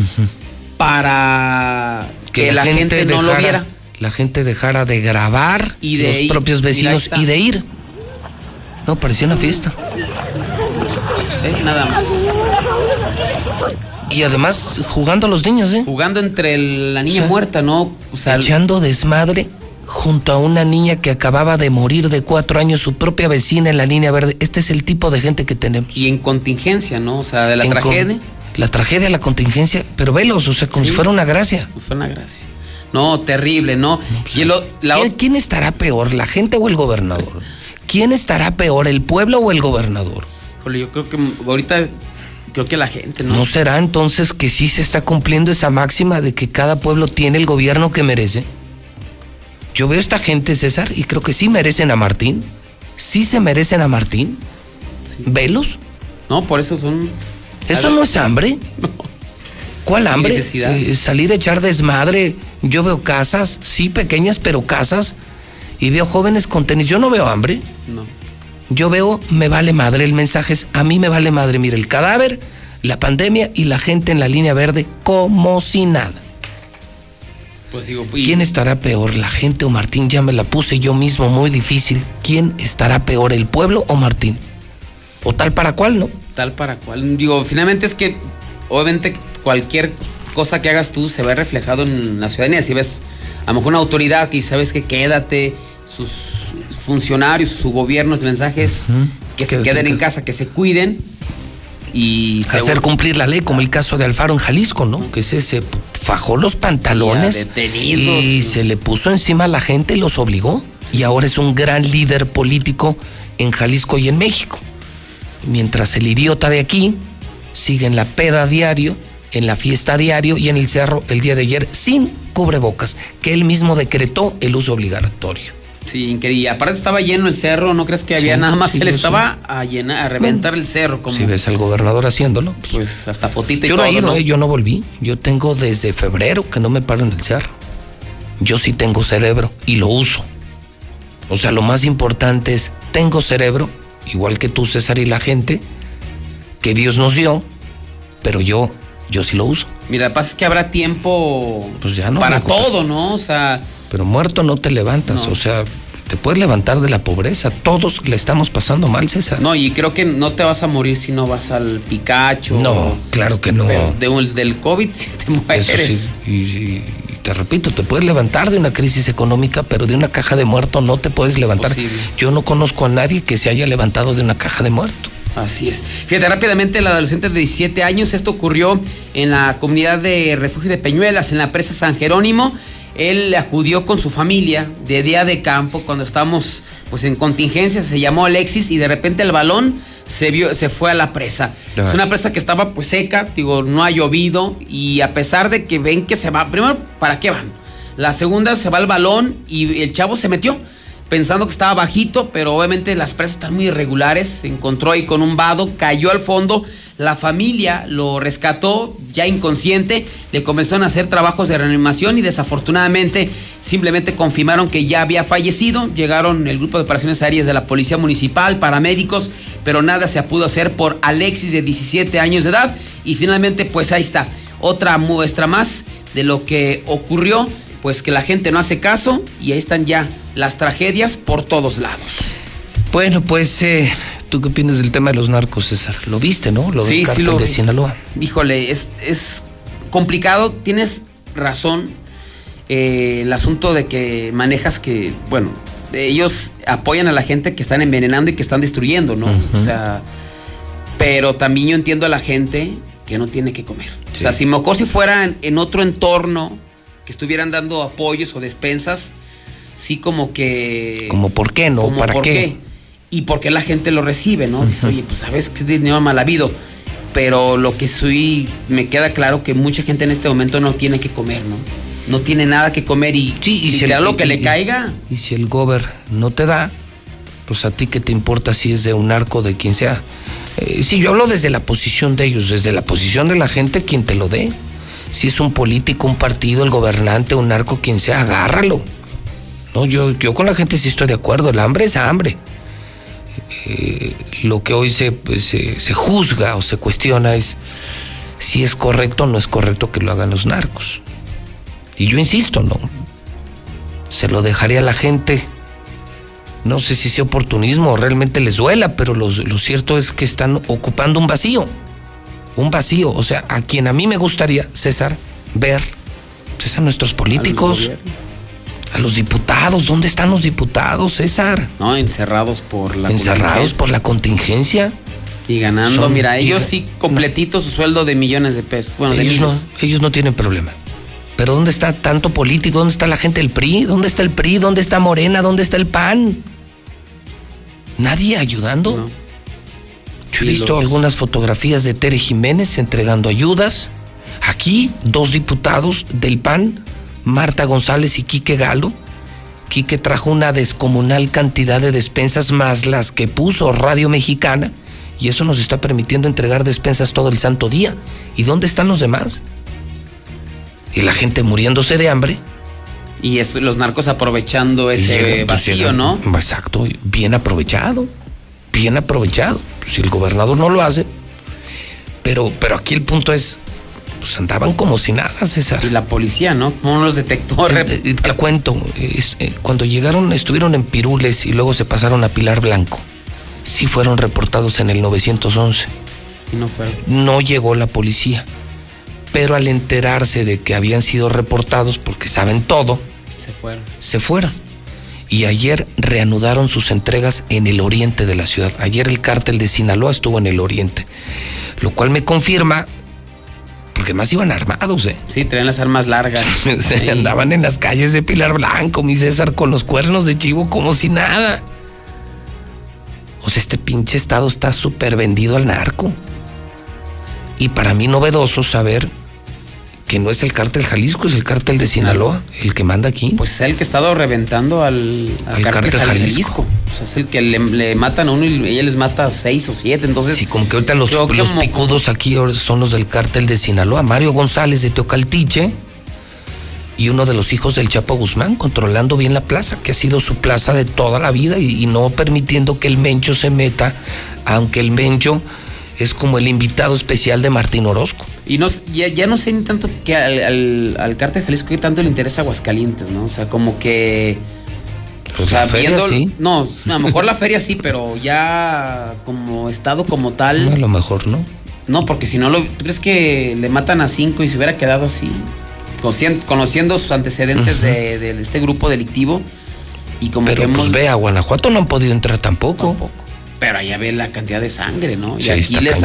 para que la gente no lo viera. La gente dejara de grabar, los propios vecinos, y de ir. No, parecía una fiesta. Nada más. Y además jugando los niños, Jugando entre la niña muerta, ¿no? O sea, echando desmadre junto a una niña que acababa de morir de 4 años, su propia vecina en la línea verde. Este es el tipo de gente que tenemos. Y en contingencia, ¿no? O sea, de la tragedia. La tragedia, la contingencia, pero velos, o sea, como si fuera una gracia. Fue una gracia. No, terrible, ¿no? Y ¿quién estará peor, la gente o el gobernador? ¿Quién estará peor, el pueblo o el gobernador? Yo creo que ahorita... Creo que la gente, ¿no? ¿No será entonces que sí se está cumpliendo esa máxima de que cada pueblo tiene el gobierno que merece? Yo veo a esta gente, César, y creo que sí merecen a Martín. Sí se merecen a Martín. Sí. ¿Velos? No, por eso son... ¿Eso no es hambre? No. ¿Cuál hambre? Necesidad. Salir a echar desmadre. Yo veo casas, sí pequeñas, pero casas. Y veo jóvenes con tenis. Yo no veo hambre. No. Yo veo, me vale madre, el mensaje es, a mí me vale madre, mira, el cadáver, la pandemia y la gente en la línea verde como si nada. Pues digo, ¿quién estará peor, la gente o Martín? Ya me la puse yo mismo, muy difícil. ¿Quién estará peor, el pueblo o Martín? O tal para cual, ¿no? Tal para cual. Digo, finalmente es que, obviamente, cualquier cosa que hagas tú se ve reflejado en la ciudadanía. Si ves a lo mejor una autoridad que sabes que quédate, sus funcionarios, su gobierno, los mensajes, que se queden en casa, que se cuiden y hacer cumplir la ley, como el caso de Alfaro en Jalisco, ¿no? Que se fajó los pantalones detenidos, y se le puso encima a la gente y los obligó. Y ahora es un gran líder político en Jalisco y en México. Mientras el idiota de aquí sigue en la peda diario, en la fiesta diario y en el cerro el día de ayer sin cubrebocas, que él mismo decretó el uso obligatorio. Sí, increíble. Y aparte estaba lleno el cerro, ¿no crees que había nada más? Se le estaba a llenar, a reventar el cerro. Como... Si ves al gobernador haciéndolo. Pues hasta fotito y todo. Yo no he ido, yo no volví. Yo tengo desde febrero que no me paro en el cerro. Yo sí tengo cerebro y lo uso. O sea, lo más importante es, tengo cerebro, igual que tú, César, y la gente, que Dios nos dio, pero yo sí lo uso. Mira, lo que pasa es que habrá tiempo pues ya no, para todo, ¿no? O sea... Pero muerto no te levantas, o sea, te puedes levantar de la pobreza. Todos le estamos pasando mal, César. No, y creo que no te vas a morir si no vas al Picacho. No, claro que no. Pero del COVID sí te mueres. Eso sí, y te repito, te puedes levantar de una crisis económica, pero de una caja de muerto no te puedes levantar. Posible. Yo no conozco a nadie que se haya levantado de una caja de muerto. Así es. Fíjate, rápidamente, la adolescente de 17 años, esto ocurrió en la comunidad de refugio de Peñuelas, en la presa San Jerónimo. Él acudió con su familia de día de campo cuando estábamos pues en contingencia, se llamó Alexis y de repente el balón se fue a la presa. Es una presa que estaba pues seca, digo, no ha llovido y a pesar de que ven que se va, primero, ¿para qué van? La segunda se va el balón y el chavo se metió pensando que estaba bajito, pero obviamente las presas están muy irregulares, se encontró ahí con un vado, cayó al fondo, la familia lo rescató ya inconsciente, le comenzaron a hacer trabajos de reanimación y desafortunadamente simplemente confirmaron que ya había fallecido. Llegaron el grupo de operaciones aéreas de la policía municipal, paramédicos, pero nada se pudo hacer por Alexis de 17 años de edad y finalmente pues ahí está, otra muestra más de lo que ocurrió, pues que la gente no hace caso y ahí están ya las tragedias por todos lados. Bueno, pues, ¿tú qué opinas del tema de los narcos, César? ¿Lo viste, no? Lo del cártel de Sinaloa. Híjole, es complicado, tienes razón. El asunto de que manejas que, bueno, ellos apoyan a la gente que están envenenando y que están destruyendo, ¿no? Uh-huh. O sea, pero también yo entiendo a la gente que no tiene que comer. Sí. O sea, si mejor si fuera en otro entorno, que estuvieran dando apoyos o despensas, sí como que... ¿Como por qué, no? ¿Para qué? Y por qué la gente lo recibe, ¿no? Dice, oye, pues sabes que es dinero mal habido, pero lo que me queda claro que mucha gente en este momento no tiene que comer, ¿no? No tiene nada que comer y si te da lo que le caiga. Y si el gober no te da, pues a ti qué te importa si es de un narco, de quien sea. Sí, yo hablo desde la posición de ellos, desde la posición de la gente, quien te lo dé. Si es un político, un partido, el gobernante, un narco, quien sea, agárralo. No, yo con la gente sí estoy de acuerdo, el hambre es hambre. Lo que hoy se juzga o se cuestiona es si es correcto o no es correcto que lo hagan los narcos. Y yo insisto, no. Se lo dejaría a la gente. No sé si sea oportunismo o realmente les duela, pero lo cierto es que están ocupando un vacío. Un vacío, o sea, a quien a mí me gustaría, César, ver pues a nuestros políticos, a los diputados. ¿Dónde están los diputados, César? No, encerrados por la contingencia. Y ganando, ellos sí completito su sueldo de millones de pesos. Bueno, ellos no tienen problema. Pero ¿dónde está tanto político? ¿Dónde está la gente del PRI? ¿Dónde está el PRI? ¿Dónde está Morena? ¿Dónde está el PAN? ¿Nadie ayudando? No. Yo he visto algunas fotografías de Tere Jiménez entregando ayudas. Aquí, 2 diputados del PAN, Marta González y Quique Galo. Quique trajo una descomunal cantidad de despensas más las que puso Radio Mexicana y eso nos está permitiendo entregar despensas todo el santo día. ¿Y dónde están los demás? Y la gente muriéndose de hambre. Y los narcos aprovechando ese vacío, ¿no? Exacto, bien aprovechado. Bien aprovechado. Si el gobernador no lo hace. Pero aquí el punto es, pues andaban como si nada, César. Y la policía, ¿no? ¿Cómo los detectó? Te cuento, cuando llegaron, estuvieron en Pirules y luego se pasaron a Pilar Blanco. Sí fueron reportados en el 911. Y no fueron. No llegó la policía. Pero al enterarse de que habían sido reportados, porque saben todo, se fueron. Y ayer reanudaron sus entregas en el oriente de la ciudad. Ayer el cártel de Sinaloa estuvo en el oriente, lo cual me confirma, porque más iban armados, Sí, traían las armas largas. Se andaban en las calles de Pilar Blanco, mi César, con los cuernos de chivo como si nada. O sea, este pinche estado está súper vendido al narco. Y para mí novedoso saber que no es el cártel Jalisco, es el cártel de Sinaloa, el que manda aquí. Pues es el que ha estado reventando al cártel Jalisco. O sea, es el que le matan a uno y ella les mata a 6 o 7, entonces... Sí, como que ahorita los picudos aquí son los del cártel de Sinaloa. Mario González de Teocaltiche y uno de los hijos del Chapo Guzmán, controlando bien la plaza, que ha sido su plaza de toda la vida y no permitiendo que el Mencho se meta, aunque el Mencho Es como el invitado especial de Martín Orozco. Y no, ya no sé ni tanto que al Cártel Jalisco que tanto le interesa Aguascalientes, ¿no? O sea, como que... Pues la feria sí. No, a lo mejor la feria sí, pero ya como estado como tal... A lo mejor no. No, porque si no, ¿tú crees que le matan a 5 y se hubiera quedado así? Conociendo sus antecedentes de este grupo delictivo. Y como pero que pues ve, a Guanajuato no han podido entrar tampoco. Pero allá ve la cantidad de sangre, ¿no? Sí, y aquí les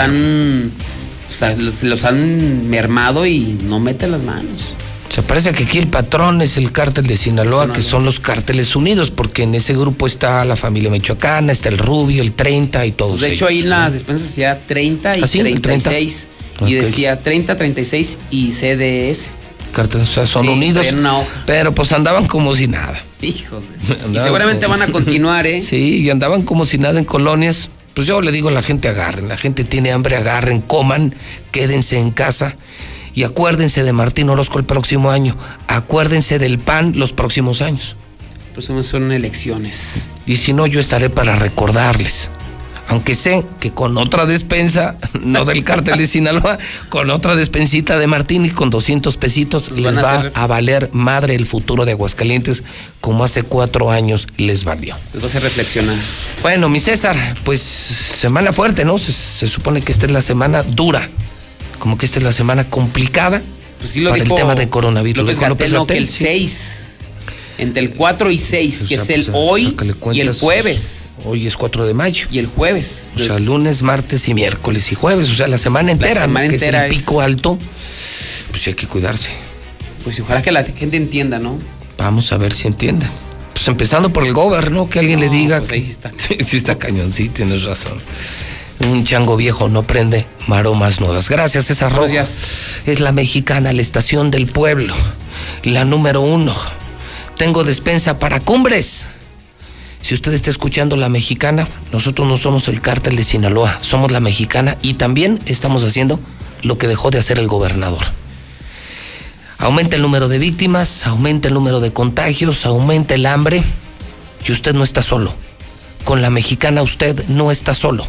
los han mermado y no meten las manos. O sea, parece que aquí el patrón es el cártel de Sinaloa, que son los cárteles unidos, porque en ese grupo está la familia michoacana, está el Rubio, el 30 y todos. De hecho, ahí en las despensas decía 30 y 36. Y decía 30, 36 y CDS. Cárteles, o sea, son unidos. En una hoja. Pero pues andaban como si nada. Hijos de... Y seguramente van a continuar, ¿eh? Sí, y andaban como si nada en colonias. Pues yo le digo a la gente, agarren. La gente tiene hambre, agarren, coman, quédense en casa. Y acuérdense de Martín Orozco el próximo año. Acuérdense del PAN los próximos años. Pues son elecciones. Y si no, yo estaré para recordarles. Aunque sé que con otra despensa, no del cártel de Sinaloa, con otra despensita de Martín y con 200 pesitos les va a valer madre el futuro de Aguascalientes, como hace 4 años les valió. Les va a hacer reflexionar. Bueno, mi César, pues semana fuerte, ¿no? Se supone que esta es la semana dura. Como que esta es la semana complicada, pues sí lo para dijo el tema de coronavirus. López-Gatell, que el 6, entre el 4 y 6, pues que es el hoy y el jueves. Hoy es 4 de mayo. Y el jueves. O sea, lunes, martes y miércoles y jueves. O sea, la semana entera, la semana entera que es el pico alto. Pues hay que cuidarse. Pues ojalá que la gente entienda, ¿no? Vamos a ver si entienda. Pues empezando por el gobierno, que alguien le diga. Pues ahí sí está. Sí está cañón, sí, tienes razón. Un chango viejo no prende maromas nuevas. Gracias, César Rojas. Es la mexicana, la estación del pueblo. La número 1. Tengo despensa para Cumbres. Si usted está escuchando la mexicana, nosotros no somos el cártel de Sinaloa, somos la mexicana y también estamos haciendo lo que dejó de hacer el gobernador. Aumenta el número de víctimas, aumenta el número de contagios, aumenta el hambre y usted no está solo. Con la mexicana usted no está solo.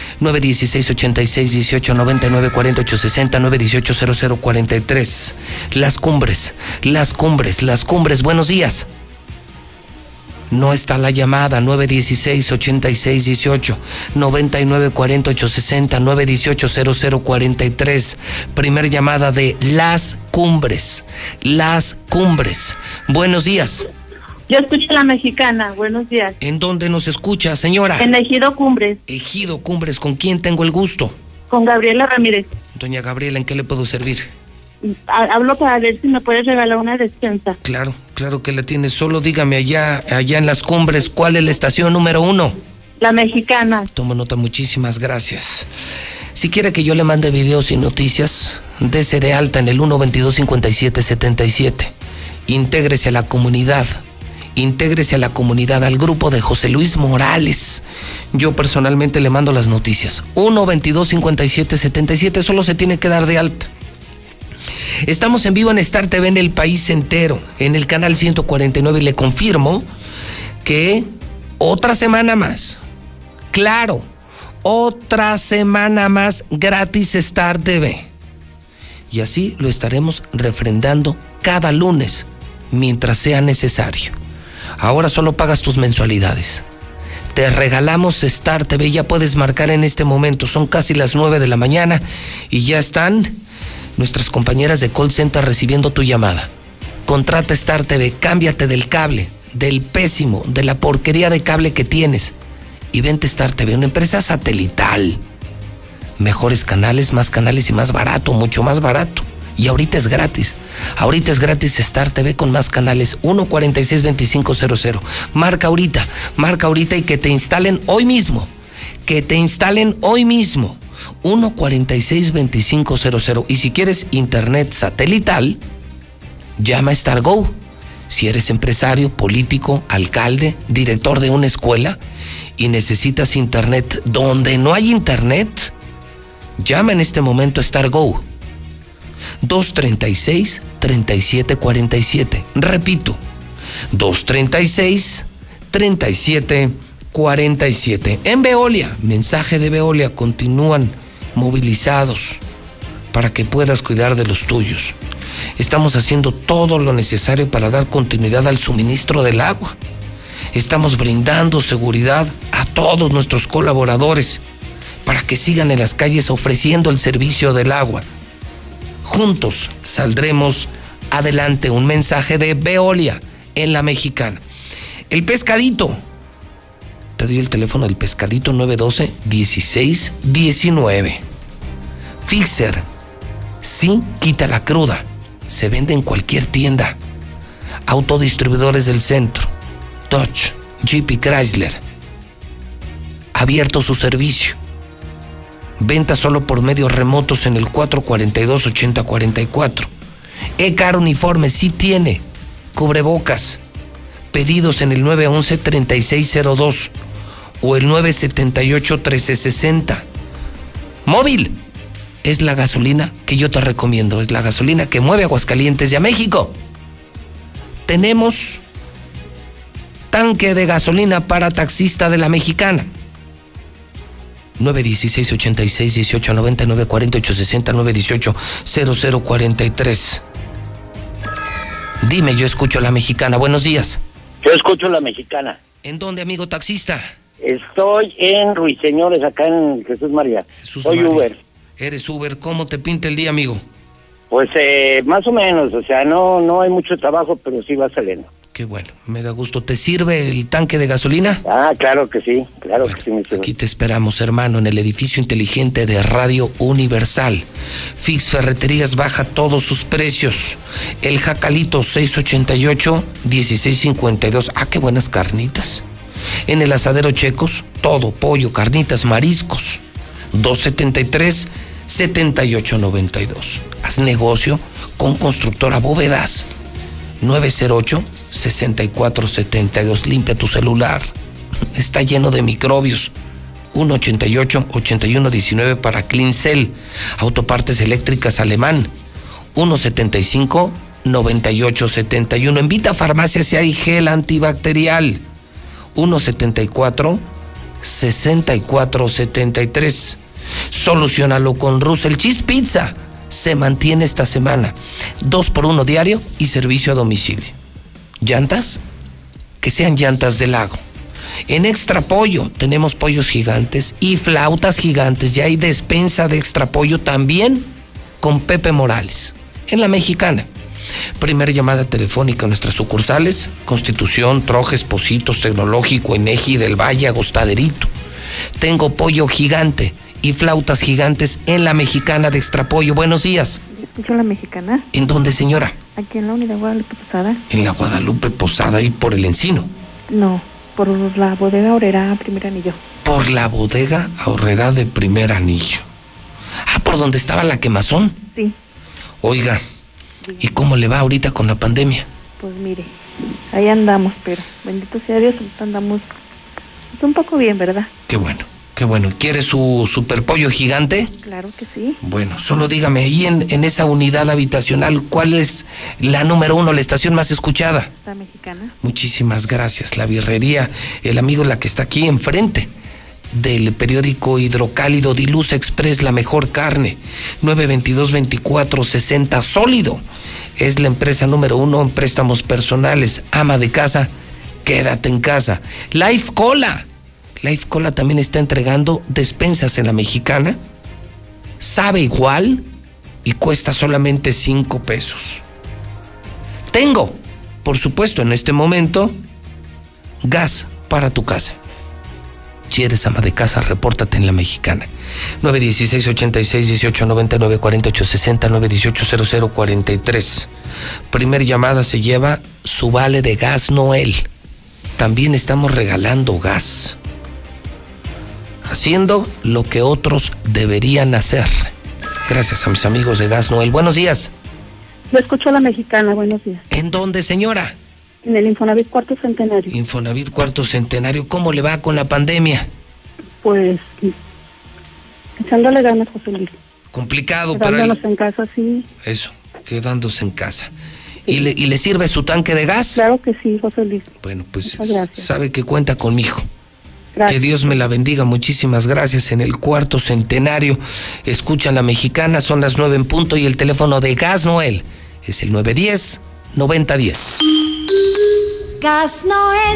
916-86-18-99-48-60, 918-0043. Las cumbres, buenos días. No está la llamada, 916-86-18, 99-48-60, 918-0043. Primer llamada de Las Cumbres. Buenos días. Yo escucho la mexicana, buenos días. ¿En dónde nos escucha, señora? En Ejido Cumbres. Ejido Cumbres, ¿con quién tengo el gusto? Con Gabriela Ramírez. Doña Gabriela, ¿en qué le puedo servir? Hablo para ver si me puedes regalar una despensa. Claro que la tiene. Solo dígame allá en Las Cumbres, ¿cuál es la estación número 1? La mexicana. Tomo nota, muchísimas gracias. Si quiere que yo le mande videos y noticias, dese de alta en el 122-5777. Intégrese a la comunidad. Al grupo de José Luis Morales. Yo personalmente le mando las noticias. 122-5777, solo se tiene que dar de alta. Estamos en vivo en Star TV en el país entero, en el canal 149, y le confirmo que otra semana más, claro, otra semana más gratis Star TV. Y así lo estaremos refrendando cada lunes, mientras sea necesario. Ahora solo pagas tus mensualidades. Te regalamos Star TV, ya puedes marcar en este momento, son casi las 9 de la mañana y ya están nuestras compañeras de call center recibiendo tu llamada. Contrata Star TV, cámbiate del cable, del pésimo, de la porquería de cable que tienes y vente Star TV, una empresa satelital. Mejores canales, más canales y más barato, mucho más barato. Y ahorita es gratis. Star TV con más canales. 146-2500. Marca ahorita y que te instalen hoy mismo. 146-2500. Y si quieres internet satelital, llama a StarGo. Si eres empresario, político, alcalde, director de una escuela y necesitas internet donde no hay internet, llama en este momento a StarGo. 236-3747. Repito, 236-3747. En Veolia, mensaje de Veolia, continúan movilizados, para que puedas cuidar de los tuyos. Estamos haciendo todo lo necesario para dar continuidad al suministro del agua. Estamos brindando seguridad a todos nuestros colaboradores para que sigan en las calles ofreciendo el servicio del agua. Juntos saldremos adelante. Un mensaje de Veolia en La Mexicana. El Pescadito. Te doy el teléfono del Pescadito, 912-1619. Fixer. Sí, quita la cruda. Se vende en cualquier tienda. Autodistribuidores del centro. Dodge, Jeep y Chrysler. Abierto su servicio. Venta solo por medios remotos en el 442-8044. E-Car Uniforme sí tiene. Cubrebocas. Pedidos en el 911-3602 o el 978-1360. Móvil. Es la gasolina que yo te recomiendo. Es la gasolina que mueve Aguascalientes y a México. Tenemos tanque de gasolina para taxista de La Mexicana. 916-86-1890, 940-860, 918-0043. Dime, yo escucho La Mexicana. Buenos días. Yo escucho La Mexicana. ¿En dónde, amigo taxista? Estoy en Ruiseñores, acá en Jesús María. Soy María. Uber. Eres Uber. ¿Cómo te pinta el día, amigo? Pues más o menos, o sea, no hay mucho trabajo, pero sí va saliendo. Qué bueno, me da gusto. ¿Te sirve el tanque de gasolina? Ah, claro que sí, claro que sí me sirve. Aquí te esperamos, hermano, en el edificio inteligente de Radio Universal. Fix Ferreterías baja todos sus precios. El Jacalito 688-1652. Ah, qué buenas carnitas. En el Asadero Checos, todo, pollo, carnitas, mariscos. 273-7892. Haz negocio con Constructora Bóvedas. 908-6472. Limpia tu celular. Está lleno de microbios. 188-8119 para Cleancel. Autopartes eléctricas Alemán. 175-9871. En Vita Farmacias hay gel antibacterial. 174-6473. Solucionalo con Russell Cheese Pizza. Se mantiene esta semana. 2x1 diario y servicio a domicilio. ¿Llantas? Que sean llantas de Lago. En Extra Pollo tenemos pollos gigantes y flautas gigantes. Ya hay despensa de Extra Pollo también con Pepe Morales. En La Mexicana. Primera llamada telefónica a nuestras sucursales: Constitución, Trojes, Positos, Tecnológico, Eneji, del Valle, Agostaderito. Tengo pollo gigante y flautas gigantes en La Mexicana de Extrapollo. Buenos días. ¿Escucho La Mexicana? ¿En dónde, señora? Aquí en la Unidad Guadalupe Posada. En la Guadalupe Posada y por el Encino. No, por la bodega Horrera Primer Anillo. Por la bodega Horrera de Primer Anillo. Ah, por donde estaba la quemazón. Sí. Oiga, ¿y cómo le va ahorita con la pandemia? Pues mire, ahí andamos, pero bendito sea Dios, andamos un poco bien, ¿verdad? Qué bueno. Qué bueno. ¿Quiere su super pollo gigante? Claro que sí. Bueno, solo dígame, ahí en esa unidad habitacional, ¿cuál es la número 1, la estación más escuchada? La Mexicana. Muchísimas gracias. La birrería, el amigo, la que está aquí enfrente del periódico Hidrocálido, Dilusa Express, la mejor carne. 922-2460, sólido. Es la empresa número 1 en préstamos personales. Ama de casa, quédate en casa. Life Cola. Life Cola también está entregando despensas en La Mexicana. Sabe igual y cuesta solamente 5 pesos. Tengo, por supuesto, en este momento, gas para tu casa. Si eres ama de casa, repórtate en La Mexicana. 916-86-1899, 4860, 918-0043. Primer llamada se lleva su vale de gas Noel. También estamos regalando gas. Haciendo lo que otros deberían hacer. Gracias a mis amigos de Gas Noel. Buenos días. Yo escucho La Mexicana, buenos días. ¿En dónde, señora? En el Infonavit Cuarto Centenario. Infonavit Cuarto Centenario. ¿Cómo le va con la pandemia? Pues, echándole ganas, José Luis. Complicado, quedándonos en casa, sí. Eso, quedándose en casa. ¿Y le sirve su tanque de gas? Claro que sí, José Luis. Bueno, pues sabe que cuenta conmigo. Que Dios me la bendiga, muchísimas gracias. En el 4º centenario escuchan La Mexicana, son las 9 en punto y el teléfono de Gas Noel es el 910-9010. Gas Noel.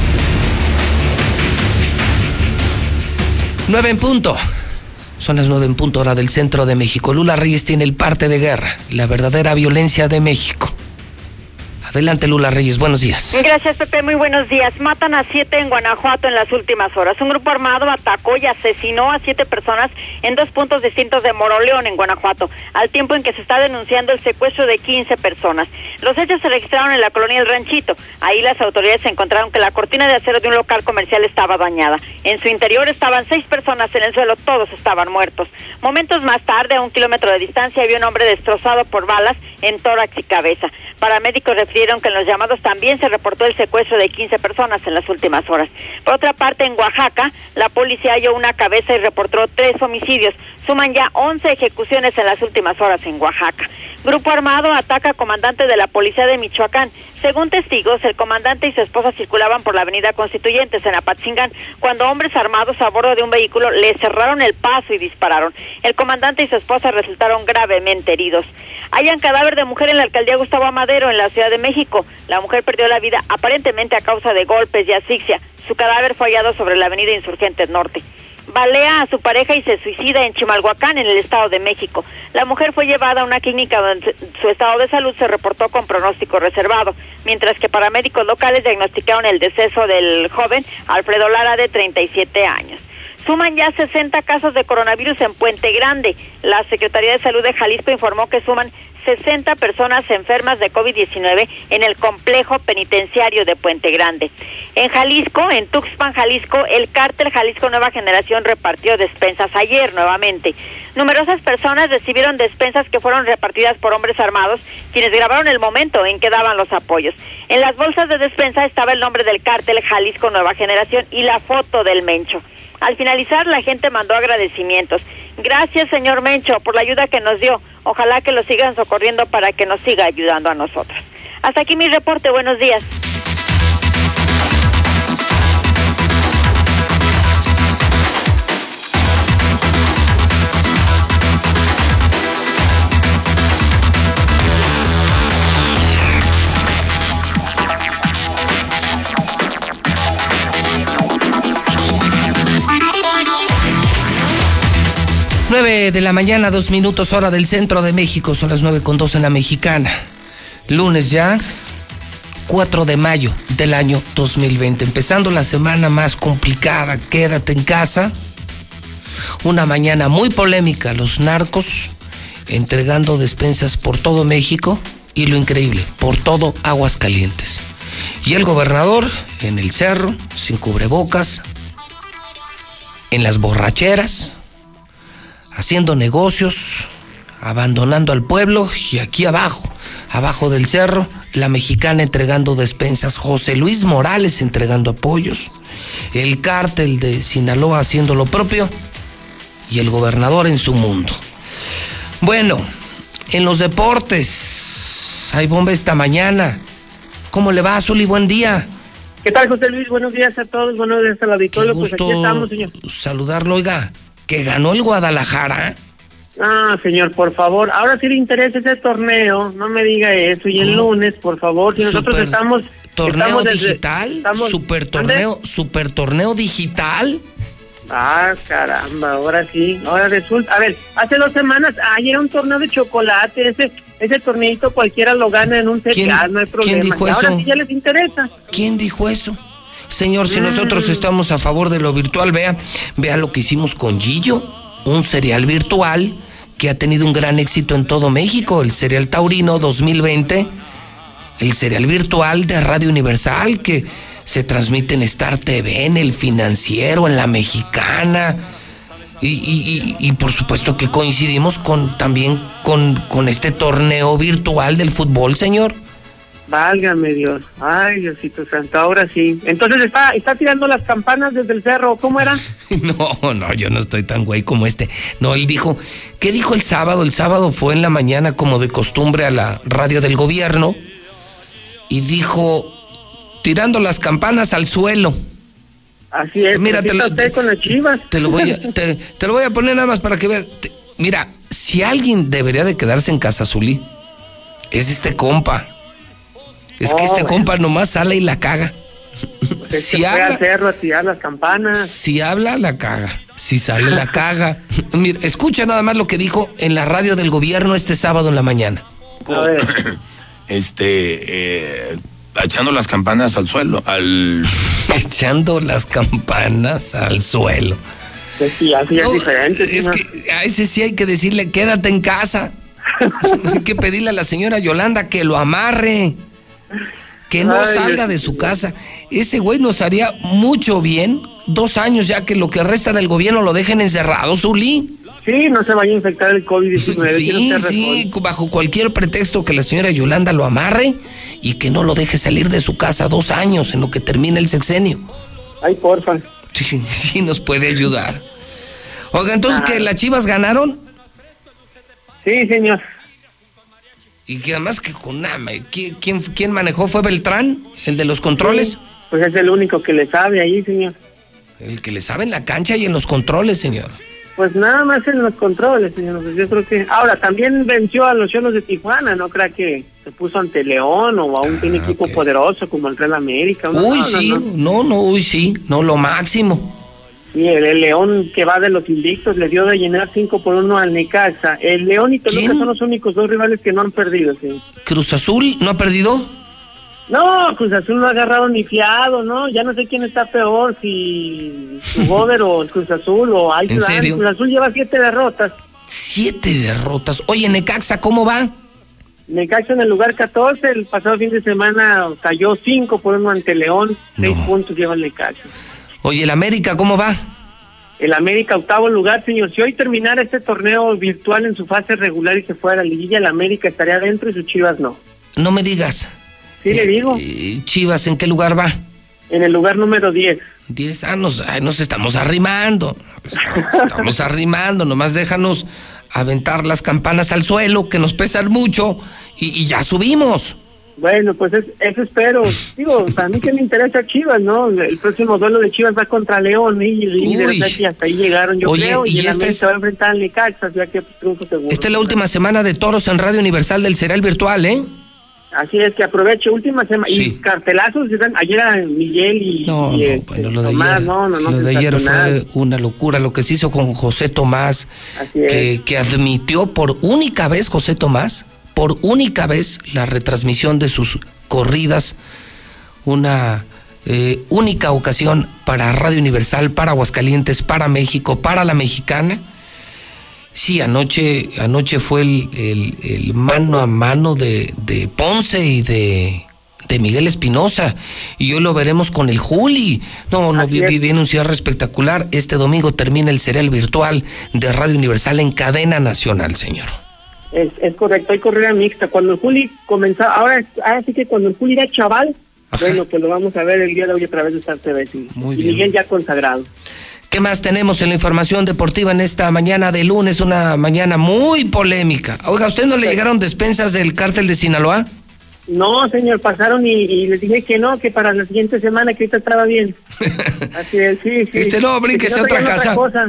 9 en punto. Son las 9 en punto, hora del centro de México. Lula Reyes tiene el parte de guerra, la verdadera violencia de México. Adelante, Lula Reyes, buenos días. Gracias, Pepe, muy buenos días. Matan a 7 en Guanajuato en las últimas horas. Un grupo armado atacó y asesinó a 7 personas en 2 puntos distintos de Moroleón, en Guanajuato, al tiempo en que se está denunciando el secuestro de 15 personas. Los hechos se registraron en la colonia El Ranchito. Ahí las autoridades encontraron que la cortina de acero de un local comercial estaba dañada. En su interior estaban 6 personas en el suelo, todos estaban muertos. Momentos más tarde, a 1 kilómetro de distancia, había un hombre destrozado por balas en tórax y cabeza. Paramédicos refirieron que en los llamados también se reportó el secuestro de 15 personas en las últimas horas. Por otra parte, en Oaxaca, la policía halló una cabeza y reportó 3 homicidios. Suman ya 11 ejecuciones en las últimas horas en Oaxaca. Grupo armado ataca a comandante de la policía de Michoacán. Según testigos, el comandante y su esposa circulaban por la avenida Constituyentes en Apatzingán cuando hombres armados a bordo de un vehículo le cerraron el paso y dispararon. El comandante y su esposa resultaron gravemente heridos. Hallan cadáver de mujer en la alcaldía Gustavo Amadero, en la Ciudad de México. La mujer perdió la vida aparentemente a causa de golpes y asfixia. Su cadáver fue hallado sobre la avenida Insurgentes Norte. Balea a su pareja y se suicida en Chimalhuacán, en el Estado de México. La mujer fue llevada a una clínica donde su estado de salud se reportó con pronóstico reservado, mientras que paramédicos locales diagnosticaron el deceso del joven Alfredo Lara, de 37 años. Suman ya 60 casos de coronavirus en Puente Grande. La Secretaría de Salud de Jalisco informó que suman 60 personas enfermas de COVID-19 en el complejo penitenciario de Puente Grande. En Jalisco, en Tuxpan, Jalisco, el cártel Jalisco Nueva Generación repartió despensas ayer nuevamente. Numerosas personas recibieron despensas que fueron repartidas por hombres armados, quienes grabaron el momento en que daban los apoyos. En las bolsas de despensa estaba el nombre del cártel Jalisco Nueva Generación y la foto del Mencho. Al finalizar, la gente mandó agradecimientos. Gracias, señor Mencho, por la ayuda que nos dio. Ojalá que lo sigan socorriendo para que nos siga ayudando a nosotros. Hasta aquí mi reporte. Buenos días. De la mañana, 2 minutos, hora del centro de México. Son las 9:02 en La Mexicana. Lunes ya, 4 de mayo del año 2020. Empezando la semana más complicada. Quédate en casa. Una mañana muy polémica. Los narcos entregando despensas por todo México. Y lo increíble, por todo Aguascalientes. Y el gobernador en el cerro, sin cubrebocas, en las borracheras, haciendo negocios, abandonando al pueblo. Y aquí abajo del cerro, La Mexicana entregando despensas, José Luis Morales entregando apoyos, el cártel de Sinaloa haciendo lo propio y el gobernador en su mundo. Bueno, en los deportes hay bomba esta mañana. ¿Cómo le va, Zuli? Buen día. ¿Qué tal, José Luis? Buenos días a todos, buenos días al auditorio. Pues aquí estamos, señor. Saludarlo, oiga, que ganó el Guadalajara. Ah, señor, por favor, ahora sí le interesa ese torneo, no me diga eso. Y el lunes, por favor, si nosotros estamos... ¿Torneo digital? ¿Super torneo digital? Ah, caramba, ahora sí, ahora resulta... A ver, hace 2 semanas, era un torneo de chocolate, ese torneito cualquiera lo gana en un CTA, no hay problema. ¿Quién dijo ahora eso? Sí ya les interesa. ¿Quién dijo eso? Señor, si nosotros estamos a favor de lo virtual, vea lo que hicimos con Gillo, un cereal virtual que ha tenido un gran éxito en todo México, el cereal taurino 2020, el cereal virtual de Radio Universal que se transmite en Star TV, en El Financiero, en La Mexicana, y por supuesto que coincidimos también con este torneo virtual del fútbol, señor. Válgame Dios, ay Diosito santo, ahora sí. Entonces está tirando las campanas desde el cerro, ¿cómo era? No, yo no estoy tan güey como este. No, él dijo, ¿qué dijo el sábado? El sábado fue en la mañana como de costumbre a la radio del gobierno y dijo, tirando las campanas al suelo. Así es. Mira, te lo con las Chivas. Te lo voy a poner nada más para que veas. Mira, si alguien debería de quedarse en casa, Zuli, es este compa. Es que este compa nomás sale y la caga. Pues si habla, hacerlo, a tirar las campanas. Si habla, la caga. Si sale, la caga. Mira, escucha nada más lo que dijo en la radio del gobierno este sábado en la mañana. A ver. Echando las campanas al suelo, Echando las campanas al suelo. Pues sí, así es diferente. Es que a ese sí hay que decirle, quédate en casa. Hay que pedirle a la señora Yolanda que lo amarre. Que no salga de su casa. Ese güey nos haría mucho bien. 2 años ya que lo que resta del gobierno lo dejen encerrado, Zuli. Sí, no se vaya a infectar el COVID-19. Sí, bajo cualquier pretexto que la señora Yolanda lo amarre y que no lo deje salir de su casa 2 años en lo que termine el sexenio. Ay, porfa. Sí, nos puede ayudar. Oiga, entonces, ¿que las Chivas ganaron? Sí, señor. Y que además que con ¿quién manejó? ¿Fue Beltrán? ¿El de los controles? Sí, pues es el único que le sabe ahí, señor. El que le sabe en la cancha y en los controles, señor. Pues nada más en los controles, señor. Pues yo creo que... Ahora, también venció a los Cholos de Tijuana, no creo que se puso ante León o a un equipo poderoso como el Real América. No, lo máximo. Sí, el León que va de los invictos le dio de llenar 5-1 al Necaxa. El León y Toluca son los únicos 2 rivales que no han perdido, sí. ¿Cruz Azul no ha perdido? No, Cruz Azul no ha agarrado ni fiado, ¿no? Ya no sé quién está peor, si su Gober o el Cruz Azul o ¿En serio? Cruz Azul lleva 7 derrotas. 7 derrotas. Oye, Necaxa, ¿cómo va? Necaxa en el lugar 14, el pasado fin de semana cayó 5-1 ante León, 6 puntos lleva el Necaxa. Oye, ¿el América cómo va? El América 8º lugar, señor. Si hoy terminara este torneo virtual en su fase regular y se fuera a la liguilla, el América estaría dentro y sus Chivas no. No me digas. Sí, le digo. Chivas, ¿en qué lugar va? En el lugar número 10. 10, nos estamos arrimando. Estamos arrimando, nomás déjanos aventar las campanas al suelo, que nos pesan mucho, y ya subimos. Bueno, pues eso espero. Digo, para mí que me interesa Chivas, ¿no? El próximo duelo de Chivas va contra León, y hasta ahí llegaron, yo creo, y el América se va a enfrentar al Necaxa, ya que triunfo seguro. Esta es la última semana de toros en Radio Universal del Cereal Virtual, ¿eh? Así es, que aproveche, última semana, sí. Y cartelazos, ayer a Miguel y lo de ayer fue una locura, lo que se hizo con José Tomás, que admitió por única vez José Tomás, por única vez la retransmisión de sus corridas, una única ocasión para Radio Universal, para Aguascalientes, para México, para la Mexicana. Sí, anoche fue el mano a mano de Ponce y de Miguel Espinosa, y hoy lo veremos con el Juli. Viene un cierre espectacular. Este domingo termina el Cereal Virtual de Radio Universal en cadena nacional, señor. Es correcto, hay corrida mixta. Cuando el Juli comenzaba, ahora sí que cuando el Juli era chaval, bueno, pues lo vamos a ver el día de hoy a través de Star TV. Y Miguel ya consagrado. ¿Qué más tenemos en la información deportiva en esta mañana de lunes? Una mañana muy polémica. Oiga, ¿a usted no le llegaron despensas del cártel de Sinaloa? No, señor, pasaron y les dije que no, que para la siguiente semana, que ahorita estaba bien. Así es, sí. Brínquese a otra casa. Otra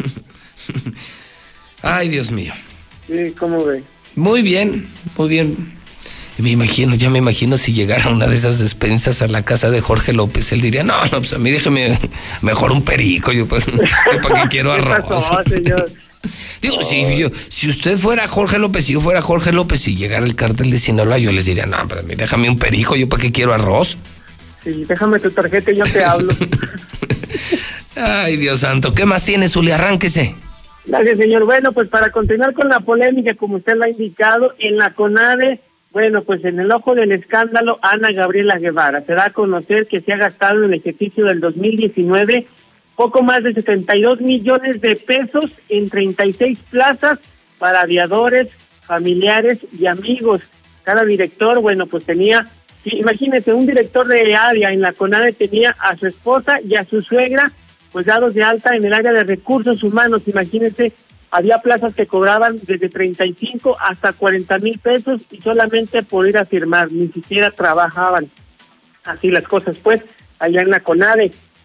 Ay, Dios mío. Sí, ¿cómo ve? Muy bien. Me imagino si llegara una de esas despensas a la casa de Jorge López, él diría, no, pues a mí déjeme mejor un perico, yo para qué quiero arroz. ¿Qué pasó, señor? Digo, si usted fuera Jorge López y yo fuera Jorge López y llegara el cártel de Sinaloa, yo les diría, no, pero déjame un perico, yo para qué quiero arroz. Sí, déjame tu tarjeta y yo te hablo. Ay, Dios santo, ¿qué más tiene, Zuli? Arránquese. Gracias, señor. Bueno, pues para continuar con la polémica, como usted lo ha indicado, en la CONADE, bueno, pues en el ojo del escándalo, Ana Gabriela Guevara se da a conocer que se ha gastado en el ejercicio del 2019 poco más de 72 millones de pesos en 36 plazas para aviadores, familiares y amigos. Cada director, bueno, pues tenía, imagínense, un director de área en la CONADE tenía a su esposa y a su suegra, pues dados de alta en el área de recursos humanos. Imagínense, había plazas que cobraban desde 35 hasta 40,000 pesos y solamente por ir a firmar, ni siquiera trabajaban. Así las cosas, pues, allá en la CONADE.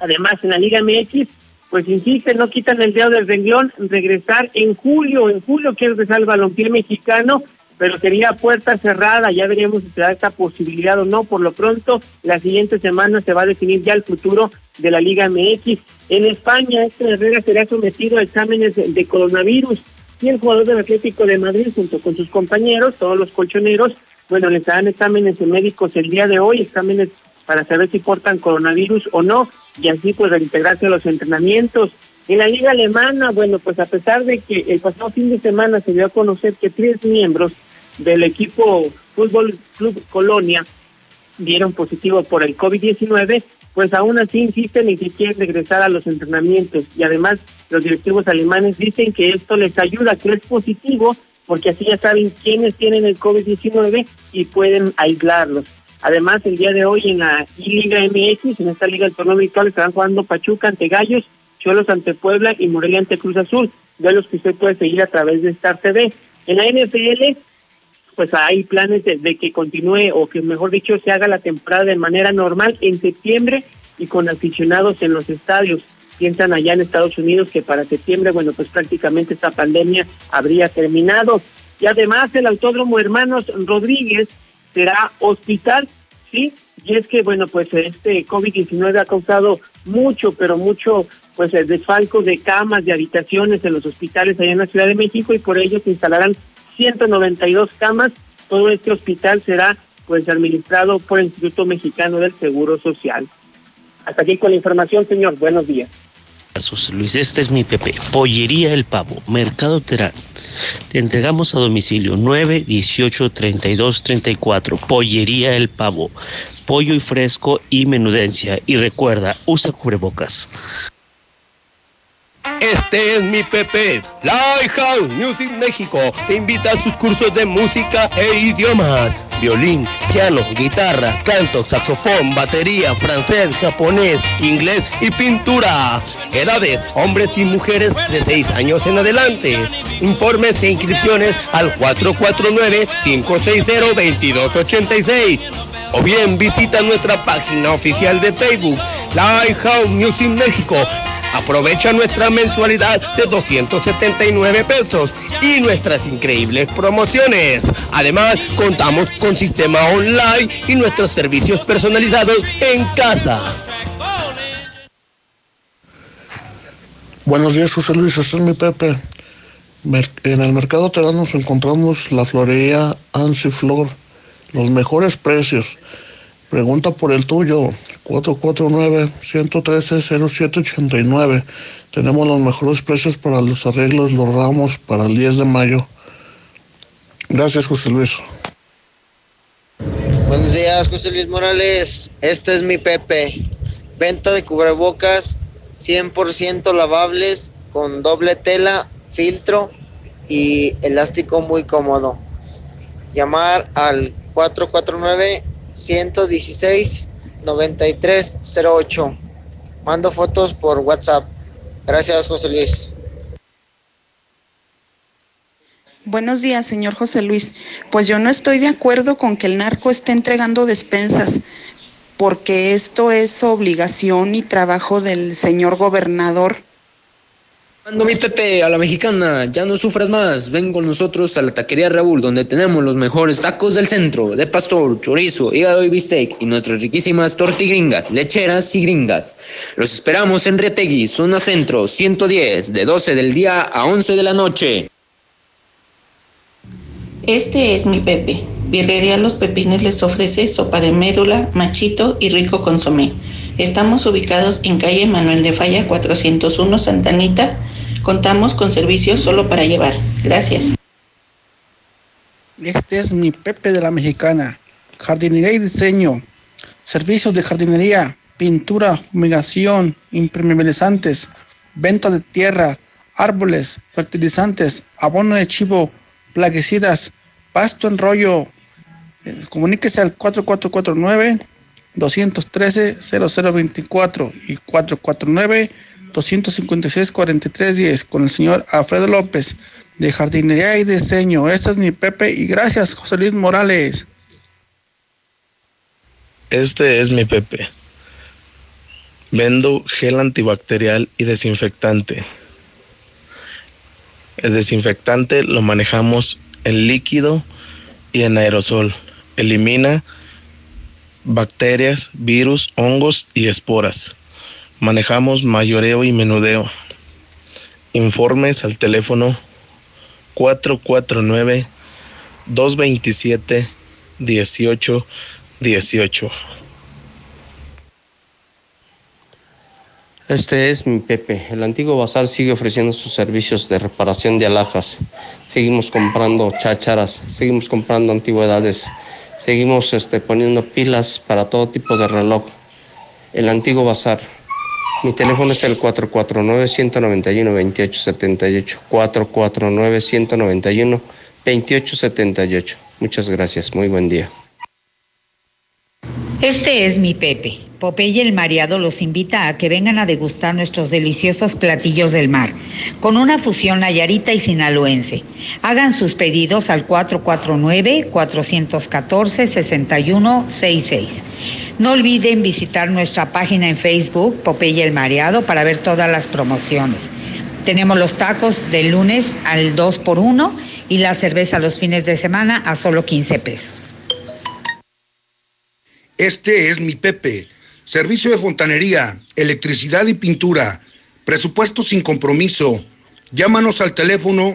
Además, en la Liga MX, pues insisten, no quitan el dedo del renglón, regresar en julio quiere regresar el balompié mexicano, pero sería puerta cerrada, ya veremos si se da esta posibilidad o no. Por lo pronto, la siguiente semana se va a definir ya el futuro de la Liga MX. En España, Herrera será sometido a exámenes de coronavirus, y el jugador del Atlético de Madrid, junto con sus compañeros, todos los colchoneros, bueno, les dan exámenes médicos el día de hoy, exámenes para saber si portan coronavirus o no, y así pues reintegrarse a los entrenamientos. En la Liga Alemana, bueno, pues a pesar de que el pasado fin de semana se dio a conocer que 3 miembros del equipo Fútbol Club Colonia dieron positivo por el COVID-19, pues aún así insisten en que quieren regresar a los entrenamientos, y además los directivos alemanes dicen que esto les ayuda, que es positivo, porque así ya saben quiénes tienen el COVID-19 y pueden aislarlos. Además, el día de hoy en la Liga MX, en esta liga del torneo virtual, estarán jugando Pachuca ante Gallos, Cholos ante Puebla y Morelia ante Cruz Azul, de los que usted puede seguir a través de Star TV. En la NFL, pues hay planes de que continúe, o que mejor dicho, se haga la temporada de manera normal en septiembre y con aficionados en los estadios. Piensan allá en Estados Unidos que para septiembre, bueno, pues prácticamente esta pandemia habría terminado. Y además el Autódromo Hermanos Rodríguez será hospital, ¿sí? Y es que, bueno, pues este COVID-19 ha causado mucho, pero mucho, pues el desfalco de camas, de habitaciones en los hospitales allá en la Ciudad de México, y por ello se instalarán 192 camas. Todo este hospital será, pues, administrado por el Instituto Mexicano del Seguro Social. Hasta aquí con la información, señor. Buenos días. José Luis, este es mi Pepe. Pollería El Pavo, Mercado Terán. Te entregamos a domicilio 9 18 32 34. Pollería El Pavo. Pollo y fresco y menudencia. Y recuerda, usa cubrebocas. Este es mi Pepe. Lighthouse Music México te invita a sus cursos de música e idiomas. Violín, piano, guitarra, canto, saxofón, batería, francés, japonés, inglés y pintura. Edades, hombres y mujeres de 6 años en adelante. Informes e inscripciones al 449-560-2286. O bien visita nuestra página oficial de Facebook, Lighthouse Music México. Aprovecha nuestra mensualidad de 279 pesos y nuestras increíbles promociones. Además, contamos con sistema online y nuestros servicios personalizados en casa. Buenos días, José Luis, este es mi Pepe. En el Mercado Terán nos encontramos la florería Ansiflor, los mejores precios. Pregunta por el tuyo, 449-113-0789. Tenemos los mejores precios para los arreglos, los ramos para el 10 de mayo. Gracias, José Luis. Buenos días, José Luis Morales. Este es mi Pepe. Venta de cubrebocas 100% lavables con doble tela, filtro y elástico muy cómodo. Llamar al 449-116-9308. Mando fotos por WhatsApp. Gracias, José Luis. Buenos días, señor José Luis. Pues yo no estoy de acuerdo con que el narco esté entregando despensas, porque esto es obligación y trabajo del señor gobernador. Mando mi Pepe a la mexicana, ya no sufras más, ven con nosotros a la taquería Raúl, donde tenemos los mejores tacos del centro, de pastor, chorizo, hígado y bistec, y nuestras riquísimas tortigringas, lecheras y gringas. Los esperamos en Riategui, zona centro, 110, de 12 del día a 11 de la noche. Este es mi Pepe. Birrería Los Pepines les ofrece sopa de médula, machito y rico consomé. Estamos ubicados en calle Manuel de Falla 401 Santa Anita. Contamos con servicios solo para llevar. Gracias. Este es mi Pepe de la Mexicana. Jardinería y diseño. Servicios de jardinería, pintura, fumigación, impermeabilizantes, venta de tierra, árboles, fertilizantes, abono de chivo, plaguicidas, pasto en rollo. Comuníquese al 4449-213-0024 y 449-256-4310 con el señor Alfredo López de Jardinería y Diseño. Este es mi Pepe y gracias, José Luis Morales. Este es mi Pepe. Vendo gel antibacterial y desinfectante. El desinfectante lo manejamos en líquido y en aerosol. Elimina bacterias, virus, hongos y esporas. Manejamos mayoreo y menudeo. Informes al teléfono 449-227-1818. Este es mi Pepe. El antiguo bazar sigue ofreciendo sus servicios de reparación de alhajas. Seguimos comprando chácharas, seguimos comprando antigüedades, seguimos poniendo pilas para todo tipo de reloj. El antiguo bazar. Mi teléfono es el 449-191-2878. 449-191-2878. Muchas gracias. Muy buen día. Este es mi Pepe. Popeye el Mareado los invita a que vengan a degustar nuestros deliciosos platillos del mar, con una fusión nayarita y sinaloense. Hagan sus pedidos al 449-414-6166. No olviden visitar nuestra página en Facebook, Popeye el Mareado, para ver todas las promociones. Tenemos los tacos del lunes al 2x1 y la cerveza los fines de semana a solo 15 pesos. Este es mi Pepe. Servicio de fontanería, electricidad y pintura. Presupuesto sin compromiso. Llámanos al teléfono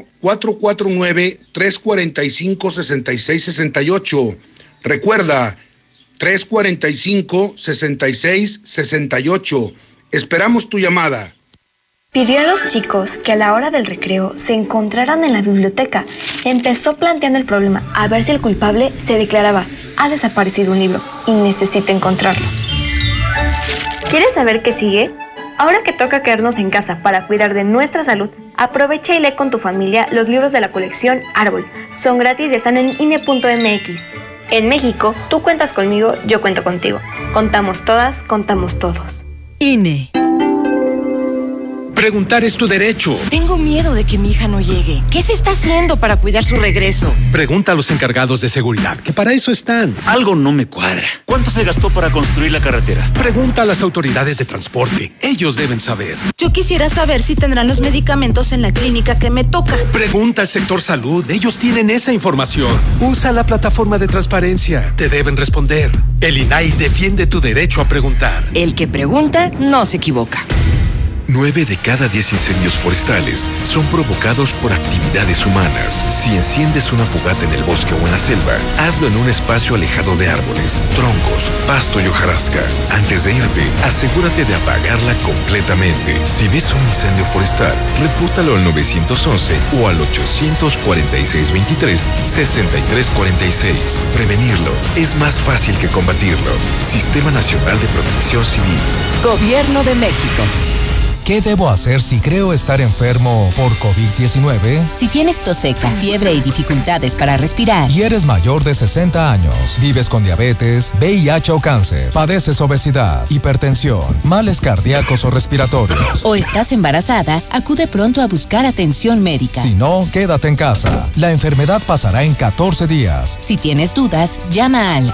449-345-6668. Recuerda, 345-6668. Esperamos tu llamada. Pidió a los chicos que a la hora del recreo se encontraran en la biblioteca. Empezó planteando el problema a ver si el culpable se declaraba: ha desaparecido un libro y necesito encontrarlo. ¿Quieres saber qué sigue? Ahora que toca quedarnos en casa para cuidar de nuestra salud, aprovecha y lee con tu familia los libros de la colección Árbol. Son gratis y están en INE.mx. En México, tú cuentas conmigo, yo cuento contigo. Contamos todas, contamos todos. INE. Preguntar es tu derecho. Tengo miedo de que mi hija no llegue. ¿Qué se está haciendo para cuidar su regreso? Pregunta a los encargados de seguridad, que para eso están. Algo no me cuadra. ¿Cuánto se gastó para construir la carretera? Pregunta a las autoridades de transporte. Ellos deben saber. Yo quisiera saber si tendrán los medicamentos en la clínica que me toca. Pregunta al sector salud. Ellos tienen esa información. Usa la plataforma de transparencia. Te deben responder. El INAI defiende tu derecho a preguntar. El que pregunta no se equivoca. 9 de cada 10 incendios forestales son provocados por actividades humanas. Si enciendes una fogata en el bosque o en la selva, hazlo en un espacio alejado de árboles, troncos, pasto y hojarasca. Antes de irte, asegúrate de apagarla completamente. Si ves un incendio forestal, repórtalo al 911 o al 800-4623-6346. Prevenirlo es más fácil que combatirlo. Sistema Nacional de Protección Civil. Gobierno de México. ¿Qué debo hacer si creo estar enfermo por COVID-19? Si tienes tos seca, fiebre y dificultades para respirar. Y eres mayor de 60 años, vives con diabetes, VIH o cáncer, padeces obesidad, hipertensión, males cardíacos o respiratorios. O estás embarazada, acude pronto a buscar atención médica. Si no, quédate en casa. La enfermedad pasará en 14 días. Si tienes dudas, llama al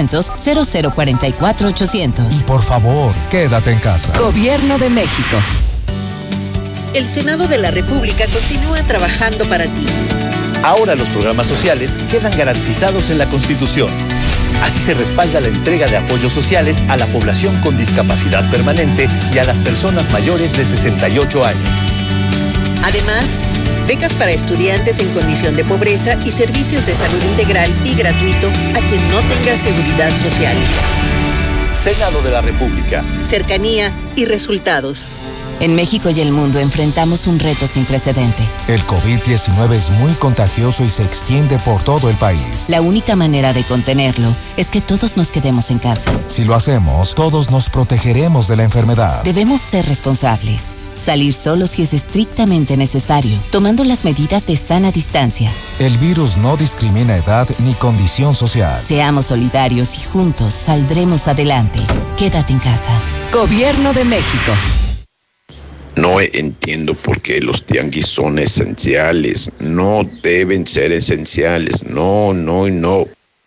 800-0044-800. Y por favor, quédate en casa. Gobierno de México. El Senado de la República continúa trabajando para ti. Ahora los programas sociales quedan garantizados en la Constitución. Así se respalda la entrega de apoyos sociales a la población con discapacidad permanente y a las personas mayores de 68 años. Además, becas para estudiantes en condición de pobreza y servicios de salud integral y gratuito a quien no tenga seguridad social. Senado de la República. Cercanía y resultados. En México y el mundo enfrentamos un reto sin precedente. El COVID-19 es muy contagioso y se extiende por todo el país. La única manera de contenerlo es que todos nos quedemos en casa. Si lo hacemos, todos nos protegeremos de la enfermedad. Debemos ser responsables. Salir solo si es estrictamente necesario, tomando las medidas de sana distancia. El virus no discrimina edad ni condición social. Seamos solidarios y juntos saldremos adelante. Quédate en casa. Gobierno de México. No entiendo por qué los tianguis son esenciales. No deben ser esenciales. No.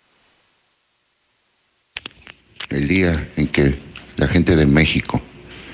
El día en que la gente de México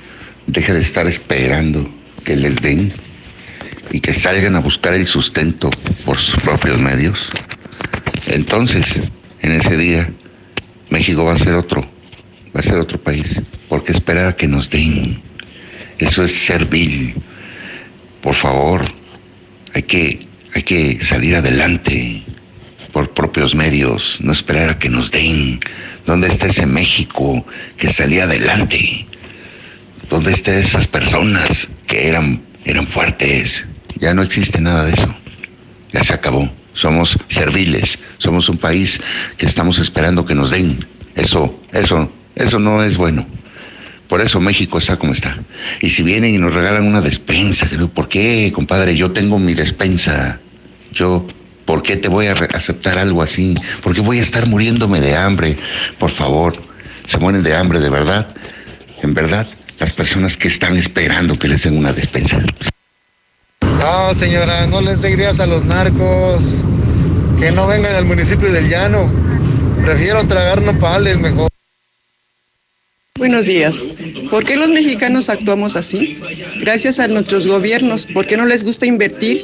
deje de estar esperando que les den y que salgan a buscar el sustento por sus propios medios, entonces, en ese día, México va a ser otro país, porque esperar a que nos den, eso es servil. Por favor, hay que salir adelante por propios medios, no esperar a que nos den. ¿Dónde está ese México que salía adelante? ¿Dónde están esas personas que eran fuertes? Ya no existe nada de eso, ya se acabó. Somos serviles, somos un país que estamos esperando que nos den. Eso no es bueno. Por eso México está como está. Y si vienen y nos regalan una despensa, ¿por qué, compadre? Yo tengo mi despensa. ¿Por qué te voy a aceptar algo así? ¿Por qué voy a estar muriéndome de hambre? Por favor, se mueren de hambre, de verdad. En verdad, las personas que están esperando que les den una despensa. No, señora, no les dé ideas a los narcos. Que no vengan al municipio del Llano. Prefiero tragar nopales mejor. Buenos días. ¿Por qué los mexicanos actuamos así? Gracias a nuestros gobiernos. ¿Por qué no les gusta invertir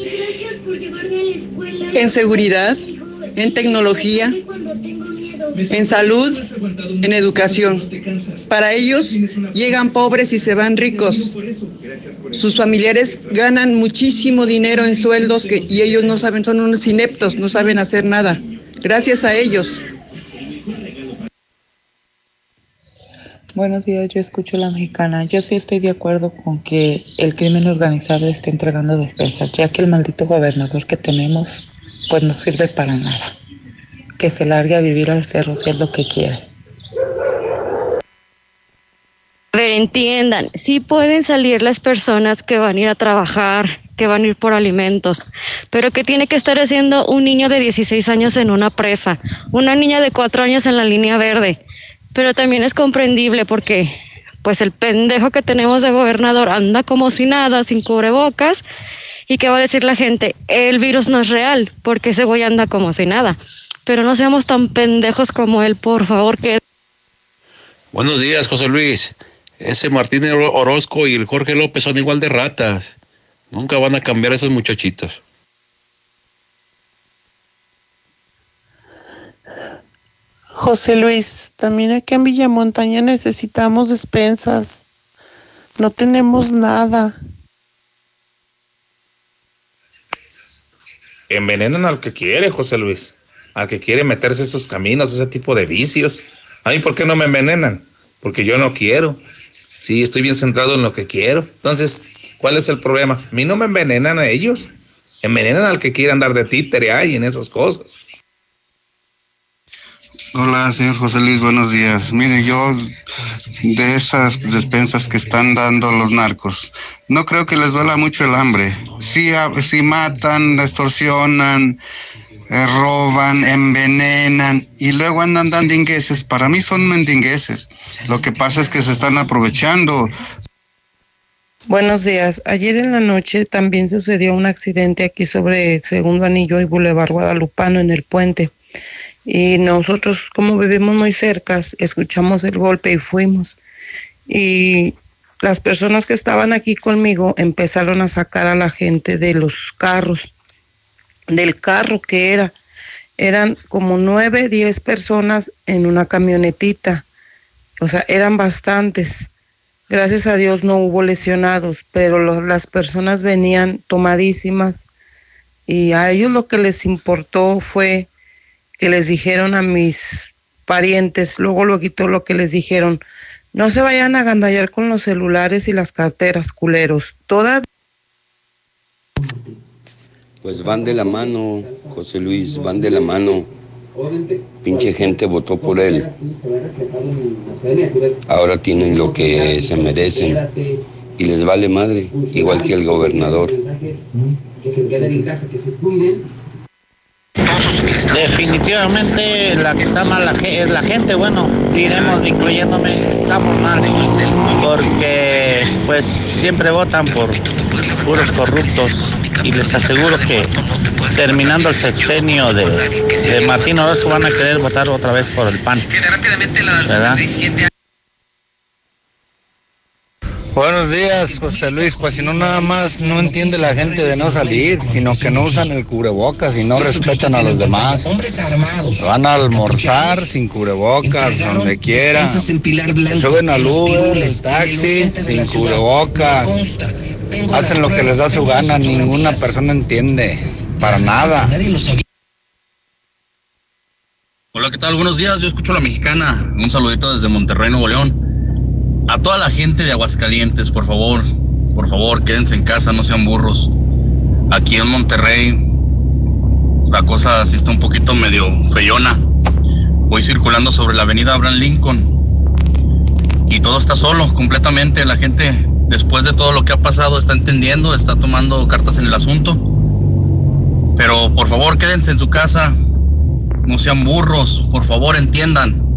en seguridad, en tecnología, en salud, en educación? Para ellos llegan pobres y se van ricos. Sus familiares ganan muchísimo dinero en sueldos y ellos no saben, son unos ineptos, no saben hacer nada. Gracias a ellos. Buenos días, yo escucho La Mexicana. Yo sí estoy de acuerdo con que el crimen organizado esté entregando despensas, ya que el maldito gobernador que tenemos pues no sirve para nada. Que se largue a vivir al cerro si es lo que quiere. A ver, entiendan, sí pueden salir las personas que van a ir a trabajar, que van a ir por alimentos, pero ¿qué tiene que estar haciendo un niño de 16 años en una presa? Una niña de 4 años en la línea verde. Pero también es comprendible porque pues el pendejo que tenemos de gobernador anda como si nada, sin cubrebocas. ¿Y qué va a decir la gente? El virus no es real, porque ese güey anda como si nada. Pero no seamos tan pendejos como él, por favor. Que Buenos días, José Luis. Ese Martín Orozco y el Jorge López son igual de ratas. Nunca van a cambiar esos muchachitos. José Luis, también aquí en Villamontaña necesitamos despensas. No tenemos nada. Envenenan al que quiere, José Luis. Al que quiere meterse esos caminos, ese tipo de vicios. A mí, ¿por qué no me envenenan? Porque yo no quiero. Sí, estoy bien centrado en lo que quiero. Entonces, ¿cuál es el problema? A mí no me envenenan a ellos. Envenenan al que quiere andar de títere ahí en esas cosas. Hola, señor José Luis, buenos días. Mire, yo de esas despensas que están dando los narcos, no creo que les duela mucho el hambre. Sí matan, extorsionan, roban, envenenan y luego andan mandingueses. Para mí son mandingueses. Lo que pasa es que se están aprovechando. Buenos días. Ayer en la noche también sucedió un accidente aquí sobre Segundo Anillo y Boulevard Guadalupano en el puente. Y nosotros, como vivimos muy cerca, escuchamos el golpe y fuimos. Y las personas que estaban aquí conmigo empezaron a sacar a la gente de los carros, del carro que eran como 9, 10 personas en una camionetita. O sea, eran bastantes. Gracias a Dios no hubo lesionados, pero las personas venían tomadísimas y a ellos lo que les importó fue que les dijeron a mis parientes, luego lo que les dijeron, no se vayan a agandallar con los celulares y las carteras, culeros. Pues van de la mano, José Luis, van de la mano. Pinche gente votó por él. Ahora tienen lo que se merecen y les vale madre, igual que el gobernador. Definitivamente la que está mal es la gente, bueno, diremos, incluyéndome, estamos mal, porque pues siempre votan por puros corruptos y les aseguro que terminando el sexenio de Martín Orozco van a querer votar otra vez por el PAN, ¿verdad? Buenos días, José Luis. Pues si no, nada más no entiende la gente de no salir, sino que no usan el cubrebocas y no respetan a los demás. Van a almorzar sin cubrebocas, donde quiera. Suben al Uber, el taxi, sin cubrebocas. Hacen lo que les da su gana, ninguna persona entiende, para nada. Hola, ¿qué tal? Buenos días, yo escucho a La Mexicana. Un saludito desde Monterrey, Nuevo León. A toda la gente de Aguascalientes, por favor, quédense en casa, no sean burros. Aquí en Monterrey la cosa sí está un poquito medio feyona. Voy circulando sobre la avenida Abraham Lincoln y todo está solo, completamente. La gente, después de todo lo que ha pasado, está entendiendo, está tomando cartas en el asunto. Pero por favor, quédense en su casa, no sean burros, por favor, entiendan.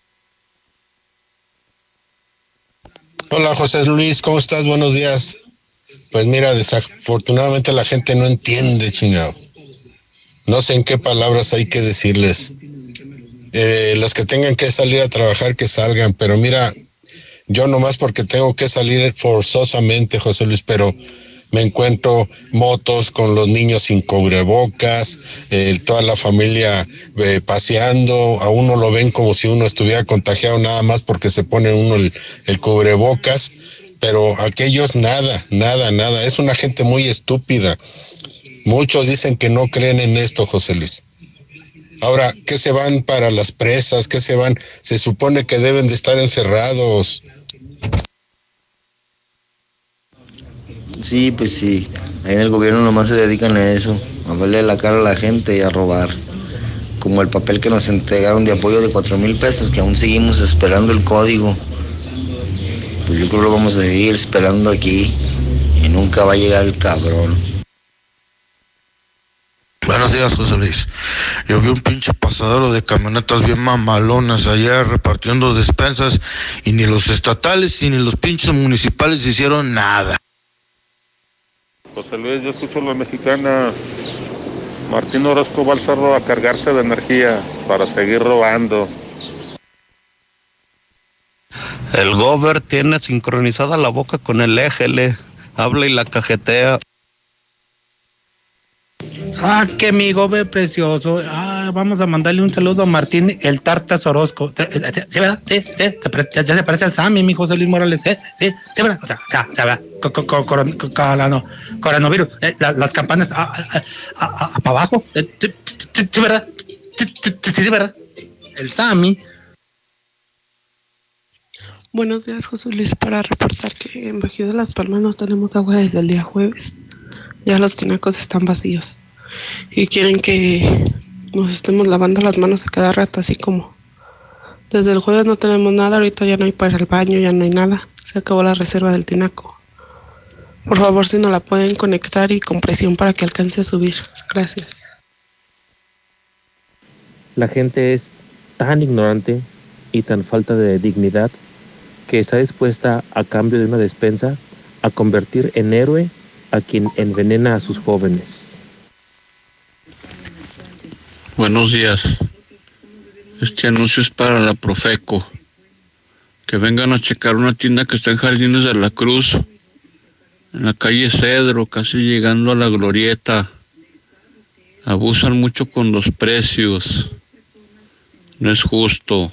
Hola José Luis, ¿cómo estás? Buenos días. Pues mira, desafortunadamente la gente no entiende, chingado. No sé en qué palabras hay que decirles. Los que tengan que salir a trabajar, que salgan. Pero mira, yo nomás porque tengo que salir forzosamente, José Luis, pero me encuentro motos con los niños sin cubrebocas, toda la familia paseando, a uno lo ven como si uno estuviera contagiado nada más porque se pone uno el cubrebocas, pero aquellos nada, es una gente muy estúpida. Muchos dicen que no creen en esto, José Luis. Ahora, ¿qué se van para las presas? ¿Qué se van? Se supone que deben de estar encerrados. Sí, pues sí, ahí en el gobierno nomás se dedican a eso, a verle la cara a la gente y a robar. Como el papel que nos entregaron de apoyo de 4,000 pesos, que aún seguimos esperando el código. Pues yo creo que lo vamos a seguir esperando aquí y nunca va a llegar el cabrón. Buenos días, José Luis. Yo vi un pinche pasadero de camionetas bien mamalonas allá repartiendo despensas y ni los estatales ni los pinches municipales hicieron nada. José Luis, yo escucho a La Mexicana. Martín Orozco va al cerro a cargarse de energía para seguir robando. El gober tiene sincronizada la boca con el éjele, habla y la cajetea. Que mi gobe precioso. Vamos a mandarle un saludo a Martín, el Tartas Orozco. ¿Sí, verdad? Sí, ya se parece al Sammy, mi José Luis Morales. Sí, ¿verdad? O sea, coronavirus. Las campanas para abajo. Sí, ¿verdad? Sí, ¿verdad? El Sammy. Buenos días, José Luis, para reportar que en Bajío de las Palmas no tenemos agua desde el día jueves. Ya los tinacos están vacíos y quieren que nos estemos lavando las manos a cada rato, así como desde el jueves no tenemos nada, ahorita ya no hay para el baño, ya no hay nada, se acabó la reserva del tinaco. Por favor, si nos la pueden conectar y con presión para que alcance a subir. Gracias. La gente es tan ignorante y tan falta de dignidad que está dispuesta, a cambio de una despensa, a convertir en héroe a quien envenena a sus jóvenes. Buenos días. Este anuncio es para la Profeco. Que vengan a checar una tienda que está en Jardines de la Cruz, en la calle Cedro, casi llegando a la Glorieta. Abusan mucho con los precios. No es justo.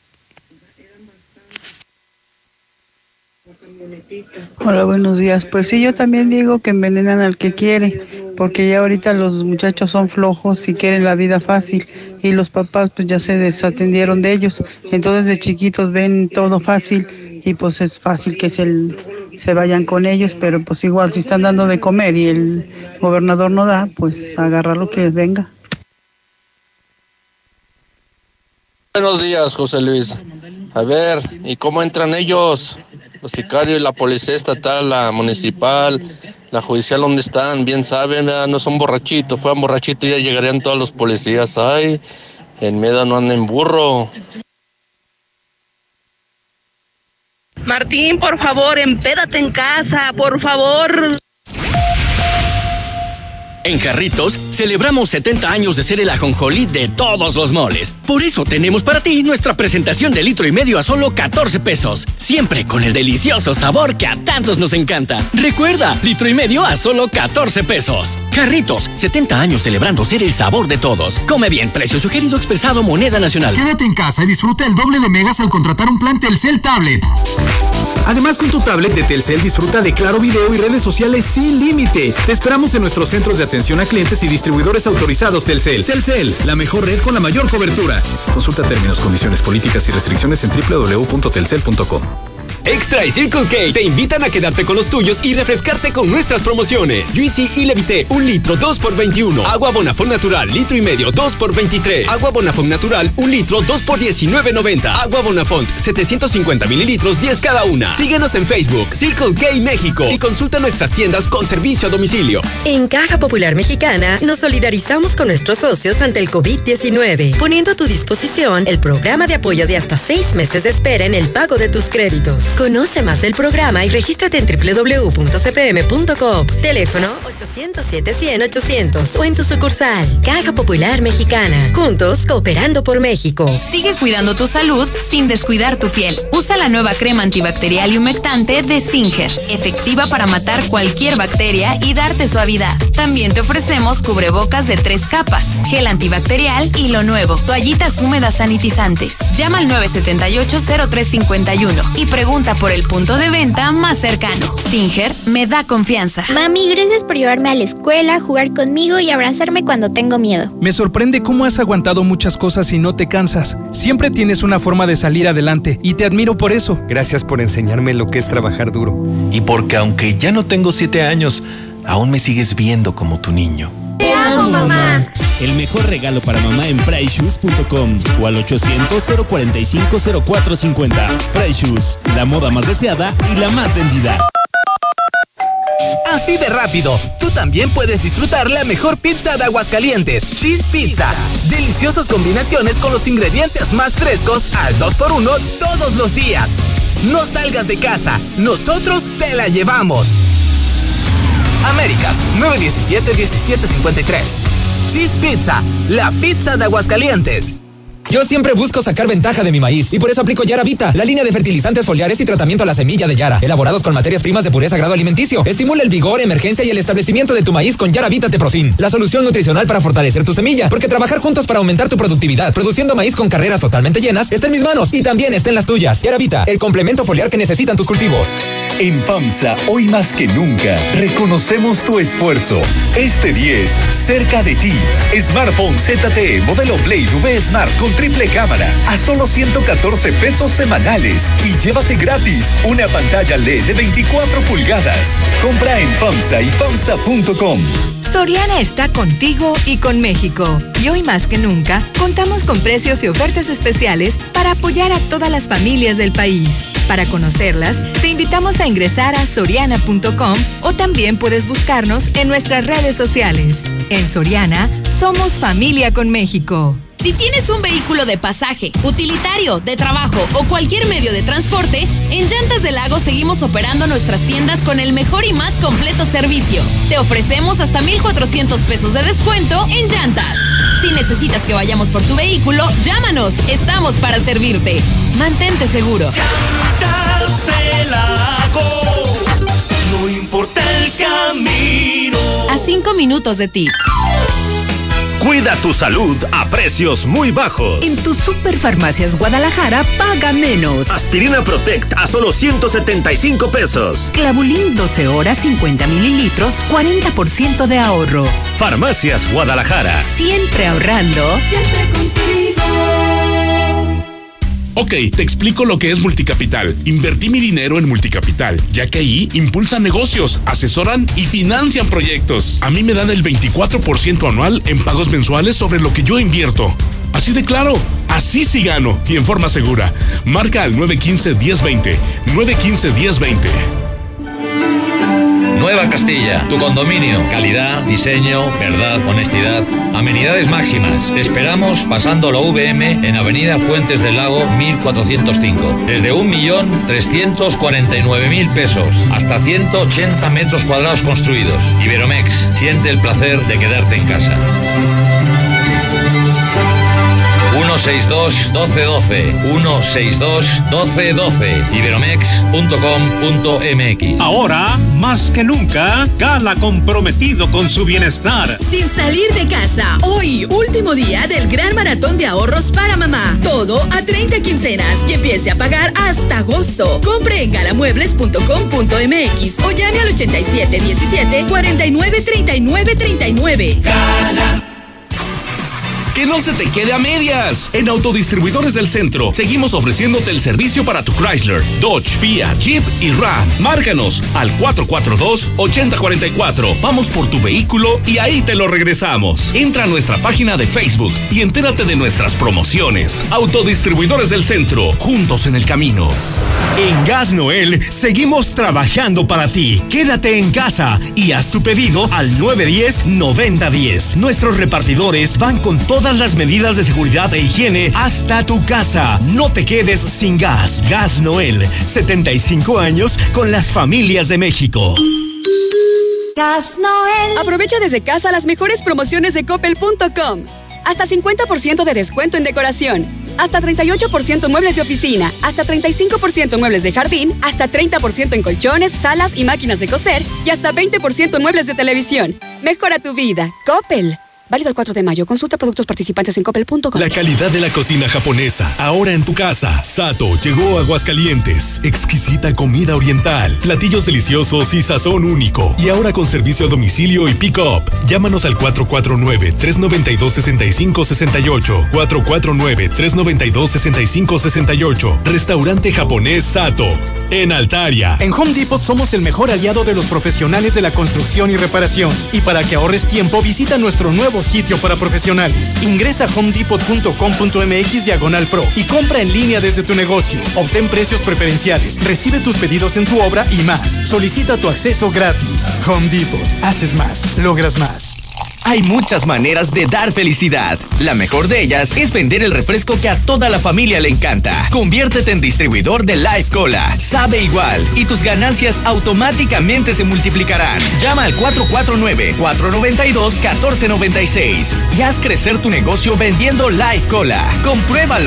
Hola, buenos días. Pues sí, yo también digo que envenenan al que quiere, porque ya ahorita los muchachos son flojos y quieren la vida fácil y los papás pues ya se desatendieron de ellos. Entonces de chiquitos ven todo fácil y pues es fácil que se vayan con ellos, pero pues igual si están dando de comer y el gobernador no da, pues agarra lo que venga. Buenos días, José Luis. A ver, ¿y cómo entran ellos? Los sicarios y la policía estatal, la municipal, la judicial, ¿dónde están? Bien saben, no son borrachitos, fueran borrachitos ya llegarían todos los policías. Ay, en Meda no anden burro. Martín, por favor, empédate en casa, por favor. En Jarritos celebramos 70 años de ser el ajonjolí de todos los moles. Por eso tenemos para ti nuestra presentación de 1,5 litros a solo 14 pesos. siempre con el delicioso sabor que a tantos nos encanta. Recuerda, 1,5 litros a solo 14 pesos. Jarritos, 70 años celebrando ser el sabor de todos. Come bien, precio sugerido expresado moneda nacional. Quédate en casa y disfruta el doble de megas al contratar un plan Telcel Tablet. Además, con tu tablet de Telcel disfruta de claro video y redes sociales sin límite. Te esperamos en nuestros centros de atención a clientes y distribuidores autorizados Telcel. Telcel, la mejor red con la mayor cobertura. Consulta términos, condiciones, políticas y restricciones en www.telcel.com. Extra y Circle K te invitan a quedarte con los tuyos y refrescarte con nuestras promociones. Juicy y Levité, 1 litro, 2 por 21. Agua Bonafont Natural, 1,5 litros, 2 por 23. Agua Bonafont Natural, 1 litro, 2 por 19.90. Agua Bonafont, 750 mililitros, 10 cada una. Síguenos en Facebook, Circle K México, y consulta nuestras tiendas con servicio a domicilio. En Caja Popular Mexicana nos solidarizamos con nuestros socios ante el COVID-19, poniendo a tu disposición el programa de apoyo de hasta 6 meses de espera en el pago de tus créditos. Conoce más del programa y regístrate en www.cpm.coop. Teléfono 807-100-800 o en tu sucursal. Caja Popular Mexicana. Juntos, cooperando por México. Sigue cuidando tu salud sin descuidar tu piel. Usa la nueva crema antibacterial y humectante de Singer, efectiva para matar cualquier bacteria y darte suavidad. También te ofrecemos cubrebocas de 3 capas, gel antibacterial y lo nuevo, toallitas húmedas sanitizantes. Llama al 978-0351 y pregunta por el punto de venta más cercano. Singer me da confianza. Mami, gracias por llevarme a la escuela, jugar conmigo y abrazarme cuando tengo miedo. Me sorprende cómo has aguantado muchas cosas y no te cansas. Siempre tienes una forma de salir adelante y te admiro por eso. Gracias por enseñarme lo que es trabajar duro. Y porque aunque ya no tengo 7 años, aún me sigues viendo como tu niño. ¡Te amo, mamá! El mejor regalo para mamá en PriceShoes.com o al 800-045-0450. Price Shoes, la moda más deseada y la más vendida. Así de rápido, tú también puedes disfrutar la mejor pizza de Aguascalientes, Cheese Pizza. Deliciosas combinaciones con los ingredientes más frescos al 2x1 todos los días. No salgas de casa, nosotros te la llevamos. Américas, 917-1753. Cheese Pizza, la pizza de Aguascalientes. Yo siempre busco sacar ventaja de mi maíz y por eso aplico Yara Vita, la línea de fertilizantes foliares y tratamiento a la semilla de Yara, elaborados con materias primas de pureza grado alimenticio. Estimula el vigor, emergencia y el establecimiento de tu maíz con Yara Vita Teprofin, la solución nutricional para fortalecer tu semilla, porque trabajar juntos para aumentar tu productividad, produciendo maíz con carreras totalmente llenas, está en mis manos y también está en las tuyas. Yara Vita, el complemento foliar que necesitan tus cultivos. En FAMSA, hoy más que nunca, reconocemos tu esfuerzo. Este 10, cerca de ti. Smartphone ZTE modelo Play V Smart con triple cámara a solo 114 pesos semanales y llévate gratis una pantalla LED de 24 pulgadas. Compra en FAMSA y FAMSA.com. Soriana está contigo y con México. Y hoy más que nunca, contamos con precios y ofertas especiales para apoyar a todas las familias del país. Para conocerlas, te invitamos a ingresar a soriana.com o también puedes buscarnos en nuestras redes sociales. En Soriana, somos familia con México. Si tienes un vehículo de pasaje, utilitario, de trabajo o cualquier medio de transporte, en Llantas del Lago seguimos operando nuestras tiendas con el mejor y más completo servicio. Te ofrecemos hasta 1,400 pesos de descuento en llantas. Si necesitas que vayamos por tu vehículo, llámanos. Estamos para servirte. Mantente seguro. Llantas del Lago, no importa el camino. A 5 minutos de ti. Cuida tu salud a precios muy bajos. En tus Superfarmacias Guadalajara, paga menos. Aspirina Protect a solo 175 pesos. Clavulín 12 horas, 50 mililitros, 40% de ahorro. Farmacias Guadalajara. Siempre ahorrando. Siempre contigo. Ok, te explico lo que es Multicapital. Invertí mi dinero en Multicapital, ya que ahí impulsan negocios, asesoran y financian proyectos. A mí me dan el 24% anual en pagos mensuales sobre lo que yo invierto. Así de claro, así sí gano y en forma segura. Marca al 915-1020. 915-1020. Nueva Castilla, tu condominio. Calidad, diseño, verdad, honestidad, amenidades máximas. Te esperamos pasando la VM en Avenida Fuentes del Lago 1405. Desde 1.349.000 pesos hasta 180 metros cuadrados construidos. Iberomex, siente el placer de quedarte en casa. 162-1212. 162-1212. Iberomex.com.mx. Ahora, más que nunca, Gala comprometido con su bienestar. Sin salir de casa, hoy, último día del gran maratón de ahorros para mamá. Todo a 30 quincenas y empiece a pagar hasta agosto. Compre en galamuebles.com.mx o llame al 8717-493939. Gala. Que no se te quede a medias. En Autodistribuidores del Centro seguimos ofreciéndote el servicio para tu Chrysler, Dodge, Fiat, Jeep y Ram. Márcanos al 442-8044. Vamos por tu vehículo y ahí te lo regresamos. Entra a nuestra página de Facebook y entérate de nuestras promociones. Autodistribuidores del Centro, juntos en el camino. En Gas Noel seguimos trabajando para ti. Quédate en casa y haz tu pedido al 910-9010. Nuestros repartidores van con todas las medidas de seguridad e higiene hasta tu casa. No te quedes sin gas. Gas Noel, 75 años con las familias de México. Gas Noel. Aprovecha desde casa las mejores promociones de Coppel.com. Hasta 50% de descuento en decoración. Hasta 38% muebles de oficina. Hasta 35% muebles de jardín. Hasta 30% en colchones, salas y máquinas de coser. Y hasta 20% en muebles de televisión. Mejora tu vida. Coppel. Válido el 4 de mayo. Consulta productos participantes en Coppel.com. La calidad de la cocina japonesa, ahora en tu casa. Sato llegó a Aguascalientes. Exquisita comida oriental, platillos deliciosos y sazón único. Y ahora con servicio a domicilio y pick-up. Llámanos al 449-392-6568. 449-392-6568. Restaurante japonés Sato, en Altaria. En Home Depot somos el mejor aliado de los profesionales de la construcción y reparación. Y para que ahorres tiempo, visita nuestro nuevo sitio para profesionales. Ingresa a homedepot.com.mx/pro y compra en línea desde tu negocio. Obtén precios preferenciales, recibe tus pedidos en tu obra y más. Solicita tu acceso gratis. Home Depot. Haces más, logras más. Hay muchas maneras de dar felicidad. La mejor de ellas es vender el refresco que a toda la familia le encanta. Conviértete en distribuidor de Life Cola. Sabe igual y tus ganancias automáticamente se multiplicarán. Llama al 449-492-1496 y haz crecer tu negocio vendiendo Life Cola. ¡Compruébalo!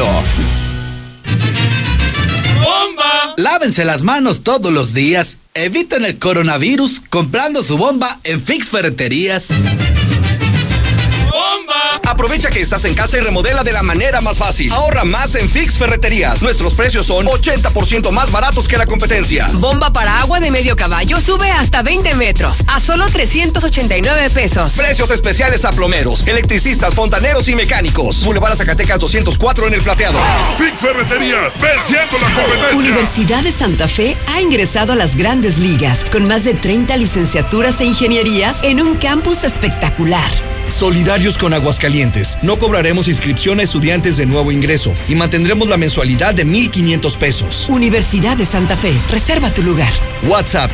¡Bomba! Lávense las manos todos los días. Eviten el coronavirus comprando su bomba en Fix Ferreterías. ¡Bomba! Aprovecha que estás en casa y remodela de la manera más fácil. Ahorra más en Fix Ferreterías. Nuestros precios son 80% más baratos que la competencia. Bomba para agua de medio caballo sube hasta 20 metros a solo 389 pesos. Precios especiales a plomeros, electricistas, fontaneros y mecánicos. Boulevard Zacatecas 204 en El Plateado. Fix Ferreterías, venciendo la competencia. Universidad de Santa Fe ha ingresado a las grandes ligas con más de 30 licenciaturas e ingenierías en un campus espectacular. Solidarios con Aguascalientes. No cobraremos inscripción a estudiantes de nuevo ingreso y mantendremos la mensualidad de 1,500 pesos. Universidad de Santa Fe. Reserva tu lugar. WhatsApp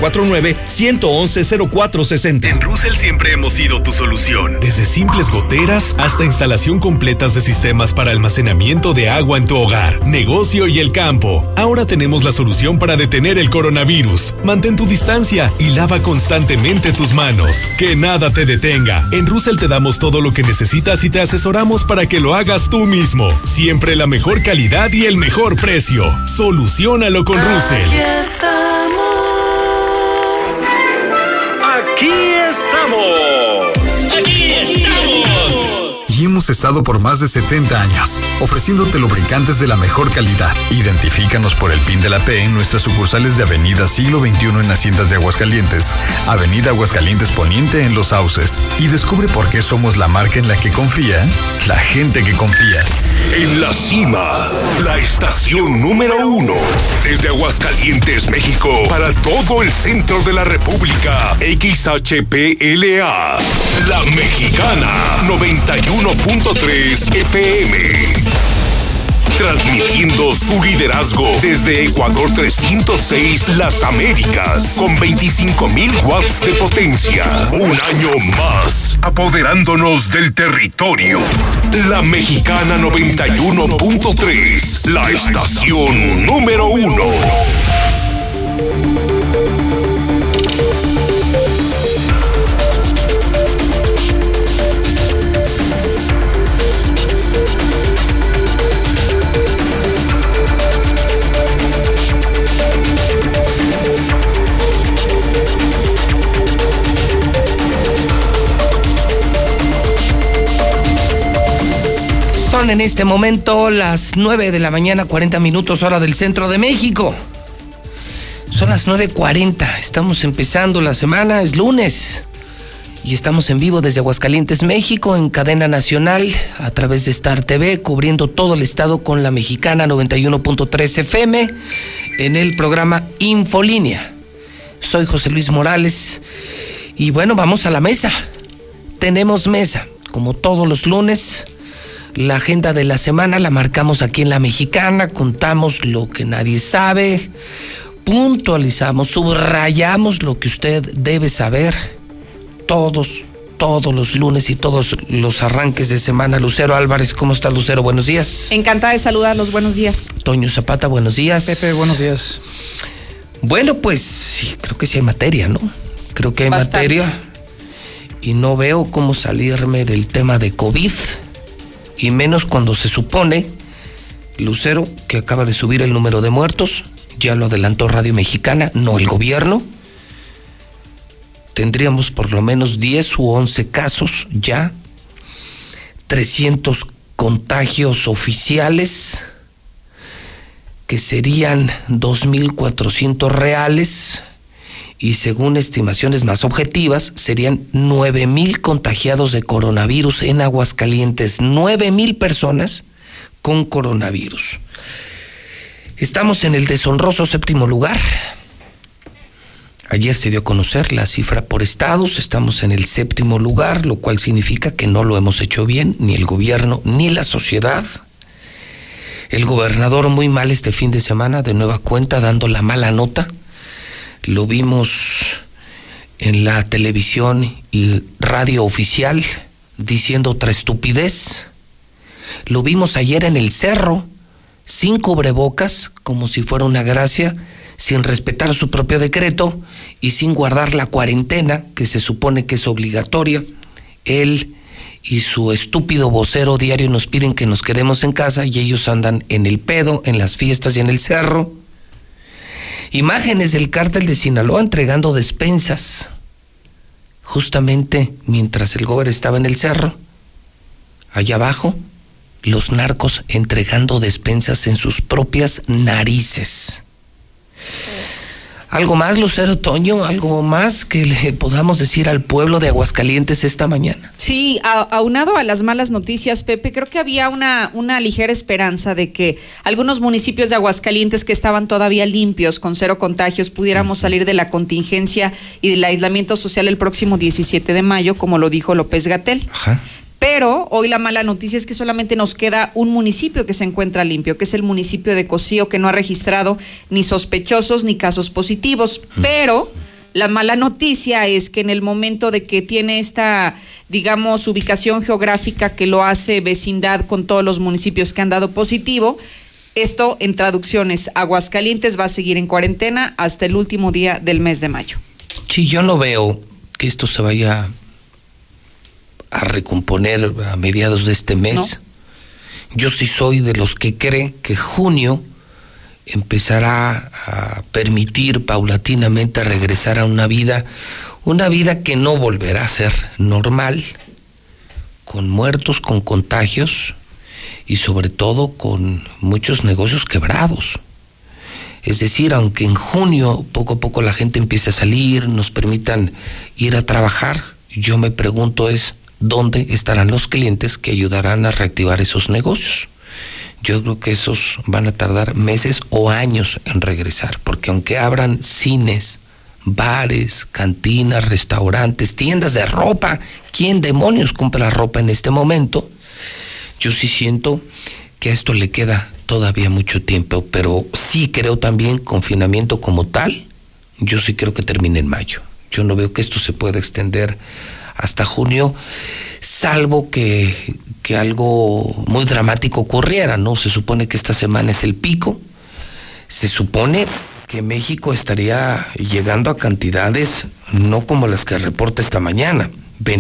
449-111-0460. En Russell siempre hemos sido tu solución. Desde simples goteras hasta instalación completas de sistemas para almacenamiento de agua en tu hogar, negocio y el campo. Ahora tenemos la solución para detener el coronavirus. Mantén tu distancia y lava constantemente tus manos. Que nada te detenga. En Russell te damos todo lo que necesitas y te asesoramos para que lo hagas tú mismo. Siempre la mejor calidad y el mejor precio. Soluciónalo con Russell. Aquí estamos. Aquí estamos. Aquí estamos. Y hemos estado por más de 70 años, ofreciéndote lubricantes de la mejor calidad. Identifícanos por el PIN de la P en nuestras sucursales de Avenida Siglo XXI en Haciendas de Aguascalientes, Avenida Aguascalientes Poniente en Los Sauces. Y descubre por qué somos la marca en la que confía la gente que confía. En la cima, la estación número 1. Desde Aguascalientes, México, para todo el centro de la República. XHPLA. La Mexicana, 91.3 FM. Transmitiendo su liderazgo desde Ecuador 306 Las Américas con 25,000 watts de potencia. Un año más, apoderándonos del territorio. La Mexicana 91.3, la estación número 1. Son en este momento las 9 de la mañana, 40 minutos, hora del centro de México. Son las 9:40. Estamos empezando la semana, es lunes. Y estamos en vivo desde Aguascalientes, México, en cadena nacional, a través de Star TV, cubriendo todo el estado con la Mexicana 91.3 FM, en el programa Infolínea. Soy José Luis Morales, y bueno, vamos a la mesa. Tenemos mesa, como todos los lunes. La agenda de la semana la marcamos aquí en la Mexicana, contamos lo que nadie sabe, puntualizamos, subrayamos lo que usted debe saber. Todos los lunes y todos los arranques de semana. Lucero Álvarez, ¿cómo está, Lucero? Buenos días. Encantada de saludarlos, buenos días. Toño Zapata, buenos días. Pepe, buenos días. Bueno, pues sí, creo que sí hay materia, ¿no? Creo que hay materia y no veo cómo salirme del tema de COVID, y menos cuando se supone, Lucero, que acaba de subir el número de muertos, ya lo adelantó Radio Mexicana, no el gobierno. Tendríamos por lo menos 10 u 11 casos ya, 300 contagios oficiales, que serían 2.400 reales, y según estimaciones más objetivas, serían 9,000 contagiados de coronavirus en Aguascalientes, 9,000 personas con coronavirus. Estamos en el deshonroso 7º lugar. Ayer se dio a conocer la cifra por estados, estamos en el 7º lugar, lo cual significa que no lo hemos hecho bien, ni el gobierno, ni la sociedad. El gobernador muy mal este fin de semana, de nueva cuenta, dando la mala nota. Lo vimos en la televisión y radio oficial, diciendo otra estupidez. Lo vimos ayer en el cerro, sin cubrebocas, como si fuera una gracia, sin respetar su propio decreto y sin guardar la cuarentena, que se supone que es obligatoria. Él y su estúpido vocero diario nos piden que nos quedemos en casa, y ellos andan en el pedo, en las fiestas y en el cerro. Imágenes del cártel de Sinaloa entregando despensas, justamente mientras el gobernador estaba en el cerro. Allá abajo, los narcos entregando despensas en sus propias narices. ¿Algo más, Lucero, Toño? ¿Algo más que le podamos decir al pueblo de Aguascalientes esta mañana? Sí, aunado a las malas noticias, Pepe, creo que había una ligera esperanza de que algunos municipios de Aguascalientes que estaban todavía limpios, con 0 contagios, pudiéramos salir de la contingencia y del aislamiento social el próximo 17 de mayo, como lo dijo López-Gatell. Ajá. Pero hoy la mala noticia es que solamente nos queda un municipio que se encuentra limpio, que es el municipio de Cocío, que no ha registrado ni sospechosos ni casos positivos. Pero la mala noticia es que en el momento de que tiene esta, digamos, ubicación geográfica que lo hace vecindad con todos los municipios que han dado positivo, esto en traducciones, Aguascalientes va a seguir en cuarentena hasta el último día del mes de mayo. Sí, yo no veo que esto se vaya a recomponer a mediados de este mes. ¿No? Yo sí soy de los que cree que junio empezará a permitir paulatinamente regresar a una vida que no volverá a ser normal, con muertos, con contagios y sobre todo con muchos negocios quebrados. Es decir, aunque en junio poco a poco la gente empiece a salir, nos permitan ir a trabajar, yo me pregunto ¿dónde estarán los clientes que ayudarán a reactivar esos negocios? Yo creo que esos van a tardar meses o años en regresar, porque aunque abran cines, bares, cantinas, restaurantes, tiendas de ropa, ¿quién demonios compra ropa en este momento? Yo sí siento que a esto le queda todavía mucho tiempo, pero sí creo también confinamiento como tal, yo sí creo que termine en mayo. Yo no veo que esto se pueda extender hasta junio, salvo que algo muy dramático ocurriera, ¿no? Se supone que esta semana es el pico, se supone que México estaría llegando a cantidades no como las que reporta esta mañana,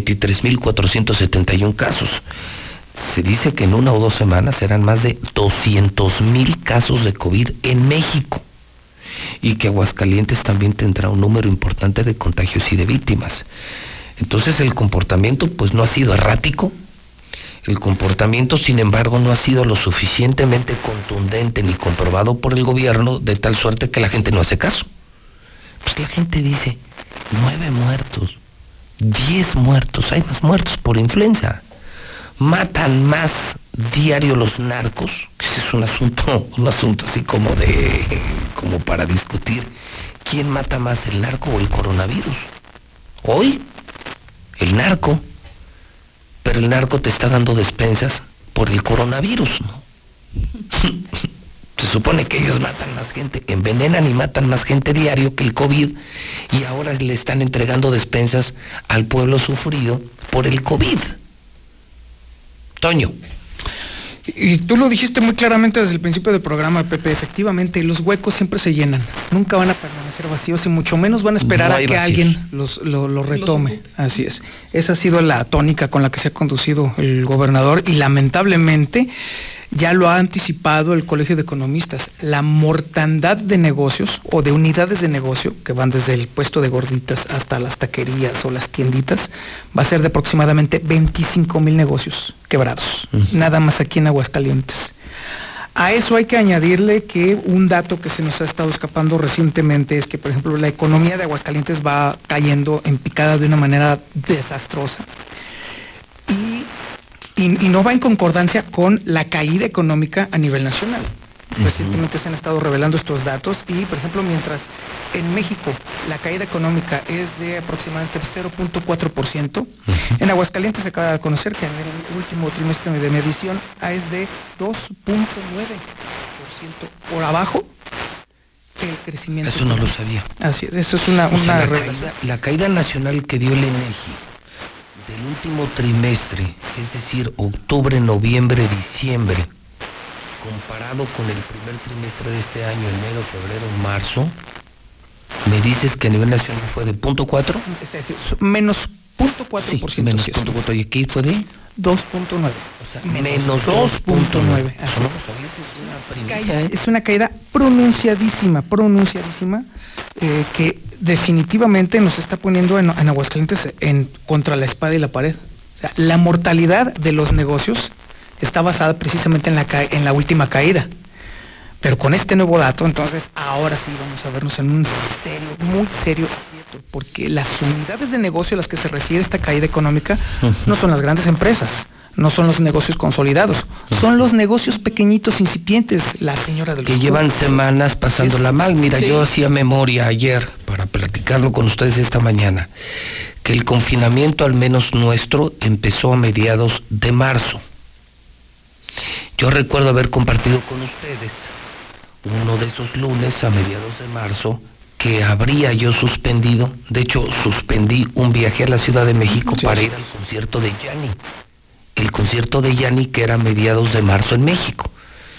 23,471 casos. Se dice que en 1 o 2 semanas serán más de 200,000 casos de COVID en México, y que Aguascalientes también tendrá un número importante de contagios y de víctimas. Entonces el comportamiento pues no ha sido errático, El comportamiento, sin embargo, no ha sido lo suficientemente contundente ni comprobado por el gobierno, de tal suerte que la gente no hace caso. Pues la gente dice, 9 muertos, 10 muertos, hay más muertos por influenza. Matan más diario los narcos, que ese es un asunto así como para discutir. ¿Quién mata más, el narco o el coronavirus? Hoy, el narco. Pero el narco te está dando despensas por el coronavirus, ¿no? Se supone que ellos matan más gente, envenenan y matan más gente diario que el COVID, y ahora le están entregando despensas al pueblo sufrido por el COVID. Toño. Y tú lo dijiste muy claramente desde el principio del programa, Pepe. Efectivamente, los huecos siempre se llenan. Nunca van a permanecer vacíos y mucho menos van a esperar a que alguien lo retome. Así es. Esa ha sido la tónica con la que se ha conducido el gobernador y lamentablemente ya lo ha anticipado el Colegio de Economistas. La mortandad de negocios o de unidades de negocio, que van desde el puesto de gorditas hasta las taquerías o las tienditas, va a ser de aproximadamente 25,000 negocios quebrados. Nada más aquí en Aguascalientes. A eso hay que añadirle que un dato que se nos ha estado escapando recientemente es que, por ejemplo, la economía de Aguascalientes va cayendo en picada de una manera desastrosa. Y no va en concordancia con la caída económica a nivel nacional. Recientemente se han estado revelando estos datos y, por ejemplo, mientras en México la caída económica es de aproximadamente 0.4%, en Aguascalientes se acaba de conocer que en el último trimestre de medición es de 2.9%, por abajo el crecimiento. Eso no lo sabía. Así es, eso es una la caída nacional que dio el INEGI del último trimestre, es decir, octubre, noviembre, diciembre, comparado con el primer trimestre de este año, enero, febrero, marzo, me dices que a nivel nacional fue de 0.4. Menos 0.4%. Sí, menos 0.4. ¿Y aquí fue de 2.9. O sea, menos 2.9. Es una caída pronunciadísima, que definitivamente nos está poniendo en Aguascalientes contra la espada y la pared. O sea, la mortalidad de los negocios está basada precisamente en la última caída. Pero con este nuevo dato, entonces, ahora sí vamos a vernos en un muy serio aprieto, porque las unidades de negocio a las que se refiere esta caída económica no son las grandes empresas, no son los negocios consolidados, son los negocios pequeñitos, incipientes, la señora de los que llevan semanas pasándola mal. Mira, yo hacía memoria ayer, para platicarlo con ustedes esta mañana, que el confinamiento, al menos nuestro, empezó a mediados de marzo. Yo recuerdo haber compartido con ustedes uno de esos lunes a mediados de marzo que habría yo suspendido. De hecho, suspendí un viaje a la Ciudad de México para ir al concierto de Yanni. El concierto de Yanni, que era a mediados de marzo en México.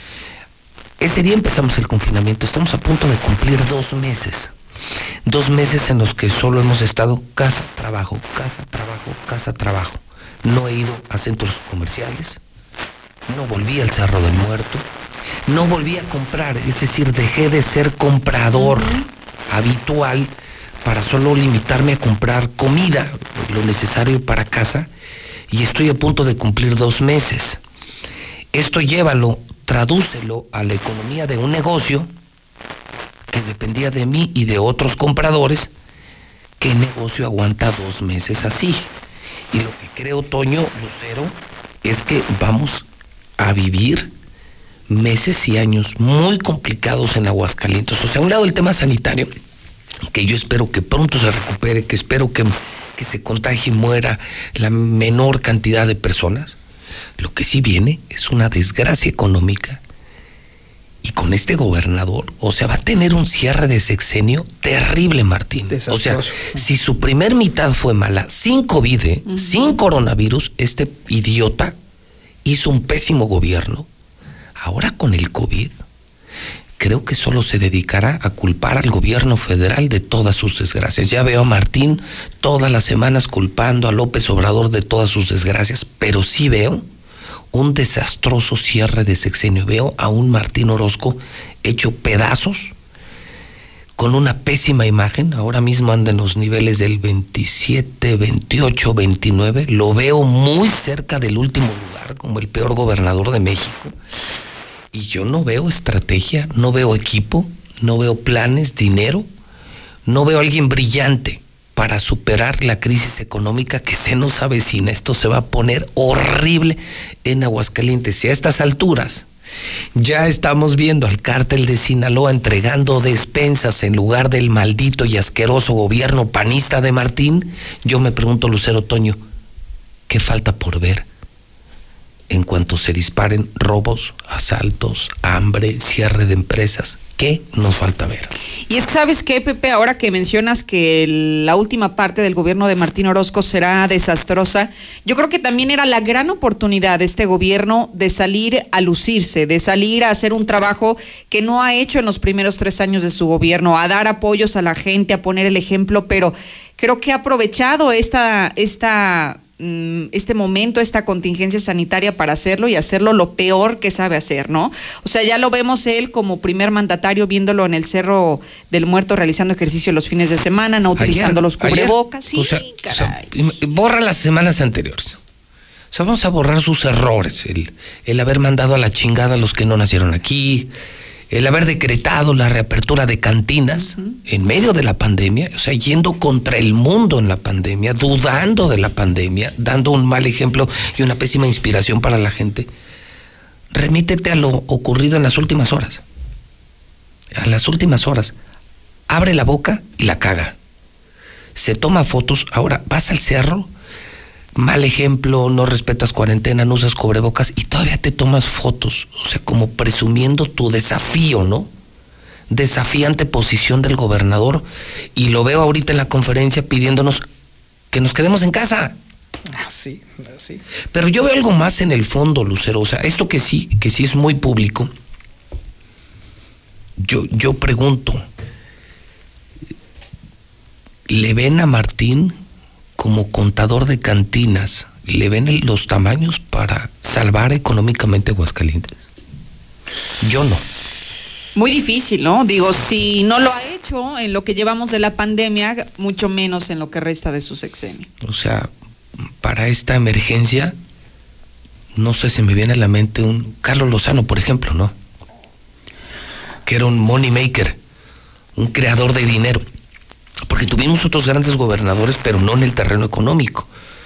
Ese día empezamos el confinamiento. Estamos a punto de cumplir 2 meses. 2 meses en los que solo hemos estado casa, trabajo, casa, trabajo, casa, trabajo. No he ido a centros comerciales. No volví al Cerro del Muerto. No volví a comprar, es decir, dejé de ser comprador habitual para solo limitarme a comprar comida, lo necesario para casa, y estoy a punto de cumplir 2 meses. Esto tradúcelo a la economía de un negocio que dependía de mí y de otros compradores. ¿Qué negocio aguanta 2 meses así? Y lo que creo, Toño, Lucero, es que vamos a vivir meses y años muy complicados en Aguascalientes. O sea, a un lado el tema sanitario, que yo espero que pronto se recupere, que espero que se contagie y muera la menor cantidad de personas. Lo que sí viene es una desgracia económica, y con este gobernador, o sea, va a tener un cierre de sexenio terrible, Martín. Desastroso. O sea, si su primer mitad fue mala, sin COVID, sin coronavirus, este idiota hizo un pésimo gobierno. Ahora con el COVID, creo que solo se dedicará a culpar al gobierno federal de todas sus desgracias. Ya veo a Martín todas las semanas culpando a López Obrador de todas sus desgracias, pero sí veo un desastroso cierre de sexenio. Veo a un Martín Orozco hecho pedazos, con una pésima imagen, ahora mismo anda en los niveles del 27, 28, 29, lo veo muy cerca del último lugar, como el peor gobernador de México, y yo no veo estrategia, no veo equipo, no veo planes, dinero, no veo a alguien brillante para superar la crisis económica que se nos avecina. Esto se va a poner horrible en Aguascalientes, y a estas alturas ya estamos viendo al cártel de Sinaloa entregando despensas en lugar del maldito y asqueroso gobierno panista de Martín. Yo me pregunto, Lucero Toño, ¿qué falta por ver? En cuanto se disparen robos, asaltos, hambre, cierre de empresas, ¿qué nos falta ver? Y ¿sabes qué, Pepe? Ahora que mencionas que la última parte del gobierno de Martín Orozco será desastrosa, yo creo que también era la gran oportunidad de este gobierno de salir a lucirse, de salir a hacer un trabajo que no ha hecho en los primeros 3 años de su gobierno, a dar apoyos a la gente, a poner el ejemplo, pero creo que ha aprovechado este momento, esta contingencia sanitaria para hacerlo y hacerlo lo peor que sabe hacer, ¿no? O sea, ya lo vemos él como primer mandatario viéndolo en el Cerro del Muerto realizando ejercicio los fines de semana, no utilizando los cubrebocas. Sí, caray. Borra las semanas anteriores. O sea, vamos a borrar sus errores, el haber mandado a la chingada a los que no nacieron aquí, el haber decretado la reapertura de cantinas en medio de la pandemia, o sea, yendo contra el mundo en la pandemia, dudando de la pandemia, dando un mal ejemplo y una pésima inspiración para la gente. Remítete a lo ocurrido en las últimas horas. A las últimas horas. Abre la boca y la caga. Se toma fotos. Ahora, vas al cerro, mal ejemplo, no respetas cuarentena, no usas cubrebocas y todavía te tomas fotos, o sea, como presumiendo tu desafío, ¿no? Desafiante posición del gobernador, y lo veo ahorita en la conferencia pidiéndonos que nos quedemos en casa. Así. Pero yo veo algo más en el fondo, Lucero, o sea, esto que sí es muy público. Yo pregunto, ¿le ven a Martín como contador de cantinas, le ven los tamaños para salvar económicamente Aguascalientes? Yo no. Muy difícil, ¿no? Digo, si no lo ha hecho en lo que llevamos de la pandemia, mucho menos en lo que resta de su sexenio. O sea, para esta emergencia, no sé, se me viene a la mente un Carlos Lozano, por ejemplo, ¿no? Que era un money maker, un creador de dinero. Porque tuvimos otros grandes gobernadores, pero no en el terreno económico.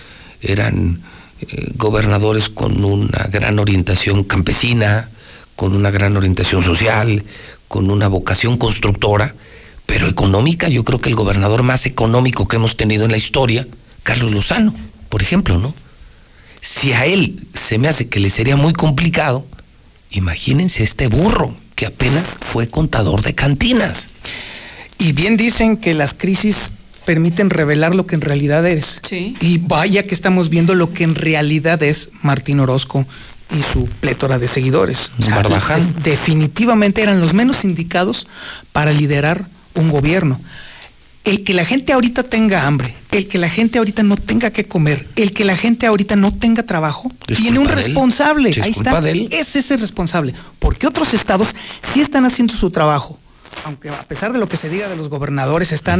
Eran gobernadores con una gran orientación campesina, con una gran orientación social, con una vocación constructora, pero económica. Yo creo que el gobernador más económico que hemos tenido en la historia, Carlos Lozano, por ejemplo, ¿no? Si a él se me hace que le sería muy complicado, imagínense este burro que apenas fue contador de cantinas. Y bien dicen que las crisis permiten revelar lo que en realidad es. Sí. Y vaya que estamos viendo lo que en realidad es Martín Orozco y su plétora de seguidores. O sea, Barbaján. Definitivamente eran los menos indicados para liderar un gobierno. El que la gente ahorita tenga hambre, el que la gente ahorita no tenga que comer, el que la gente ahorita no tenga trabajo, tiene un responsable. Ahí está. Es ese responsable. Porque otros estados sí están haciendo su trabajo. Aunque a pesar de lo que se diga de los gobernadores, están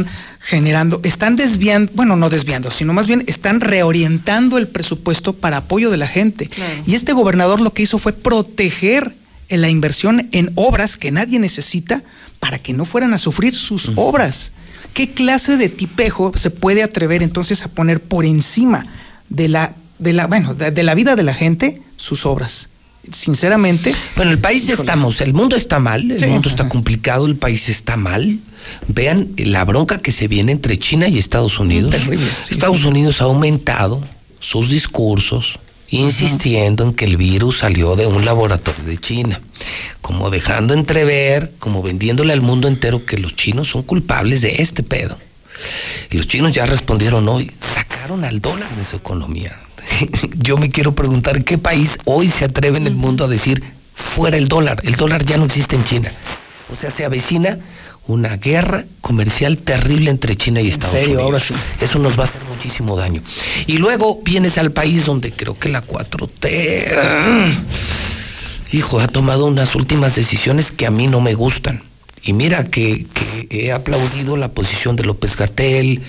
desviando, bueno, no desviando, sino más bien están reorientando el presupuesto para apoyo de la gente. Claro. Y este gobernador lo que hizo fue proteger la inversión en obras que nadie necesita para que no fueran a sufrir sus obras. ¿Qué clase de tipejo se puede atrever entonces a poner por encima de la vida de la gente sus obras? Sinceramente. Bueno, el país el mundo está mal, el mundo está complicado, el país está mal. Vean la bronca que se viene entre China y Estados Unidos. Terrible. Estados Unidos ha aumentado sus discursos, insistiendo en que el virus salió de un laboratorio de China, como dejando entrever, como vendiéndole al mundo entero que los chinos son culpables de este pedo. Y los chinos ya respondieron hoy, sacaron al dólar de su economía. Yo me quiero preguntar, ¿qué país hoy se atreve en el mundo a decir fuera el dólar? El dólar ya no existe en China. O sea, se avecina una guerra comercial terrible entre China y Estados Unidos. Ahora sí. Eso nos va a hacer muchísimo daño. Y luego vienes al país donde creo que la 4T, ha tomado unas últimas decisiones que a mí no me gustan. Y mira que he aplaudido la posición de López-Gatell.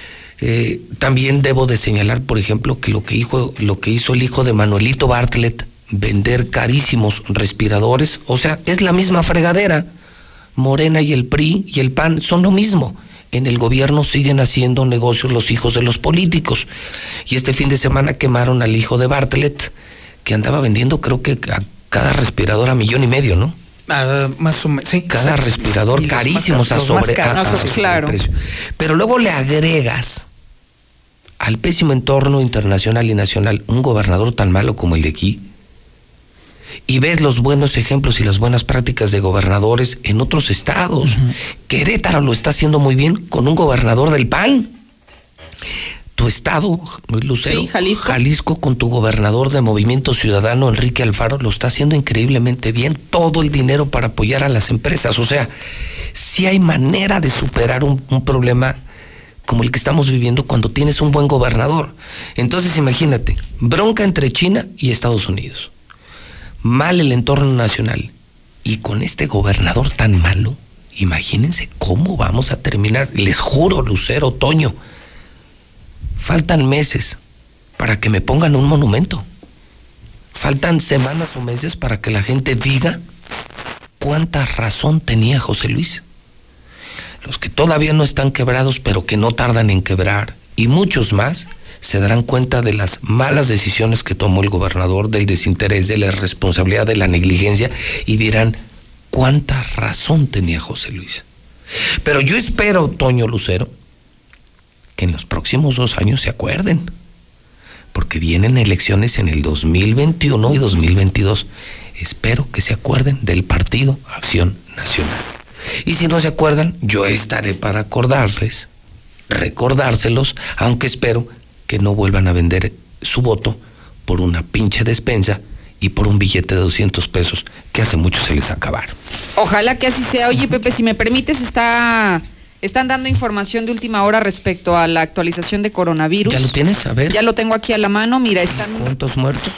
También debo de señalar, por ejemplo, que lo que hizo el hijo de Manuelito Bartlett, vender carísimos respiradores, o sea, es la misma fregadera. Morena y el PRI y el PAN son lo mismo. En el gobierno siguen haciendo negocios los hijos de los políticos. Y este fin de semana quemaron al hijo de Bartlett, que andaba vendiendo, creo que a cada respirador $1.5 million, ¿no? Más o menos, sí. Cada respirador carísimos a sobreprecio. Pero luego le agregas al pésimo entorno internacional y nacional un gobernador tan malo como el de aquí, y ves los buenos ejemplos y las buenas prácticas de gobernadores en otros estados. Querétaro lo está haciendo muy bien con un gobernador del PAN. Tu estado, Lucero, sí, Jalisco, con tu gobernador de Movimiento Ciudadano, Enrique Alfaro, lo está haciendo increíblemente bien. Todo el dinero para apoyar a las empresas. O sea, sí hay manera de superar un problema como el que estamos viviendo cuando tienes un buen gobernador. Entonces imagínate, bronca entre China y Estados Unidos. Mal el entorno nacional. Y con este gobernador tan malo, imagínense cómo vamos a terminar. Les juro, Lucero, Toño, faltan meses para que me pongan un monumento. Faltan semanas o meses para que la gente diga cuánta razón tenía José Luis. Los que todavía no están quebrados, pero que no tardan en quebrar, y muchos más, se darán cuenta de las malas decisiones que tomó el gobernador, del desinterés, de la irresponsabilidad, de la negligencia, y dirán cuánta razón tenía José Luis. Pero yo espero, Toño, Lucero, que en los próximos 2 años se acuerden, porque vienen elecciones en el 2021 y 2022. Espero que se acuerden del Partido Acción Nacional. Y si no se acuerdan, yo estaré para recordárselos, aunque espero que no vuelvan a vender su voto por una pinche despensa y por un billete de 200 pesos que hace mucho se les acabaron. Ojalá que así sea. Oye, Pepe, si me permites, están dando información de última hora respecto a la actualización de coronavirus. ¿Ya lo tienes? A ver. Ya lo tengo aquí a la mano. Mira, están... ¿Cuántos muertos?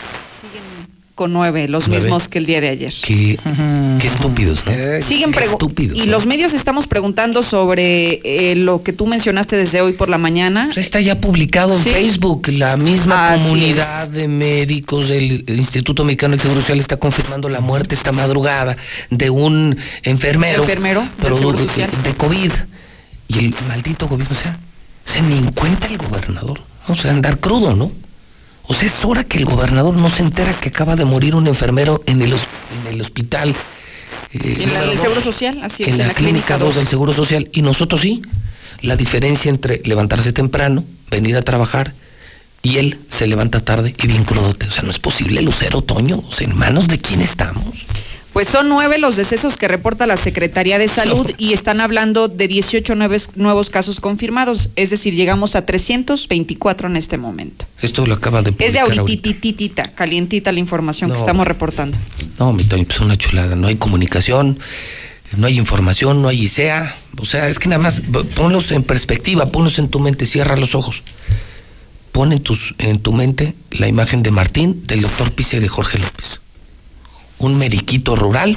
Con 9, los mismos que el día de ayer. Qué estúpidos, ¿no? Siguen preguntando. Y los medios estamos preguntando sobre lo que tú mencionaste desde hoy por la mañana. Pues está ya publicado en Facebook. La misma comunidad de médicos del Instituto Mexicano del Seguro Social está confirmando la muerte esta madrugada de un enfermero del Seguro Social, de COVID. Y el maldito gobierno, o sea, ni en cuenta el gobernador. O sea, andar crudo, ¿no? O sea, es hora que el gobernador no se entera que acaba de morir un enfermero en el hospital. En el Seguro Social, así es. En la clínica 2 del Seguro Social. Y nosotros sí. La diferencia entre levantarse temprano, venir a trabajar, y él se levanta tarde y bien crudote. O sea, no es posible, Lucero, Toño. O sea, ¿en manos de quién estamos? Pues son 9 los decesos que reporta la Secretaría de Salud y están hablando de 18 nuevos casos confirmados, es decir, llegamos a 324 en este momento. Esto lo acaba de publicar. Es de ahorita, calientita la información que estamos reportando. No, mi Toño, pues una chulada, no hay comunicación, no hay información, no hay ICEA, o sea, es que nada más ponlos en perspectiva, ponlos en tu mente, cierra los ojos. Pon en tu mente la imagen de Martín, del doctor Pise y de Jorge López. Un mediquito rural,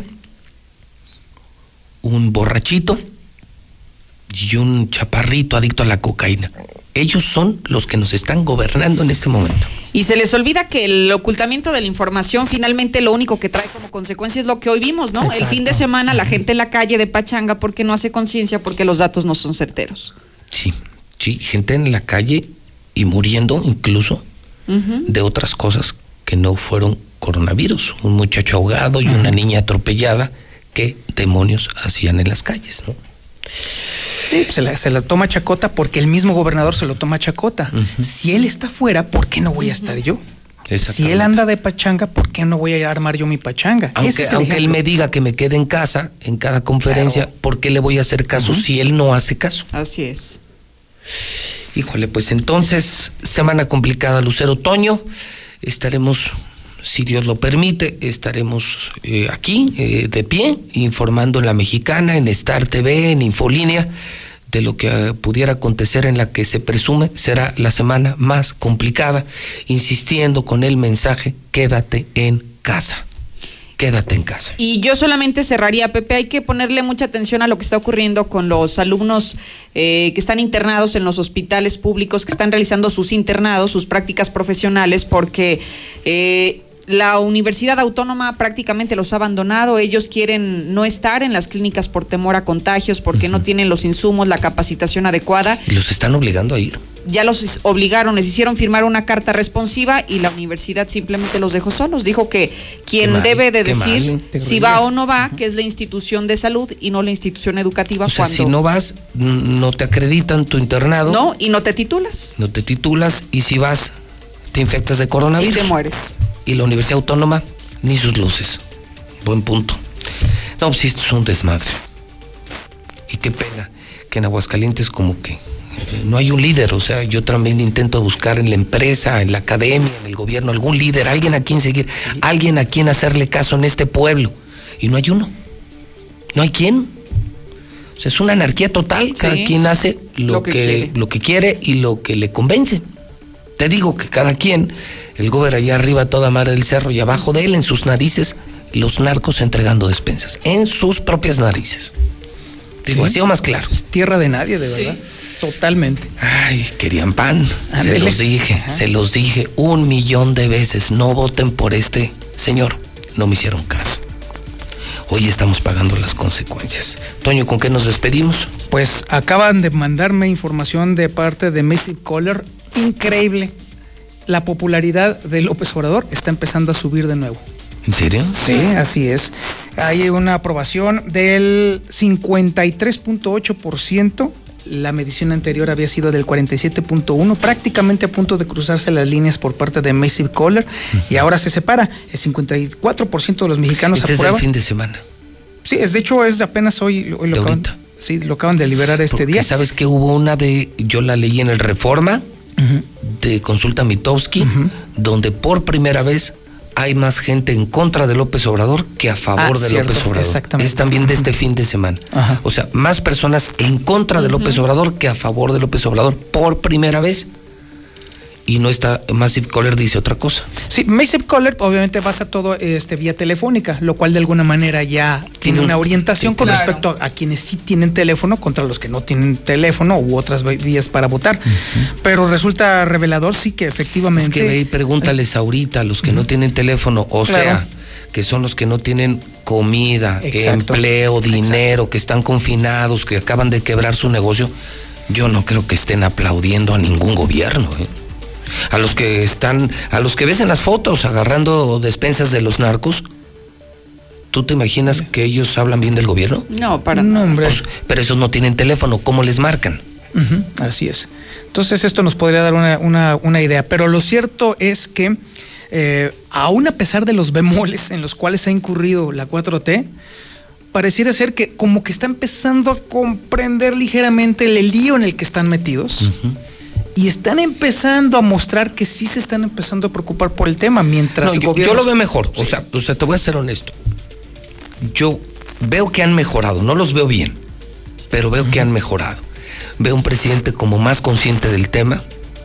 un borrachito y un chaparrito adicto a la cocaína. Ellos son los que nos están gobernando en este momento. Y se les olvida que el ocultamiento de la información finalmente lo único que trae como consecuencia es lo que hoy vimos, ¿no? Exacto. El fin de semana la gente en la calle de pachanga porque no hace conciencia, porque los datos no son certeros. Sí, gente en la calle y muriendo incluso de otras cosas que no fueron coronavirus, un muchacho ahogado y una niña atropellada. ¿Qué demonios hacían en las calles, no? Sí, se la toma chacota porque el mismo gobernador se lo toma chacota. Si él está fuera, ¿por qué no voy a estar yo? Si él anda de pachanga, ¿por qué no voy a armar yo mi pachanga? Aunque él me diga que me quede en casa, en cada conferencia, claro. ¿Por qué le voy a hacer caso si él no hace caso? Así es. Híjole, pues entonces, semana complicada, Lucero. Toño, estaremos, si Dios lo permite, estaremos aquí, de pie, informando en La Mexicana, en Star TV, en Infolínea, de lo que pudiera acontecer en la que se presume será la semana más complicada, insistiendo con el mensaje, quédate en casa. quédate en casa. Y yo solamente cerraría, Pepe, hay que ponerle mucha atención a lo que está ocurriendo con los alumnos que están internados en los hospitales públicos, que están realizando sus internados, sus prácticas profesionales, porque la Universidad Autónoma prácticamente los ha abandonado. Ellos quieren no estar en las clínicas por temor a contagios, porque no tienen los insumos, la capacitación adecuada. Y los están obligando a ir. Ya los obligaron, les hicieron firmar una carta responsiva y la universidad simplemente los dejó solos. Dijo que quien debe de decir si va o no va, que es la institución de salud y no la institución educativa. O sea, si no vas, no te acreditan tu internado. No, y no te titulas. No te titulas, y si vas, te infectas de coronavirus. Y te mueres. Y la Universidad Autónoma, ni sus luces. Buen punto. No, pues esto es un desmadre. Y qué pena que en Aguascalientes como que no hay un líder. O sea, yo también intento buscar en la empresa, en la academia, en el gobierno, algún líder, alguien a quien seguir, alguien a quien hacerle caso en este pueblo. Y no hay uno. No hay quien. O sea, es una anarquía total. Cada quien hace lo que quiere y lo que le convence. Te digo que cada quien, el gobernador allá arriba, toda madre del cerro, y abajo de él, en sus narices, los narcos entregando despensas. En sus propias narices. Digo, ha sido más claro. Es tierra de nadie, de verdad. Totalmente. Ay, querían pan. Se los dije 1,000,000 de veces. No voten por este señor. No me hicieron caso. Hoy estamos pagando las consecuencias. Toño, ¿con qué nos despedimos? Pues acaban de mandarme información de parte de Massive Caller. Increíble. La popularidad de López Obrador está empezando a subir de nuevo. ¿En serio? Sí, así es. Hay una aprobación del 53.8%. La medición anterior había sido del 47.1%, prácticamente a punto de cruzarse las líneas por parte de Massive Caller, y ahora se separa. El 54% de los mexicanos aprueban. Este es el fin de semana. Sí, de hecho es apenas hoy lo acaban de liberar este día. ¿Sabes que hubo una yo la leí en el Reforma, de Consulta Mitowski, donde por primera vez hay más gente en contra de López Obrador que a favor de López Obrador? Exactamente. Es también de este fin de semana. Ajá. O sea, más personas en contra de López Obrador que a favor de López Obrador por primera vez. Y no está, Massive Caller dice otra cosa. Sí, Massive Caller obviamente basa todo vía telefónica, lo cual de alguna manera ya tiene una orientación con respecto a quienes sí tienen teléfono contra los que no tienen teléfono u otras vías para votar. Pero resulta revelador, sí, que efectivamente... Es que ve y pregúntales ahorita a los que no tienen teléfono, sea, que son los que no tienen comida, empleo, dinero, que están confinados, que acaban de quebrar su negocio. Yo no creo que estén aplaudiendo a ningún gobierno, A los que ves en las fotos agarrando despensas de los narcos, ¿tú te imaginas que ellos hablan bien del gobierno? No, para nada. Hombre. Pues, pero esos no tienen teléfono, ¿cómo les marcan? Así es. Entonces esto nos podría dar una idea, pero lo cierto es que aún a pesar de los bemoles en los cuales ha incurrido la 4T, pareciera ser que como que está empezando a comprender ligeramente el lío en el que están metidos. Y están empezando a mostrar que sí se están empezando a preocupar por el tema, mientras yo lo veo mejor. Sí. O sea, te voy a ser honesto. Yo veo que han mejorado, no los veo bien, pero veo que han mejorado. Veo un presidente como más consciente del tema,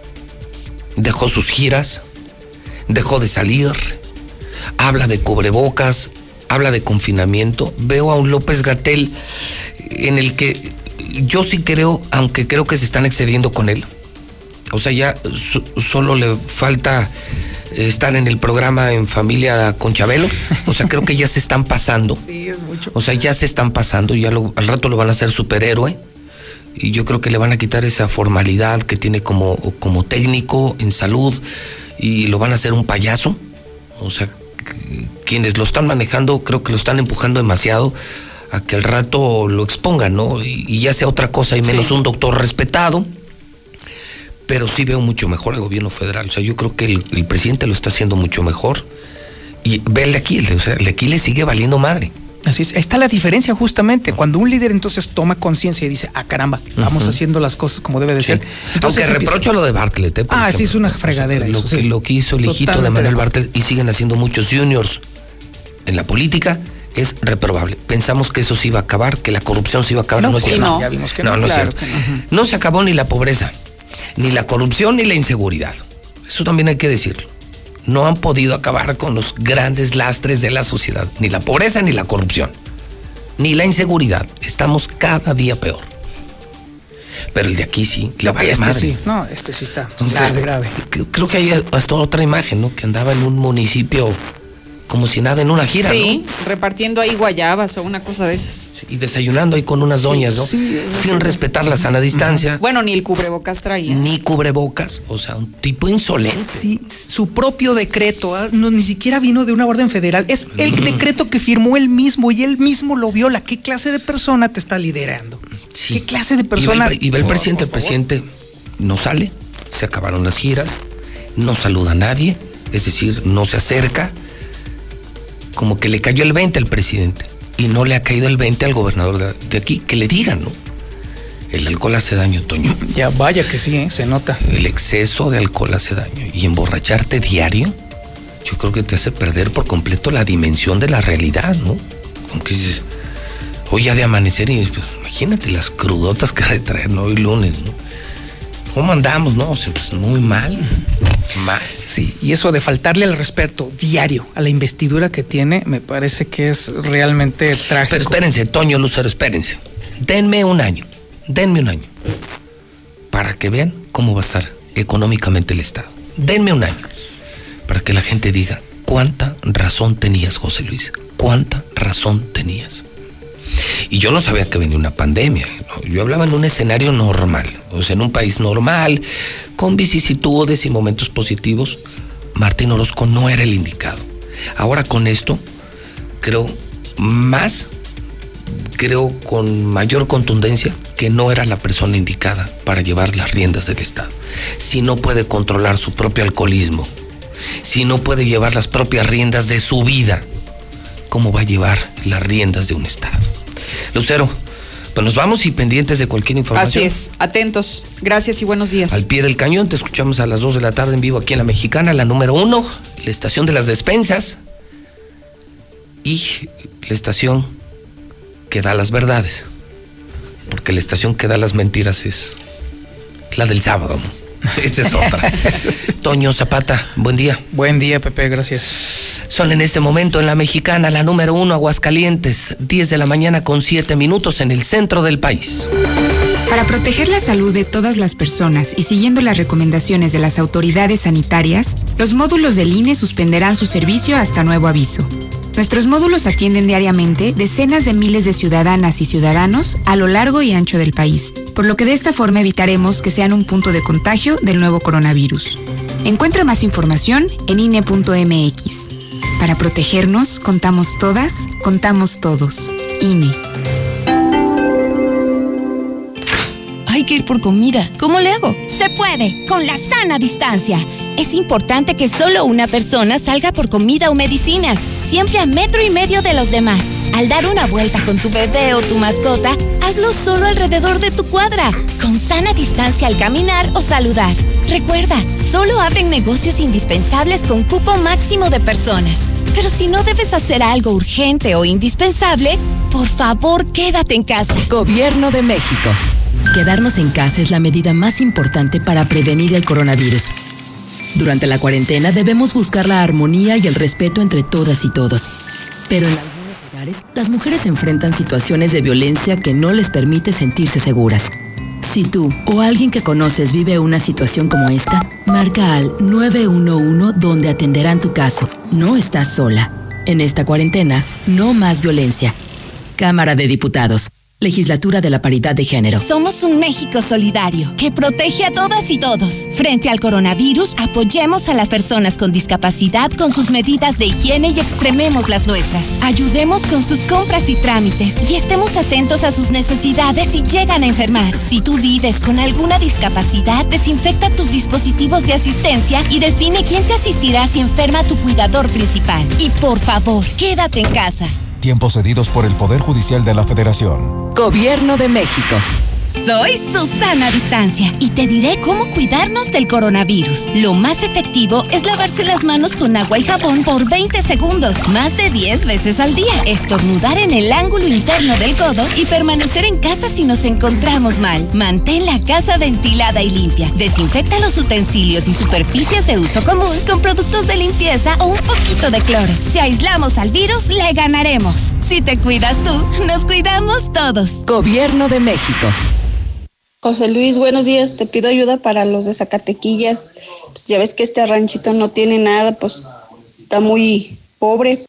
dejó sus giras, dejó de salir, habla de cubrebocas, habla de confinamiento. Veo a un López-Gatell en el que yo sí creo, aunque creo que se están excediendo con él. O sea, ya solo le falta estar en el programa En Familia con Chabelo. O sea, creo que ya se están pasando. Sí, es mucho. O sea, ya se están pasando. Al rato lo van a hacer superhéroe. Y yo creo que le van a quitar esa formalidad que tiene como técnico en salud. Y lo van a hacer un payaso. O sea, quienes lo están manejando, creo que lo están empujando demasiado a que al rato lo expongan, ¿no? Y ya sea otra cosa y menos un doctor respetado. Pero sí veo mucho mejor al gobierno federal. O sea, yo creo que el presidente lo está haciendo mucho mejor. Y ve el de aquí, o sea, el de aquí le sigue valiendo madre. Así es, ahí está la diferencia justamente. Cuando un líder entonces toma conciencia y dice, caramba, vamos haciendo las cosas como debe de ser. Entonces, aunque reprocho lo de Bartlett. Por ejemplo, sí, es una fregadera. O sea, lo que hizo el hijito de Manuel Bartlett, y siguen haciendo muchos juniors en la política, es reprobable. Pensamos que eso se iba a acabar, que la corrupción se iba a acabar. No es cierto. Ya vimos que no es cierto. No se acabó ni la pobreza, ni la corrupción, ni la inseguridad. Eso también hay que decirlo. no han podido acabar con los grandes lastres de la sociedad, ni la pobreza ni la corrupción, ni la inseguridad. Estamos cada día peor. Pero el de aquí sí, le vaya madre. Sí. No, sí está grave. Creo que hay hasta otra imagen, ¿no? Que andaba en un municipio como si nada en una gira, sí, ¿no? Repartiendo ahí guayabas o una cosa de esas. Y desayunando ahí con unas doñas, ¿no? Sí, sin respetar la sana distancia. Bueno, ni el cubrebocas traía. Ni cubrebocas, o sea, un tipo insolente. Sí, su propio decreto, ni siquiera vino de una orden federal. Es el decreto que firmó él mismo y él mismo lo viola. ¿Qué clase de persona te está liderando? Sí. ¿Qué clase de persona? Y ve el presidente, no sale, se acabaron las giras, no saluda a nadie, es decir, no se acerca. Como que le cayó el 20 al presidente y no le ha caído el 20 al gobernador de aquí. Que le digan, ¿no? El alcohol hace daño, Toño. Ya vaya que sí, se nota. El exceso de alcohol hace daño. Y emborracharte diario, yo creo que te hace perder por completo la dimensión de la realidad, ¿no? Aunque dices, hoy ya de amanecer y pues, imagínate las crudotas que ha de traer, ¿no? Hoy lunes, ¿no? ¿Cómo andamos, no? O sea, pues muy mal. Sí, y eso de faltarle el respeto diario a la investidura que tiene, me parece que es realmente trágico. Pero espérense, Toño, Lucero, espérense. Denme un año para que vean cómo va a estar económicamente el Estado. Denme un año para que la gente diga, ¿cuánta razón tenías, José Luis? ¿Cuánta razón tenías? Y yo no sabía que venía una pandemia, ¿no? Yo hablaba en un escenario normal, o sea, en un país normal, con vicisitudes y momentos positivos. Martín Orozco no era el indicado. Ahora con esto, creo con mayor contundencia que no era la persona indicada para llevar las riendas del Estado. Si no puede controlar su propio alcoholismo, si no puede llevar las propias riendas de su vida, ¿cómo va a llevar las riendas de un Estado? Lucero, pues nos vamos y pendientes de cualquier información. Así es, atentos. Gracias y buenos días. Al pie del cañón, te escuchamos a las 2 de la tarde en vivo aquí en La Mexicana, la número 1, la estación de las despensas y la estación que da las verdades. Porque la estación que da las mentiras es la del sábado, ¿no? Esta es otra. Toño Zapata, buen día. Buen día, Pepe, gracias. Son en este momento en La Mexicana, la número 1, Aguascalientes, 10 de la mañana con 7 minutos en el centro del país. Para proteger la salud de todas las personas y siguiendo las recomendaciones de las autoridades sanitarias, los módulos del INE suspenderán su servicio hasta nuevo aviso. Nuestros módulos atienden diariamente decenas de miles de ciudadanas y ciudadanos a lo largo y ancho del país, por lo que de esta forma evitaremos que sean un punto de contagio del nuevo coronavirus. Encuentra más información en INE.mx. Para protegernos, contamos todas, contamos todos. INE. Hay que ir por comida. ¿Cómo le hago? Se puede, con la sana distancia. Es importante que solo una persona salga por comida o medicinas, siempre a 1,5 metros de los demás. Al dar una vuelta con tu bebé o tu mascota, hazlo solo alrededor de tu cuadra, con sana distancia al caminar o saludar. Recuerda, solo abren negocios indispensables con cupo máximo de personas. Pero si no debes hacer algo urgente o indispensable, por favor, quédate en casa. Gobierno de México. Quedarnos en casa es la medida más importante para prevenir el coronavirus. Durante la cuarentena debemos buscar la armonía y el respeto entre todas y todos. Pero en algunos lugares, las mujeres enfrentan situaciones de violencia que no les permite sentirse seguras. Si tú o alguien que conoces vive una situación como esta, marca al 911 donde atenderán tu caso. No estás sola. En esta cuarentena, no más violencia. Cámara de Diputados. Legislatura de la Paridad de Género. Somos un México solidario que protege a todas y todos. Frente al coronavirus, apoyemos a las personas con discapacidad con sus medidas de higiene y extrememos las nuestras. Ayudemos con sus compras y trámites y estemos atentos a sus necesidades si llegan a enfermar. Si tú vives con alguna discapacidad, desinfecta tus dispositivos de asistencia y define quién te asistirá si enferma tu cuidador principal. Y por favor, quédate en casa. Tiempos cedidos por el Poder Judicial de la Federación. Gobierno de México. Soy Susana Distancia y te diré cómo cuidarnos del coronavirus. Lo más efectivo es lavarse las manos con agua y jabón por 20 segundos, más de 10 veces al día. Estornudar en el ángulo interno del codo y permanecer en casa si nos encontramos mal. Mantén la casa ventilada y limpia. Desinfecta los utensilios y superficies de uso común con productos de limpieza o un poquito de cloro. Si aislamos al virus, le ganaremos. Si te cuidas tú, nos cuidamos todos. Gobierno de México. José Luis, buenos días. Te pido ayuda para los de Zacatequillas. Pues ya ves que este ranchito no tiene nada, pues está muy pobre.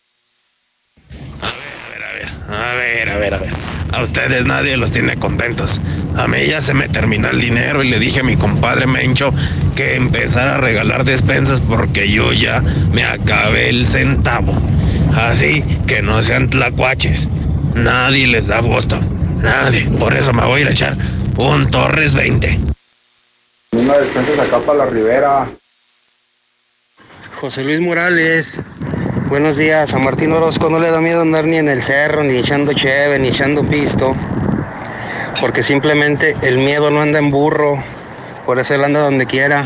A ver. A ustedes nadie los tiene contentos. A mí ya se me terminó el dinero y le dije a mi compadre Mencho que empezara a regalar despensas porque yo ya me acabé el centavo. Así que no sean tlacuaches. Nadie les da gusto. Nadie. Por eso me voy a ir a echar un Torres 20. Una despensa acá para la Ribera. José Luis Morales. Buenos días. A Martín Orozco no le da miedo andar ni en el cerro, ni echando cheve, ni echando pisto. Porque simplemente el miedo no anda en burro. Por eso él anda donde quiera.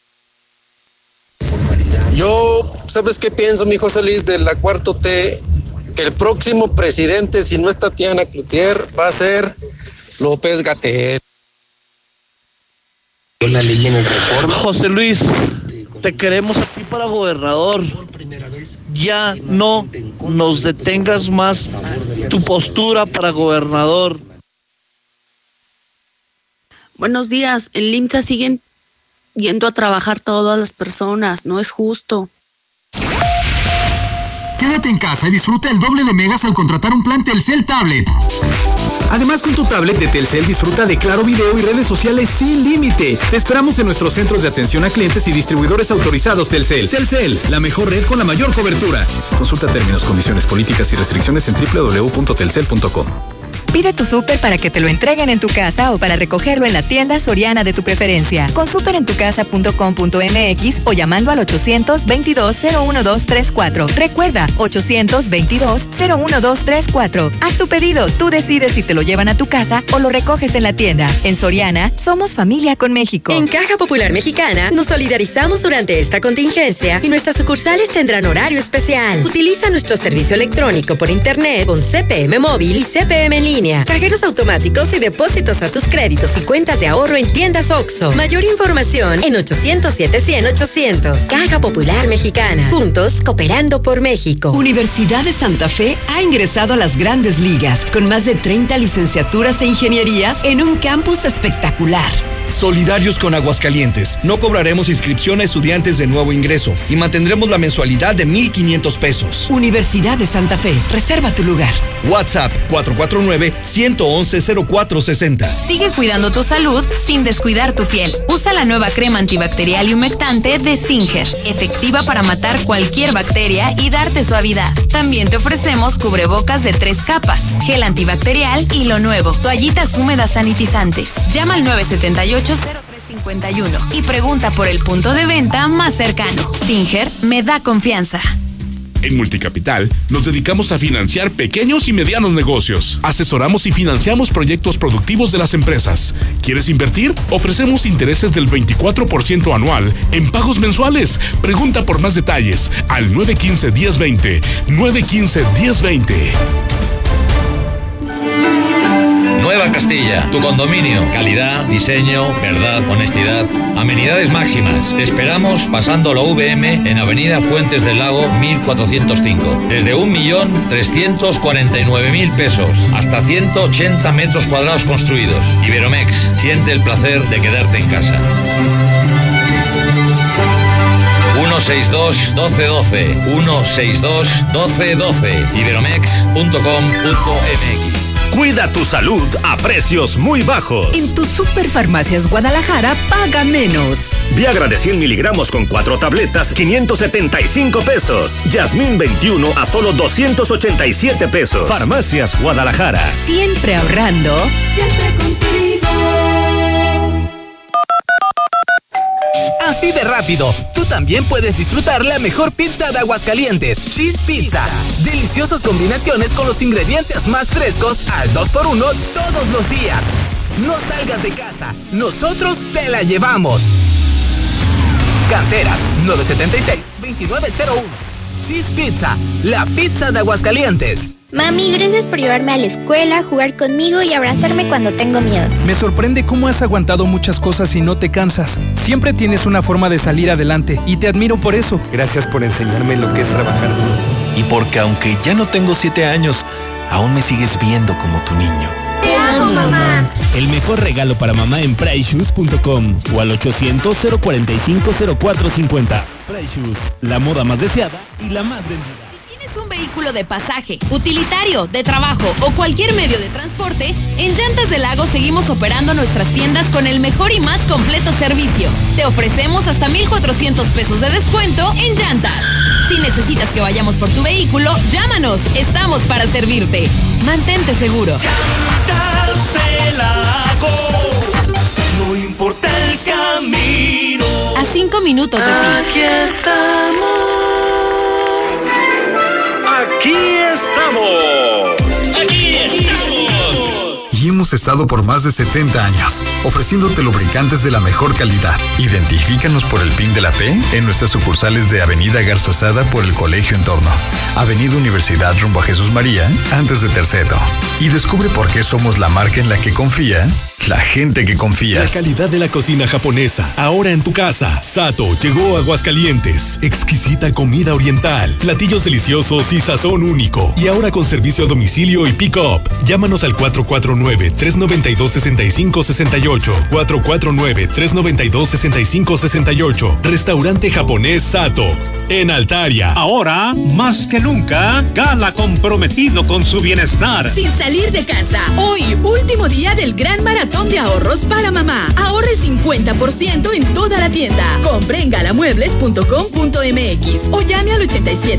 Yo, ¿sabes qué pienso, mi José Luis, de la Cuarto T? Que el próximo presidente, si no es Tatiana Cloutier, va a ser López-Gatell. La ley en el Reforma. José Luis, te queremos a ti para gobernador. Ya no nos detengas más tu postura para gobernador. Buenos días. En LIMSA siguen yendo a trabajar todas las personas. No es justo. Quédate en casa y disfruta el doble de megas al contratar un plan Telcel Tablet. Además, con tu tablet de Telcel disfruta de claro video y redes sociales sin límite. Te esperamos en nuestros centros de atención a clientes y distribuidores autorizados Telcel. Telcel, la mejor red con la mayor cobertura. Consulta términos, condiciones, políticas y restricciones en www.telcel.com. Pide tu súper para que te lo entreguen en tu casa o para recogerlo en la tienda Soriana de tu preferencia. Con superentucasa.com.mx o llamando al 822-01234. Recuerda, 822-01234. Haz tu pedido, tú decides si te lo llevan a tu casa o lo recoges en la tienda. En Soriana, somos familia con México. En Caja Popular Mexicana, nos solidarizamos durante esta contingencia y nuestras sucursales tendrán horario especial. Utiliza nuestro servicio electrónico por internet con CPM Móvil y CPM en línea. Cajeros automáticos y depósitos a tus créditos y cuentas de ahorro en tiendas OXXO. Mayor información en 800-700-800. Caja Popular Mexicana. Juntos, cooperando por México. Universidad de Santa Fe ha ingresado a las grandes ligas con más de 30 licenciaturas e ingenierías en un campus espectacular. Solidarios con Aguascalientes. No cobraremos inscripción a estudiantes de nuevo ingreso y mantendremos la mensualidad de 1,500 pesos. Universidad de Santa Fe. Reserva tu lugar. WhatsApp 449-111-0460. Sigue cuidando tu salud sin descuidar tu piel. Usa la nueva crema antibacterial y humectante de Singer, efectiva para matar cualquier bacteria y darte suavidad. También te ofrecemos cubrebocas de 3 capas, gel antibacterial y lo nuevo, toallitas húmedas sanitizantes. Llama al 978-0351 y pregunta por el punto de venta más cercano. Singer me da confianza. En Multicapital nos dedicamos a financiar pequeños y medianos negocios. Asesoramos y financiamos proyectos productivos de las empresas. ¿Quieres invertir? Ofrecemos intereses del 24% anual en pagos mensuales. Pregunta por más detalles al 915-1020. 915-1020. Nueva Castilla, tu condominio. Calidad, diseño, verdad, honestidad, amenidades máximas. Te esperamos pasando la VM en Avenida Fuentes del Lago 1405. Desde 1.349.000 pesos hasta 180 metros cuadrados construidos. Iberomex, siente el placer de quedarte en casa. 162-1212. 162-1212. Iberomex.com.mx. Cuida tu salud a precios muy bajos. En tus Superfarmacias Guadalajara, paga menos. Viagra de 100 miligramos con 4 tabletas, 575 pesos. Yasmín 21 a solo 287 pesos. Farmacias Guadalajara. Siempre ahorrando. Siempre contigo. Así de rápido, tú también puedes disfrutar la mejor pizza de Aguascalientes, Cheese Pizza. Deliciosas combinaciones con los ingredientes más frescos al 2x1 todos los días. No salgas de casa, nosotros te la llevamos. Canteras 976-2901. Cheese Pizza, la pizza de Aguascalientes. Mami, gracias por llevarme a la escuela, jugar conmigo y abrazarme cuando tengo miedo. Me sorprende cómo has aguantado muchas cosas y no te cansas. Siempre tienes una forma de salir adelante y te admiro por eso. Gracias por enseñarme lo que es trabajar duro. Y porque aunque ya no tengo 7 años, aún me sigues viendo como tu niño. ¡Te amo, mamá! El mejor regalo para mamá en PriceShoes.com o al 800-045-0450. Price Shoes, la moda más deseada y la más vendida. ¿Tienes un vehículo de pasaje, utilitario, de trabajo o cualquier medio de transporte? En Llantas del Lago seguimos operando nuestras tiendas con el mejor y más completo servicio. Te ofrecemos hasta 1,400 pesos de descuento en llantas. Si necesitas que vayamos por tu vehículo, llámanos. Estamos para servirte. Mantente seguro. Llantas del Lago. No importa el camino. A 5 minutos de ti. Aquí estamos. ¡Aquí estamos! ¡Aquí estamos! Y hemos estado por más de 70 años, ofreciéndote lubricantes de la mejor calidad. Identifícanos por el PIN de la fe en nuestras sucursales de Avenida Garzazada por el Colegio Entorno, Avenida Universidad rumbo a Jesús María, antes de Terceto. Y descubre por qué somos la marca en la que confía la gente que confías. La calidad de la cocina japonesa, ahora en tu casa. Sato llegó a Aguascalientes. Exquisita comida oriental, platillos deliciosos y sazón único. Y ahora con servicio a domicilio y pick-up. Llámanos al 449-392-6568. 449-392-6568. Restaurante japonés Sato, en Altaria. Ahora, más que nunca, Gala comprometido con su bienestar. Sin salir de casa, hoy, último día del gran maratón de ahorros para mamá. Ahorre 50% en toda la tienda. Compre en galamuebles.com.mx o llame al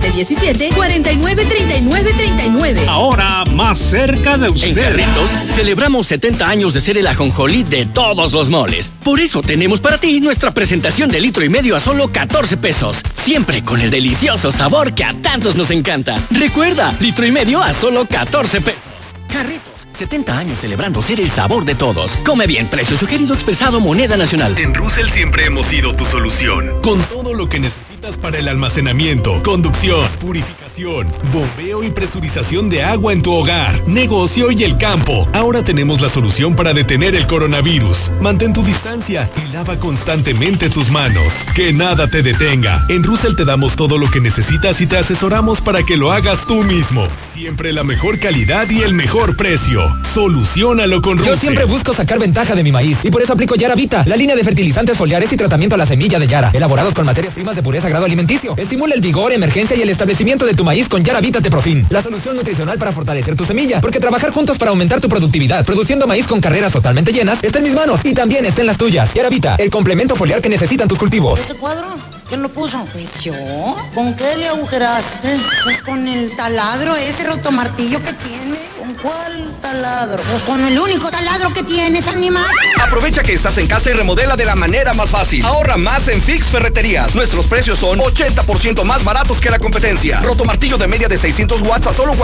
8717-493939. Ahora, más cerca de usted. En Cerritos, celebramos 70 años de ser el ajonjolí de todos los moles. Por eso tenemos para ti nuestra presentación de 1,5 litros a solo 14 pesos. Siempre con el delicioso sabor que a tantos nos encanta. Recuerda, 1,5 litros a solo 14 pesos. Carritos, 70 años celebrando ser el sabor de todos. Come bien, precio sugerido expresado moneda nacional. En Russell siempre hemos sido tu solución. Con todo lo que necesitas para el almacenamiento, conducción, purificación, bombeo y presurización de agua en tu hogar, negocio y el campo. Ahora tenemos la solución para detener el coronavirus. Mantén tu distancia y lava constantemente tus manos. Que nada te detenga. En Russell te damos todo lo que necesitas y te asesoramos para que lo hagas tú mismo. Siempre la mejor calidad y el mejor precio. Soluciónalo con Russell. Yo siempre busco sacar ventaja de mi maíz y por eso aplico Yara Vita, la línea de fertilizantes foliares y tratamiento a la semilla de Yara, elaborados con materias primas de pureza grado alimenticio. Estimula el vigor, emergencia y el establecimiento de tu maíz con Yara Vita Teprofin, la solución nutricional para fortalecer tu semilla, porque trabajar juntos para aumentar tu productividad, produciendo maíz con carreras totalmente llenas, está en mis manos y también está en las tuyas. Yara Vita, el complemento foliar que necesitan tus cultivos. ¿Ese cuadro? ¿Quién lo puso? Pues yo. ¿Con qué le agujeraste? Pues con el taladro, ese rotomartillo que tiene. ¿Con cuál taladro? Pues con el único taladro que tienes, animal. Aprovecha que estás en casa y remodela de la manera más fácil. Ahorra más en Fix Ferreterías. Nuestros precios son 80% más baratos que la competencia. Rotomartillo de media de 600 watts a solo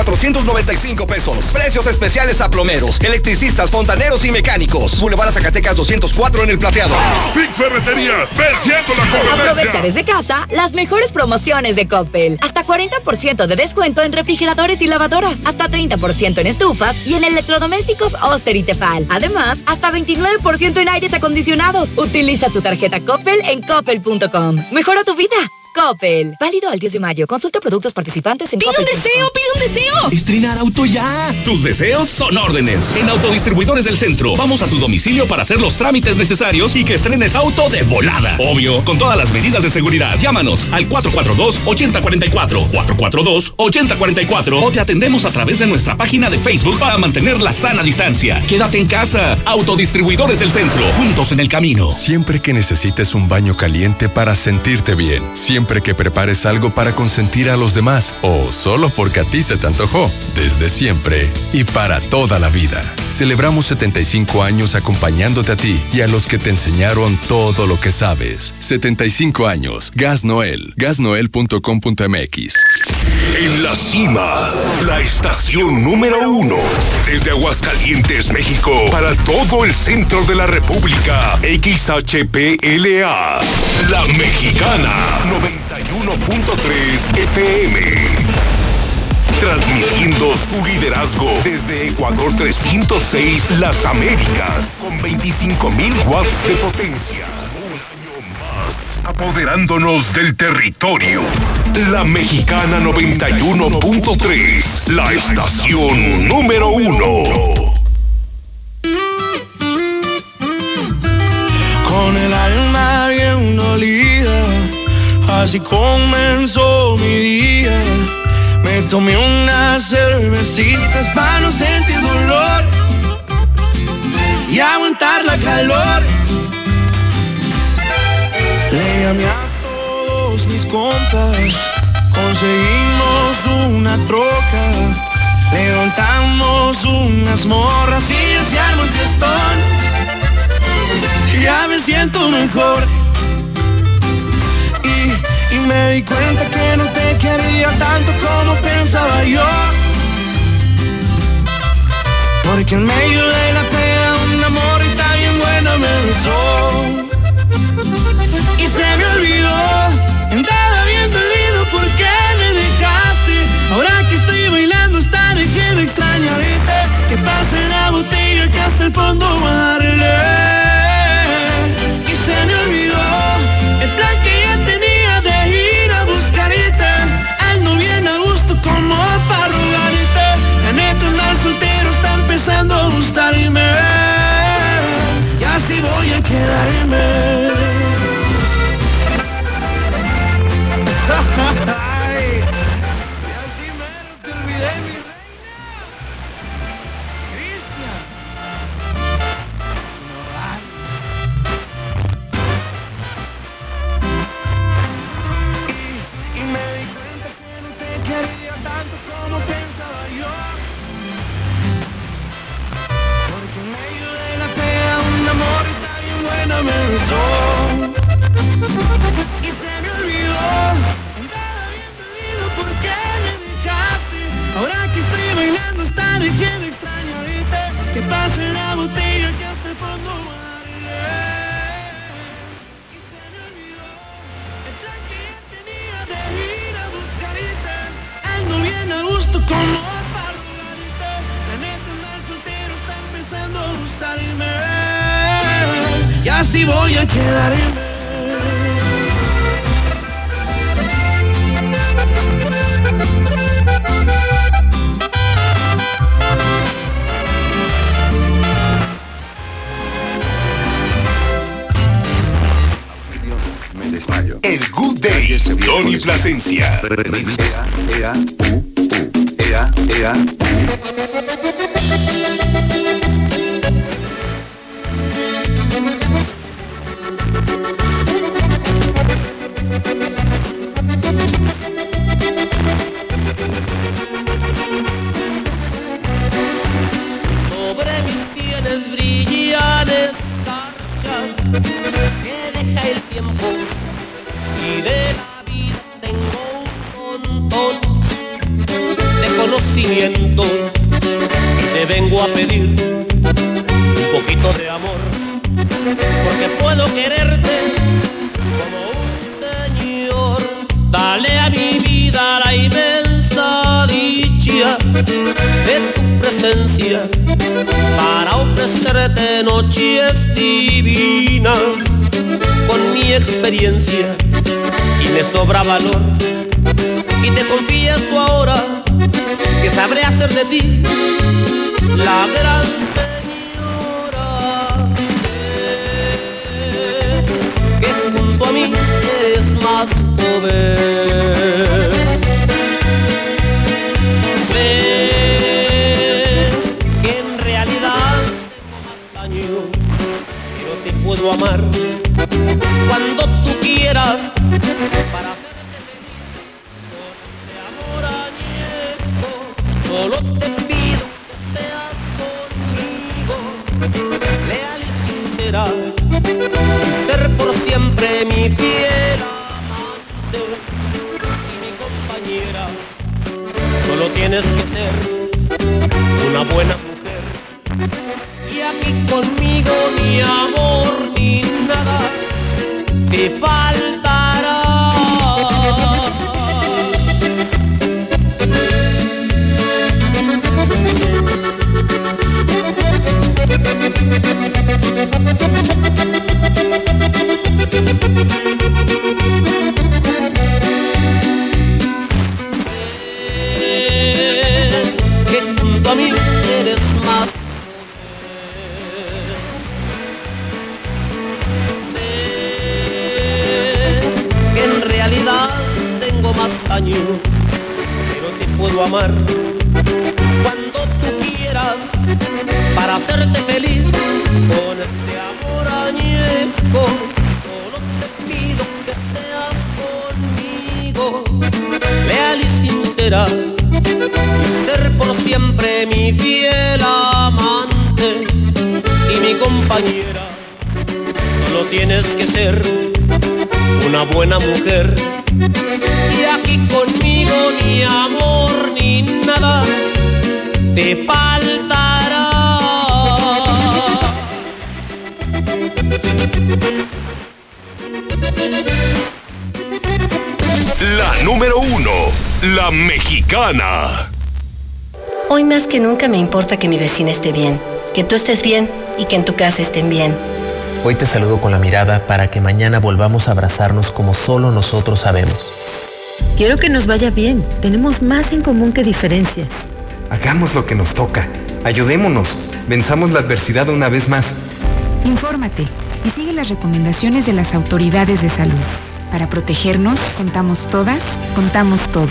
495 pesos. Precios especiales a plomeros, electricistas, fontaneros y mecánicos. Boulevard Zacatecas 204 en El Plateado. Fix Ferreterías, venciendo la competencia. Aprovecha desde casa las mejores promociones de Coppel. Hasta 40% de descuento en refrigeradores y lavadoras. Hasta 30% en estufas y en electrodomésticos Oster y Tefal. Además, hasta 29% en aires acondicionados. Utiliza tu tarjeta Coppel en coppel.com. Mejora tu vida. Coppel. Válido al 10 de mayo. Consulta productos participantes en Coppel. ¡Pide un deseo! ¡Pide un deseo! ¡Estrenar auto ya! Tus deseos son órdenes. En Autodistribuidores del Centro, vamos a tu domicilio para hacer los trámites necesarios y que estrenes auto de volada. Obvio, con todas las medidas de seguridad. Llámanos al 442-8044, 442-8044 o te atendemos a través de nuestra página de Facebook para mantener la sana distancia. Quédate en casa. Autodistribuidores del Centro, juntos en el camino. Siempre que necesites un baño caliente para sentirte bien. Siempre que prepares algo para consentir a los demás o solo porque a ti se te antojó. Desde siempre y para toda la vida. Celebramos 75 años acompañándote a ti y a los que te enseñaron todo lo que sabes. 75 años. Gas Noel. Gasnoel.com.mx. En la cima, la estación número 1. Desde Aguascalientes, México, para todo el centro de la República. XHPLA. La Mexicana. 91.3 FM. Transmitiendo su liderazgo desde Ecuador 306, Las Américas. Con 25,000 watts de potencia. Apoderándonos del territorio. La Mexicana 91.3, la estación número 1. Con el alma bien dolida, así comenzó mi día. Me tomé unas cervecitas para no sentir dolor y aguantar la calor. Le llamé a todos mis compas, conseguimos una troca, levantamos unas morras y ya se armó el fiestón. Ya me siento mejor y me di cuenta que no te quería tanto como pensaba yo, porque en medio de la pena una morrita bien buena me besó. Y se me olvidó, andaba bien dolido porque me dejaste. Ahora que estoy bailando hasta dejé de extrañarte. Que pase la botella que hasta el fondo va a darle. Y se me olvidó el plan que ya tenía de ir a buscarte. Ando bien a gusto como para rogarte. La neta andar soltero está empezando a gustarme. Y así voy a quedarme. Ay, y así mero te olvidé, mi reina. Cristian. Y me di cuenta que no te quería tanto como pensaba yo, porque en medio de la pena una morrita bien buena me besó. Y se me olvidó, andaba bien dolido porque me dejaste. Ahora que estoy bailando hasta dejé de extrañarte. Que pase la botella que hasta el fondo va a darle. Y se me olvidó el plan que ya tenía de ir a buscarte. Ando bien a gusto como para rogarte. La neta andar soltero está empezando a gustarme. Y así voy a quedarme. El Good Day, Tony Plasencia. Sobre mis sienes brillan escarchas que deja el tiempo, y de la vida tengo un montón de conocimientos, y te vengo a pedir un poquito de amor, porque puedo quererte como un señor. Dale a mi vida la inmensa dicha de tu presencia para ofrecerte noches divinas con mi experiencia, y me sobra valor, y te confieso ahora que sabré hacer de ti la gran señora, que junto a mí eres más joven. Sé que en realidad tengo más años, pero te puedo amar cuando tú quieras, para hacerte feliz con este amor añejo. Solo te pido que seas conmigo leal y sincera, y ser por siempre mi fiel amante y mi compañera. tienes que ser una buena mujer. Y aquí conmigo ni amor ni nada te faltará. Que junto a mí eres más que en realidad tengo más años, pero te puedo amar cuando tú quieras para hacerte feliz con este amor añejo. Solo te pido que seas conmigo leal y sincera y ser por siempre mi fiel amante y mi compañera. Solo tienes que ser una buena mujer. Y aquí conmigo ni amor ni nada te faltará. La número 1, La Mexicana. Hoy más que nunca me importa que mi vecina esté bien, que tú estés bien y que en tu casa estén bien. Hoy te saludo con la mirada para que mañana volvamos a abrazarnos como solo nosotros sabemos. Quiero que nos vaya bien. Tenemos más en común que diferencias. Hagamos lo que nos toca. Ayudémonos. Venzamos la adversidad una vez más. Infórmate y sigue las recomendaciones de las autoridades de salud. Para protegernos, contamos todas, contamos todos.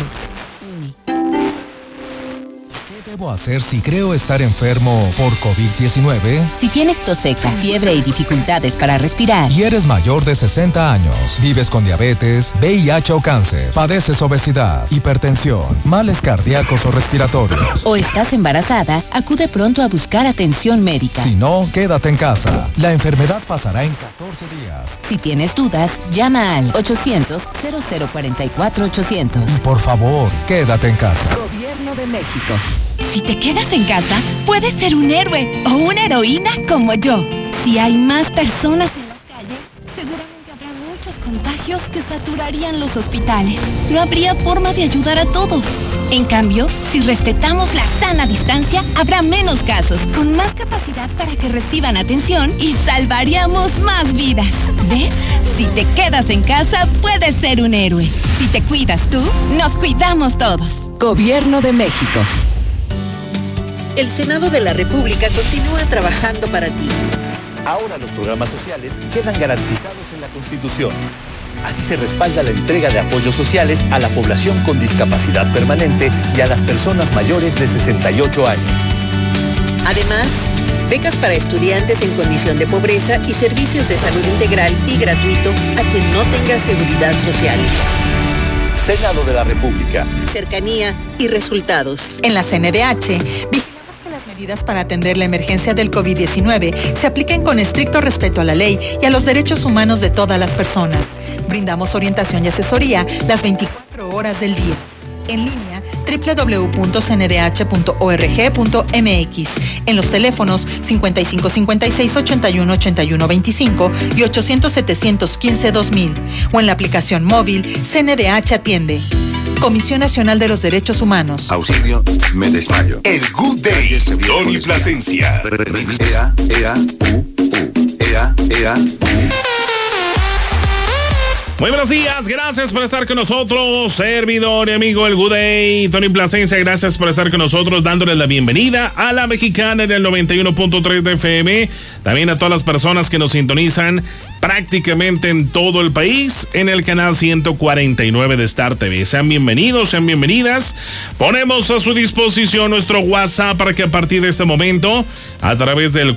¿Qué debo hacer si creo estar enfermo por COVID-19? Si tienes tos seca, fiebre y dificultades para respirar, y eres mayor de 60 años, vives con diabetes, VIH o cáncer, padeces obesidad, hipertensión, males cardíacos o respiratorios, o estás embarazada, acude pronto a buscar atención médica. Si no, quédate en casa. La enfermedad pasará en 14 días. Si tienes dudas, llama al 800-0044-800. Y por favor, quédate en casa. Gobierno de México. Si te quedas en casa, puedes ser un héroe o una heroína como yo. Si hay más personas en la calle, seguramente habrá muchos contagios que saturarían los hospitales. No habría forma de ayudar a todos. En cambio, si respetamos la sana distancia, habrá menos casos, con más capacidad para que reciban atención y salvaríamos más vidas. ¿Ves? Si te quedas en casa, puedes ser un héroe. Si te cuidas tú, nos cuidamos todos. Gobierno de México. El Senado de la República continúa trabajando para ti. Ahora los programas sociales quedan garantizados en la Constitución. Así se respalda la entrega de apoyos sociales a la población con discapacidad permanente y a las personas mayores de 68 años. Además, becas para estudiantes en condición de pobreza y servicios de salud integral y gratuito a quien no tenga seguridad social. Senado de la República. Cercanía y resultados. En la CNDH, vigilamos que las medidas para atender la emergencia del COVID-19 se apliquen con estricto respeto a la ley y a los derechos humanos de todas las personas. Brindamos orientación y asesoría las 24 horas del día. En línea, www.cndh.org.mx, en los teléfonos 5556-818125 y 800-715-2000, o en la aplicación móvil CNDH Atiende. Comisión Nacional de los Derechos Humanos. Auxilio, me desmayo. El Good Day, Tony Plasencia. Muy buenos días, gracias por estar con nosotros, servidor y amigo El Good Day, Tony Plasencia, gracias por estar con nosotros, dándoles la bienvenida a La Mexicana en el 91.3 de FM, también a todas las personas que nos sintonizan prácticamente en todo el país en el canal 149 de Star TV. Sean bienvenidos, sean bienvenidas. Ponemos a su disposición nuestro WhatsApp para que a partir de este momento, a través del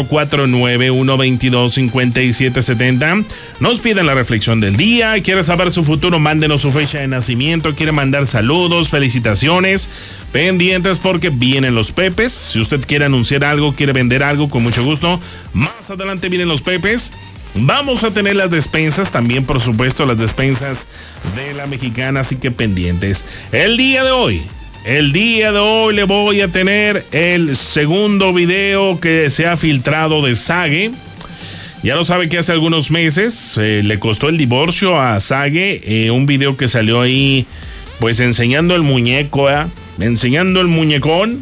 449-122-5770, nos pidan la reflexión del día. Quiere saber su futuro, mándenos su fecha de nacimiento. Quiere mandar saludos, felicitaciones, pendientes porque vienen los pepes. Si usted quiere anunciar algo, quiere vender algo, con mucho gusto, más adelante vienen los pepes. Vamos a tener las despensas, también por supuesto las despensas de La Mexicana, así que pendientes. El día de hoy, el día de hoy le voy a tener el segundo video que se ha filtrado de Sage. Ya lo sabe que hace algunos meses le costó el divorcio a Sage, un video que salió ahí pues enseñando el muñeco, enseñando el muñecón.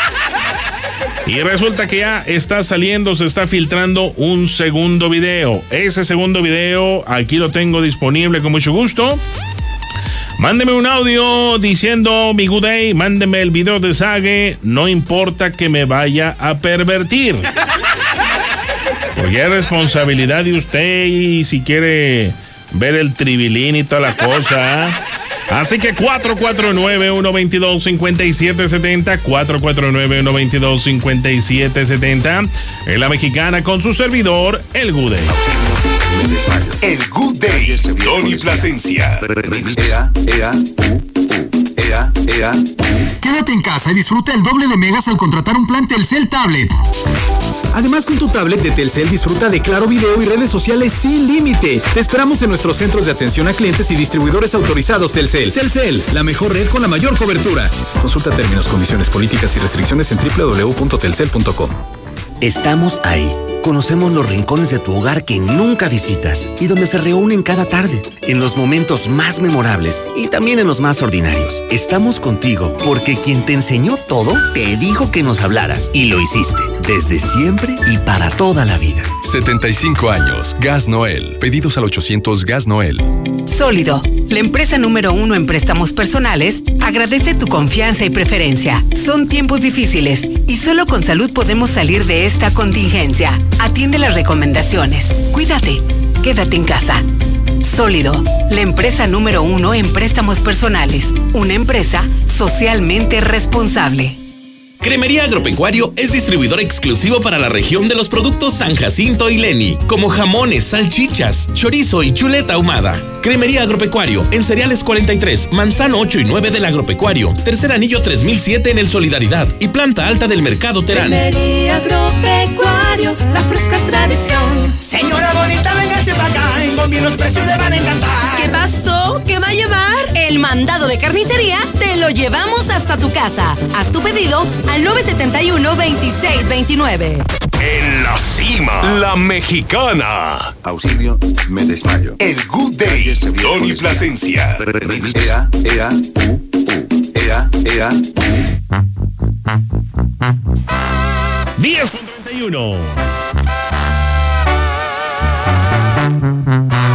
Y resulta que ya está saliendo, se está filtrando un segundo video. Ese segundo video aquí lo tengo disponible con mucho gusto. Mándeme un audio diciendo mi good day, mándeme el video de Sage, no importa que me vaya a pervertir. Porque es responsabilidad de usted y si quiere ver el tribilín y toda la cosa. Así que 449-122-5770, 449-122-5770, en La Mexicana con su servidor, el Good Day. El Good Day, Tony Plasencia. Quédate en casa y disfruta el doble de megas al contratar un plan Telcel Tablet. Además, con tu tablet de Telcel disfruta de claro video y redes sociales sin límite. Te esperamos en nuestros centros de atención a clientes y distribuidores autorizados Telcel. Telcel, la mejor red con la mayor cobertura. Consulta términos, condiciones, políticas y restricciones en www.telcel.com. Estamos ahí. Conocemos los rincones de tu hogar que nunca visitas y donde se reúnen cada tarde, en los momentos más memorables y también en los más ordinarios. Estamos contigo porque quien te enseñó todo te dijo que nos hablaras y lo hiciste desde siempre y para toda la vida. 75 años. Gas Noel. Pedidos al 800 Gas Noel. Sólido, la empresa número 1 en préstamos personales, agradece tu confianza y preferencia. Son tiempos difíciles y solo con salud podemos salir de esta contingencia. Atiende las recomendaciones. Cuídate. Quédate en casa. Sólido, la empresa número 1 en préstamos personales. Una empresa socialmente responsable. Cremería Agropecuario es distribuidor exclusivo para la región de los productos San Jacinto y Leni, como jamones, salchichas, chorizo y chuleta ahumada. Cremería Agropecuario, en Cereales 43, Manzano 8 y 9 del Agropecuario, Tercer Anillo 3007 en el Solidaridad y Planta Alta del Mercado Terán. Cremería Agropecuario, la fresca tradición. Señora bonita, véngase para acá, en Combi los precios le van a encantar. ¿Qué pasó? ¿Qué va a llevar? El mandado de carnicería te lo llevamos hasta tu casa. Haz tu pedido al 971-2629. En la cima, La Mexicana. Auxilio, me desmayo. El Good Day, Tony Plasencia. Ea, ea. 10:31.